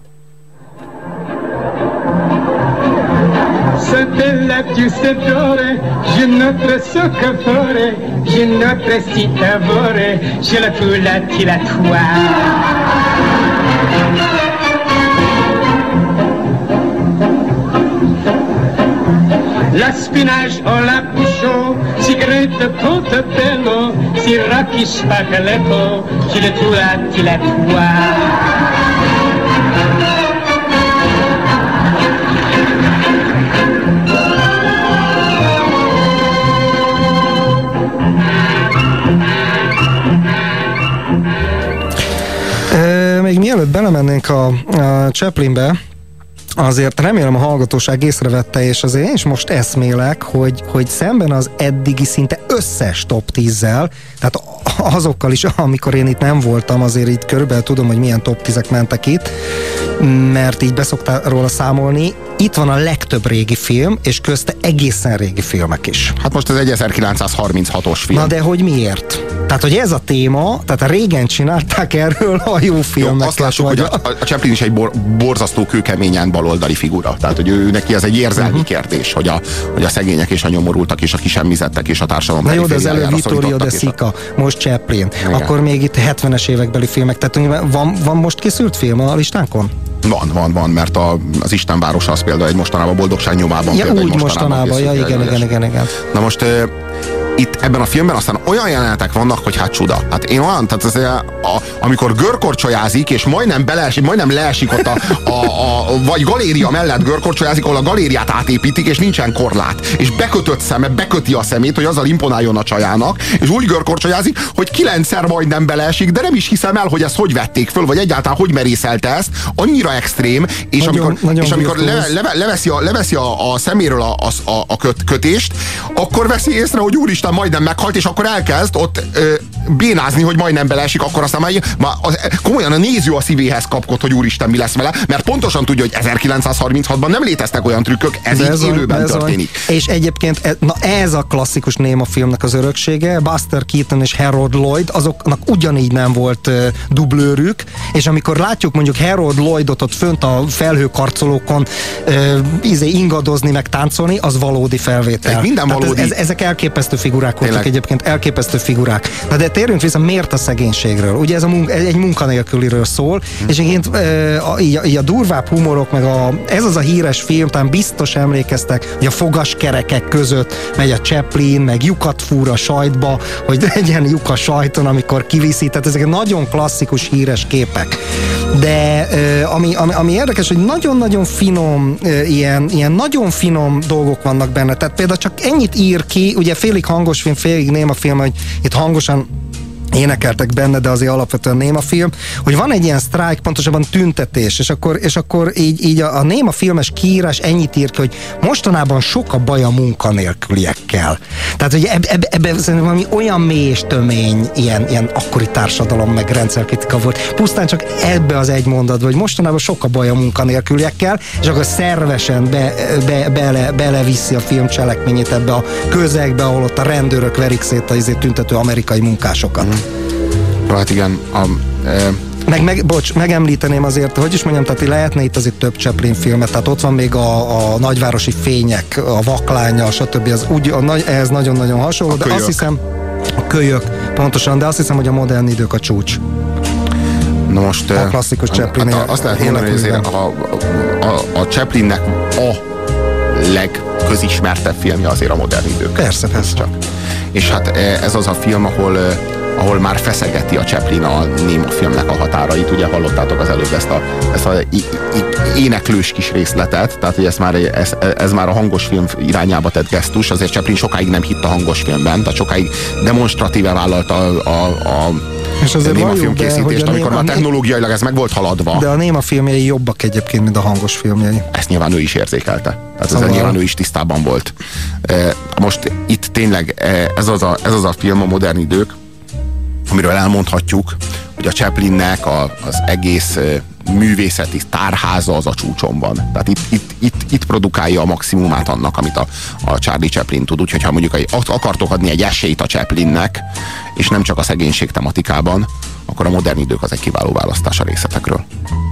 Să te se dore, je notre socăfore, je notre sitavore, je la tu la ti la toi. La spinach o la bouchon, cigarette contebello, siracchi spaghetto, je la tu la ti la toi. Még mielőtt belemennénk a, a Chaplinbe, azért remélem a hallgatóság észrevette, és azért én is most eszmélek, hogy, hogy szemben az eddigi szinte összes top tízzel, tehát azokkal is, amikor én itt nem voltam, azért itt körülbelül tudom, hogy milyen top tízek mentek itt, mert így beszoktál róla számolni. Itt van a legtöbb régi film, és közte egészen régi filmek is. Hát most ez egy ezerkilencszázharminchatos film. Na de hogy miért? Tehát, hogy ez a téma, tehát régen csinálták erről a jó filmeket. Jó, azt lássuk, hogy a, a Chaplin is egy bor, borzasztó kőkeményen baloldali figura. Tehát, hogy ő neki ez egy érzelmi uh-huh. kérdés, hogy a, hogy a szegények és a nyomorultak és a kisemmizettek és a társadalom. Na jó, de az előbb Vittorio De Sica, a... most Chaplin. Igen. Akkor még itt hetvenes évekbeli filmek. Tehát van, van most készült film a listánkon? Van, van, van, mert a, az Istenvárosa az például egy mostanában Boldogság nyomában. Ja, úgy mostanában, ja, igen, igen, igen, igen. Na most uh, itt ebben a filmben aztán olyan jelenetek vannak, hogy hát csuda. Hát én olyan, tehát az, a, a, amikor görkorcsolyázik, és majdnem beleesik, majdnem leesik ott a, a, a, vagy galéria mellett görkorcsolyázik, ahol a galériát átépítik, és nincsen korlát. És bekötött szeme, beköti a szemét, hogy azzal imponáljon a csajának, és úgy görkorcsolyázik, hogy kilencszer majdnem beleesik, de nem is hiszem el, hogy ezt hogy vették föl, vagy egyáltalán hogy merészelte ezt. Annyira extrém, és nagyon, amikor, nagyon és amikor le, le, leveszi, a, leveszi a, a szeméről a, a, a köt, kötést, akkor veszi észre, hogy úristen, majdnem meghalt, és akkor elkezd ott ö, bénázni, hogy majdnem beleesik, akkor aztán már, már az, komolyan a néző a szívéhez kapkod, hogy úristen, mi lesz vele, mert pontosan tudja, hogy ezerkilencszázharminchatban nem léteztek olyan trükkök, ez így ez élőben ez történik. Van. És egyébként ez, na ez a klasszikus néma filmnek az öröksége, Buster Keaton és Harold Lloyd, azoknak ugyanígy nem volt uh, dublőrük, és amikor látjuk mondjuk Harold Lloydot ott fönt a felhőkarcolókon uh, izé ingadozni, meg táncolni, az valódi felvétel. Minden valódi. Ez, ez, ezek elképesztő figurák voltak. Tényleg. Egyébként elképesztő figurák. Na de térjünk vissza, miért a szegénységről? Ugye ez a mun- egy munkanélküliről szól, hmm. és egyébként e, a, így, a, így a durvább humorok, meg a, ez az a híres film, talán biztos emlékeztek, hogy a fogaskerekek között megy a Chaplin, meg lyukat fúr a sajtba, hogy legyen lyuk a sajton, amikor kiviszi, tehát ezek nagyon klasszikus híres képek. De e, ami, ami, ami érdekes, hogy nagyon-nagyon finom, e, ilyen, ilyen nagyon finom dolgok vannak benne, tehát például csak ennyit ír ki, ugye félig hangos film, félig néma film, hogy itt hangosan énekeltek benne, de azért alapvetően néma film, hogy van egy ilyen sztrájk, pontosabban tüntetés, és akkor, és akkor így, így a, a néma filmes kiírás ennyit ír ki, hogy mostanában sok a baj a munkanélküliekkel. Tehát, hogy ebbe, ebbe, ebbe szerintem valami olyan mély és tömény ilyen, ilyen akkori társadalom meg rendszerkritika volt. Pusztán csak ebbe az egy mondatban, hogy mostanában sok a baj a munkanélküliekkel, és akkor szervesen be, be, bele, beleviszi a film cselekményét ebbe a közegbe, ahol ott a rendőrök verik szét a izé tüntető amerikai munkásokat. Mm. Hát igen, a, e... meg, meg, bocs, megemlíteném azért, hogy is mondjam, tehát lehetne itt azért több Chaplin filmet, tehát ott van még a, a nagyvárosi fények, a vaklánya, stb. Az úgy, a, ehhez nagyon-nagyon hasonló, de azt hiszem, a kölyök, pontosan, de azt hiszem, hogy a modern idők a csúcs. Na most... A klasszikus Chaplin. Hát azt lehet mondani, hogy azért a, a, a Chaplinnek a legközismertebb filmje azért a modern idők. Persze, persze. Csak. És hát ez az a film, ahol ahol már feszegeti a Chaplin a néma filmnek a határait. Ugye hallottátok az előbb ezt a, ezt a i, i, éneklős kis részletet, tehát hogy ez már, ez, ez már a hangos film irányába tett gesztus, azért Chaplin sokáig nem hitt a hangos filmben, tehát sokáig demonstratíve vállalta a, a, a és azért néma film készítést, amikor már technológiailag ez meg volt haladva. De a néma filmjei jobbak egyébként, mint a hangos filmjei. Ezt nyilván ő is érzékelte. Tehát szóval ezzel nyilván ő is tisztában volt. Most itt tényleg ez az a, ez az a film, a modern idők, amiről elmondhatjuk, hogy a Chaplinnek a, az egész művészeti tárháza az a csúcson van. Tehát itt, itt, itt, itt produkálja a maximumát annak, amit a, a Charlie Chaplin tud. Úgyhogy ha mondjuk akartok adni egy esélyt a Chaplinnek, és nem csak a szegénység tematikában, akkor a Modern idők az egy kiváló választás a részletekről.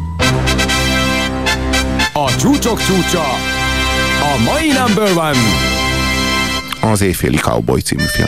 A csúcsok csúcsa, a mai number one. Az Éjféli Cowboy című film.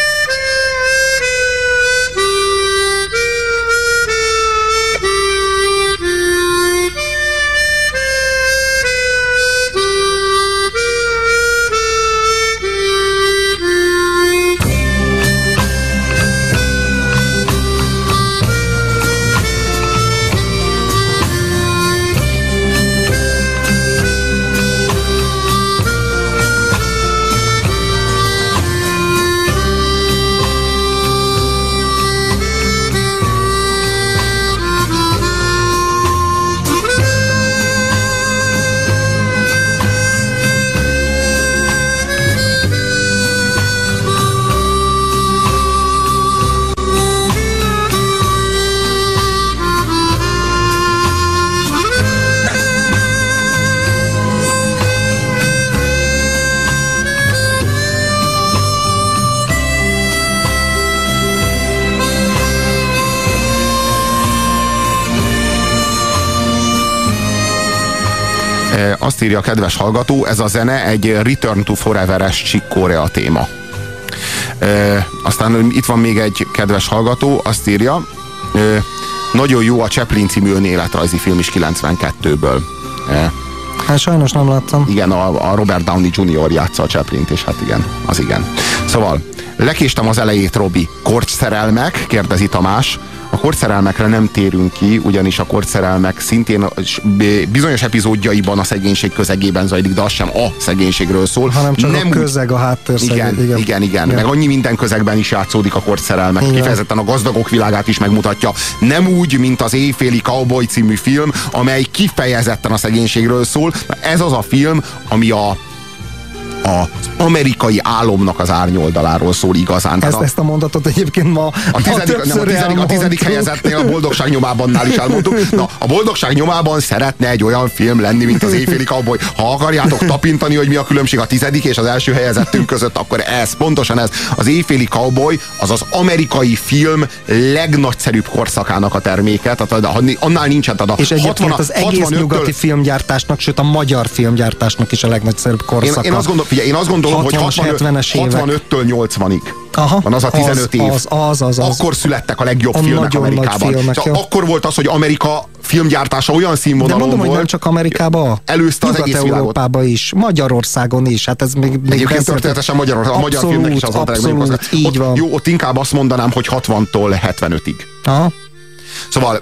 Azt írja a kedves hallgató, ez a zene egy Return to Forever-es Chick Corea téma. E, aztán itt van még egy kedves hallgató, azt írja, e, nagyon jó a Chaplin című önéletrajzi film is kilencvenkettőből. E, hát sajnos nem láttam. Igen, a, a Robert Downey junior játsza a Chaplint, és hát igen, az igen. Szóval, lekéstem az elejét, Robi. Korcszerelmek? Kérdezi Tamás. A korcszerelmekre nem térünk ki, ugyanis a korcszerelmek szintén bizonyos epizódjaiban a szegénység közegében zajlik, de az sem a szegénységről szól. Hanem csak nem a közeg, úgy... a háttér. Igen, igen, igen, igen, igen. Meg annyi minden közegben is játszódik a korcszerelmek. Igen. Kifejezetten a gazdagok világát is megmutatja. Nem úgy, mint az Éjféli Cowboy című film, amely kifejezetten a szegénységről szól. Ez az a film, ami a az amerikai álomnak az árnyoldaláról szól igazán. Ezt, a, ezt a mondatot egyébként ma a tizedik, nem, a tizedik, a tizedik helyezettnél a Boldogság nyomában is elmondtuk. Na, a Boldogság nyomában szeretne egy olyan film lenni, mint az Éjféli Cowboy. Ha akarjátok tapintani, hogy mi a különbség a tizedik és az első helyezettünk között, akkor ez, pontosan ez. Az Éjféli Cowboy az az amerikai film legnagyszerűbb korszakának a terméke. Tehát annál nincsen. Tehát a és egyébként hatvan, az egész hatvanöttől nyugati filmgyártásnak, sőt a magyar filmgyártásnak is a legnagyszerűbb korszaka. Én, én azt gondolom, Én azt gondolom, hogy hatvanöttől nyolcvanig Aha, van az a tizenöt év. Az, az, az, az. Akkor születtek a legjobb a filmek Amerikában. Filmek, akkor volt az, hogy Amerika filmgyártása olyan színvonalon volt. De mondom, hogy nem csak Amerikában, előzte az egész Nyugat-Európában is, Magyarországon is. Hát ez még, még egyébként történetesen Magyarország, a magyar filmnek is az volt a legnagyobb. Így van. Jó, ott inkább azt mondanám, hogy hatvantól hetvenötig. Aha. Szóval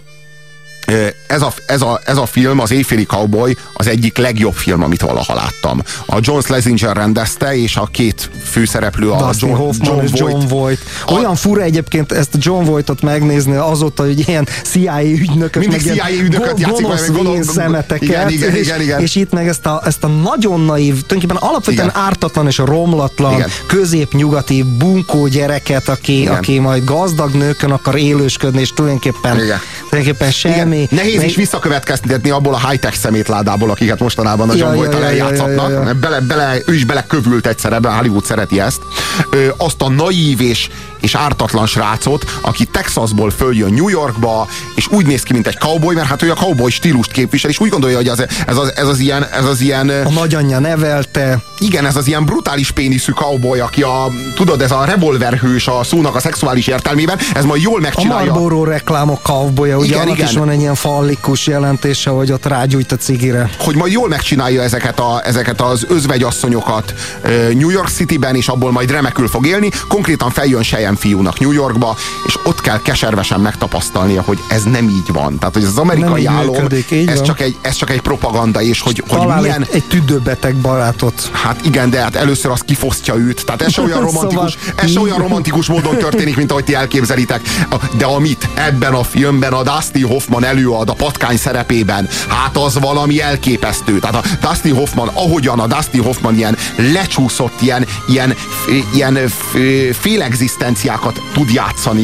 Ez a, ez, a, ez a film, az Éjféli Cowboy az egyik legjobb film, amit valaha láttam. A John Schlesinger rendezte, és a két főszereplő a Dustin John, Hoffman John, és John Voight. Voight. Olyan a... fura egyébként ezt a John Voightot megnézni azóta, hogy ilyen C I A ügynökök, mindig C I A ügynököt játszik, gonosz gonosz szemeteket, igen, igen, igen, igen. És, és itt meg ezt a, ezt a nagyon naív, tulajdonképpen alapvetően igen. ártatlan és romlatlan, igen. középnyugati bunkó gyereket, aki, aki majd gazdag nőkön akar élősködni, és tulajdonképpen, tulajdonképpen semmi. Igen. Nehéz meg... is visszakövetkeztetni abból a high-tech szemétládából, akiket mostanában a John ja, Voight-tal ja, eljátszatnak. Ja, ja, ja. Bele, bele, ő is belekövült egyszer ebben, Hollywood szereti ezt. Ö, azt a naív és, és ártatlan srácot, aki Texasból följön New Yorkba, és úgy néz ki, mint egy cowboy, mert hát ő a cowboy stílust képvisel, és úgy gondolja, hogy az, ez, az, ez, az ilyen, ez az ilyen... A nagyanyja nevelte. Igen, ez az ilyen brutális péniszű cowboy, aki a, tudod, ez a revolverhős a szónak a szexuális értelmében, ez majd jól megcsinálja. A Marlboro reklámok cowboya, ugye annak is van egy ilyen fallikus jelentése, hogy ott rágyújt a cigire. Hogy majd jól megcsinálja ezeket, a, ezeket az özvegyasszonyokat New York Cityben, és abból majd remekül fog élni. Konkrétan feljön Cheyenne fiúnak New Yorkba, és ott kell keservesen megtapasztalnia, hogy ez nem így van. Tehát, hogy az amerikai álom, működik, ez, csak egy, ez csak egy propaganda, és hogy, hogy milyen... egy, egy tüdőbeteg barátot. Hát igen, de hát először az kifosztja őt. Tehát ez se olyan romantikus, szóval... ez se olyan romantikus módon történik, mint ahogy ti elképzelitek. De amit ebben a filmben a Dustin Hoffman előad a patkány szerepében, hát az valami elképesztő. Tehát a Dustin Hoffman, ahogyan a Dustin Hoffman ilyen lecsúszott, ilyen, ilyen, ilyen félexisztenciákat tud játszani,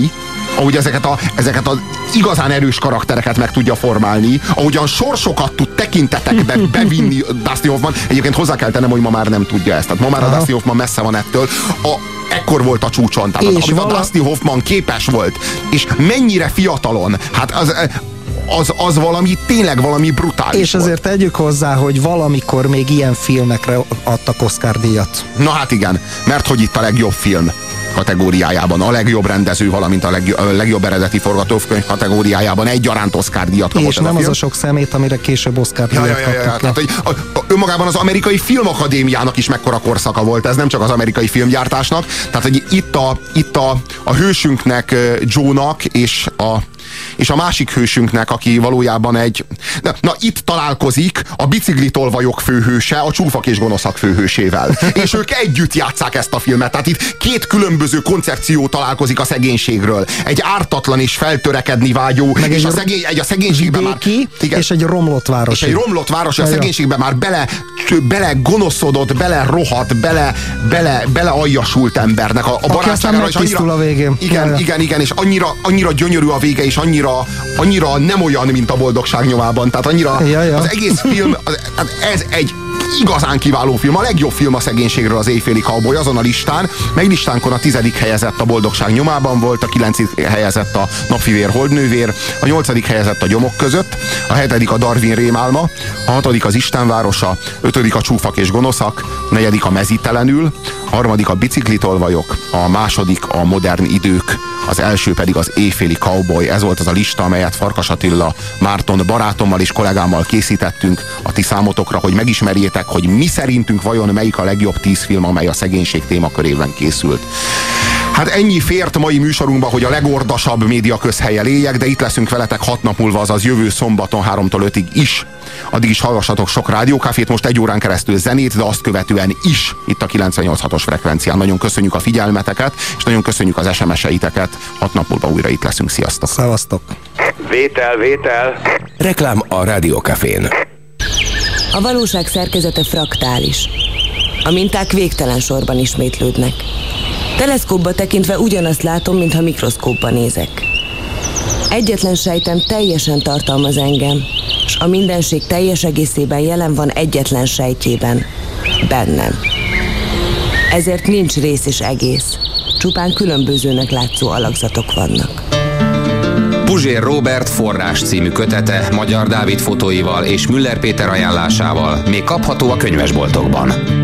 ahogy ezeket, a, ezeket az igazán erős karaktereket meg tudja formálni, ahogyan sorsokat tud tekintetekbe bevinni Dustin Hoffman. Egyébként hozzá kell tennem, hogy ma már nem tudja ezt. Tehát ma már a Dustin Hoffman messze van ettől. A, ekkor volt a csúcson. Tehát és amit vala... a Dustin Hoffman képes volt, és mennyire fiatalon, hát az... Az, az valami, tényleg valami brutális És azért volt. Tegyük hozzá, hogy valamikor még ilyen filmekre adtak Oscar-díjat. Na hát igen, mert hogy itt a legjobb film kategóriájában, a legjobb rendező, valamint a legjobb, a legjobb eredeti forgatókönyv kategóriájában egyaránt Oscar-díjat kapott. És nem az a sok szemét, amire később Oscar-díjat ja, ja, ja, ja, tehát, hogy a, a, önmagában az amerikai filmakadémiának is mekkora korszaka volt, ez nem csak az amerikai filmgyártásnak. Tehát, hogy itt a, itt a, a hősünknek, Joe-nak és a és a másik hősünknek, aki valójában egy... Na, na itt találkozik a biciklitolvajok főhőse a Csúfak és gonoszak főhősével. És ők együtt játsszák ezt a filmet. Tehát itt két különböző koncepció találkozik a szegénységről. Egy ártatlan és feltörekedni vágyó, meg és egy a, szegény, egy a szegénységben már... Igen, és egy romlott város. És egy romlott város, a szegénységben már bele, bele gonoszodott, bele rohadt, bele, bele, bele aljasult embernek. A, a barátságára is annyira... a végén. Igen, igen, igen, igen, és annyira, annyira gyönyörű a vége, és annyira, annyira nem olyan, mint a Boldogság nyomában. Tehát annyira ja, ja. Az egész film, az, ez egy igazán kiváló film. A legjobb film a szegénységről az Éjféli Cowboy azon a listán, mely listánkon a tizedik helyezett a Boldogság nyomában volt, a kilencedik helyezett a Napfivér Holdnővér, a nyolcadik helyezett a Gyomok között, a hetedik a Darwin rémálma, a hatodik az Istenvárosa, ötödik a Csúfak és gonoszak, a negyedik a Mezítelenül, a harmadik a Biciklitolvajok, a második a Modern idők, az első pedig az Éjféli Cowboy. Ez volt az a lista, amelyet Farkas Attila Márton barátommal és kollégámmal készítettünk a ti számotokra, hogy megismerjétek, hogy mi szerintünk vajon melyik a legjobb tíz film, amely a szegénység témakörében készült. Hát ennyi fért mai műsorunkba, hogy a legordasabb média közhelyen éljek, de itt leszünk veletek hat nap múlva, azaz jövő szombaton háromtól ötig is. Addig is hallgassatok sok rádiókafét, most egy órán keresztül zenét, de azt követően is itt a kilencvennyolc hatos frekvencián. Nagyon köszönjük a figyelmeteket, és nagyon köszönjük az es em es-eiteket. Hat nap múlva újra itt leszünk. Sziasztok! Szevasztok! Vétel, vétel! Reklám a rádiókafén. A valóság szerkezete fraktális. A minták végtelen sorban ismétlődnek. Teleszkópba tekintve ugyanazt látom, mintha mikroszkópba nézek. Egyetlen sejtem teljesen tartalmaz engem, és a mindenség teljes egészében jelen van egyetlen sejtjében, bennem. Ezért nincs rész és egész, csupán különbözőnek látszó alakzatok vannak. Puzsér Róbert Forrás című kötete Magyar Dávid fotóival és Müller Péter ajánlásával még kapható a könyvesboltokban.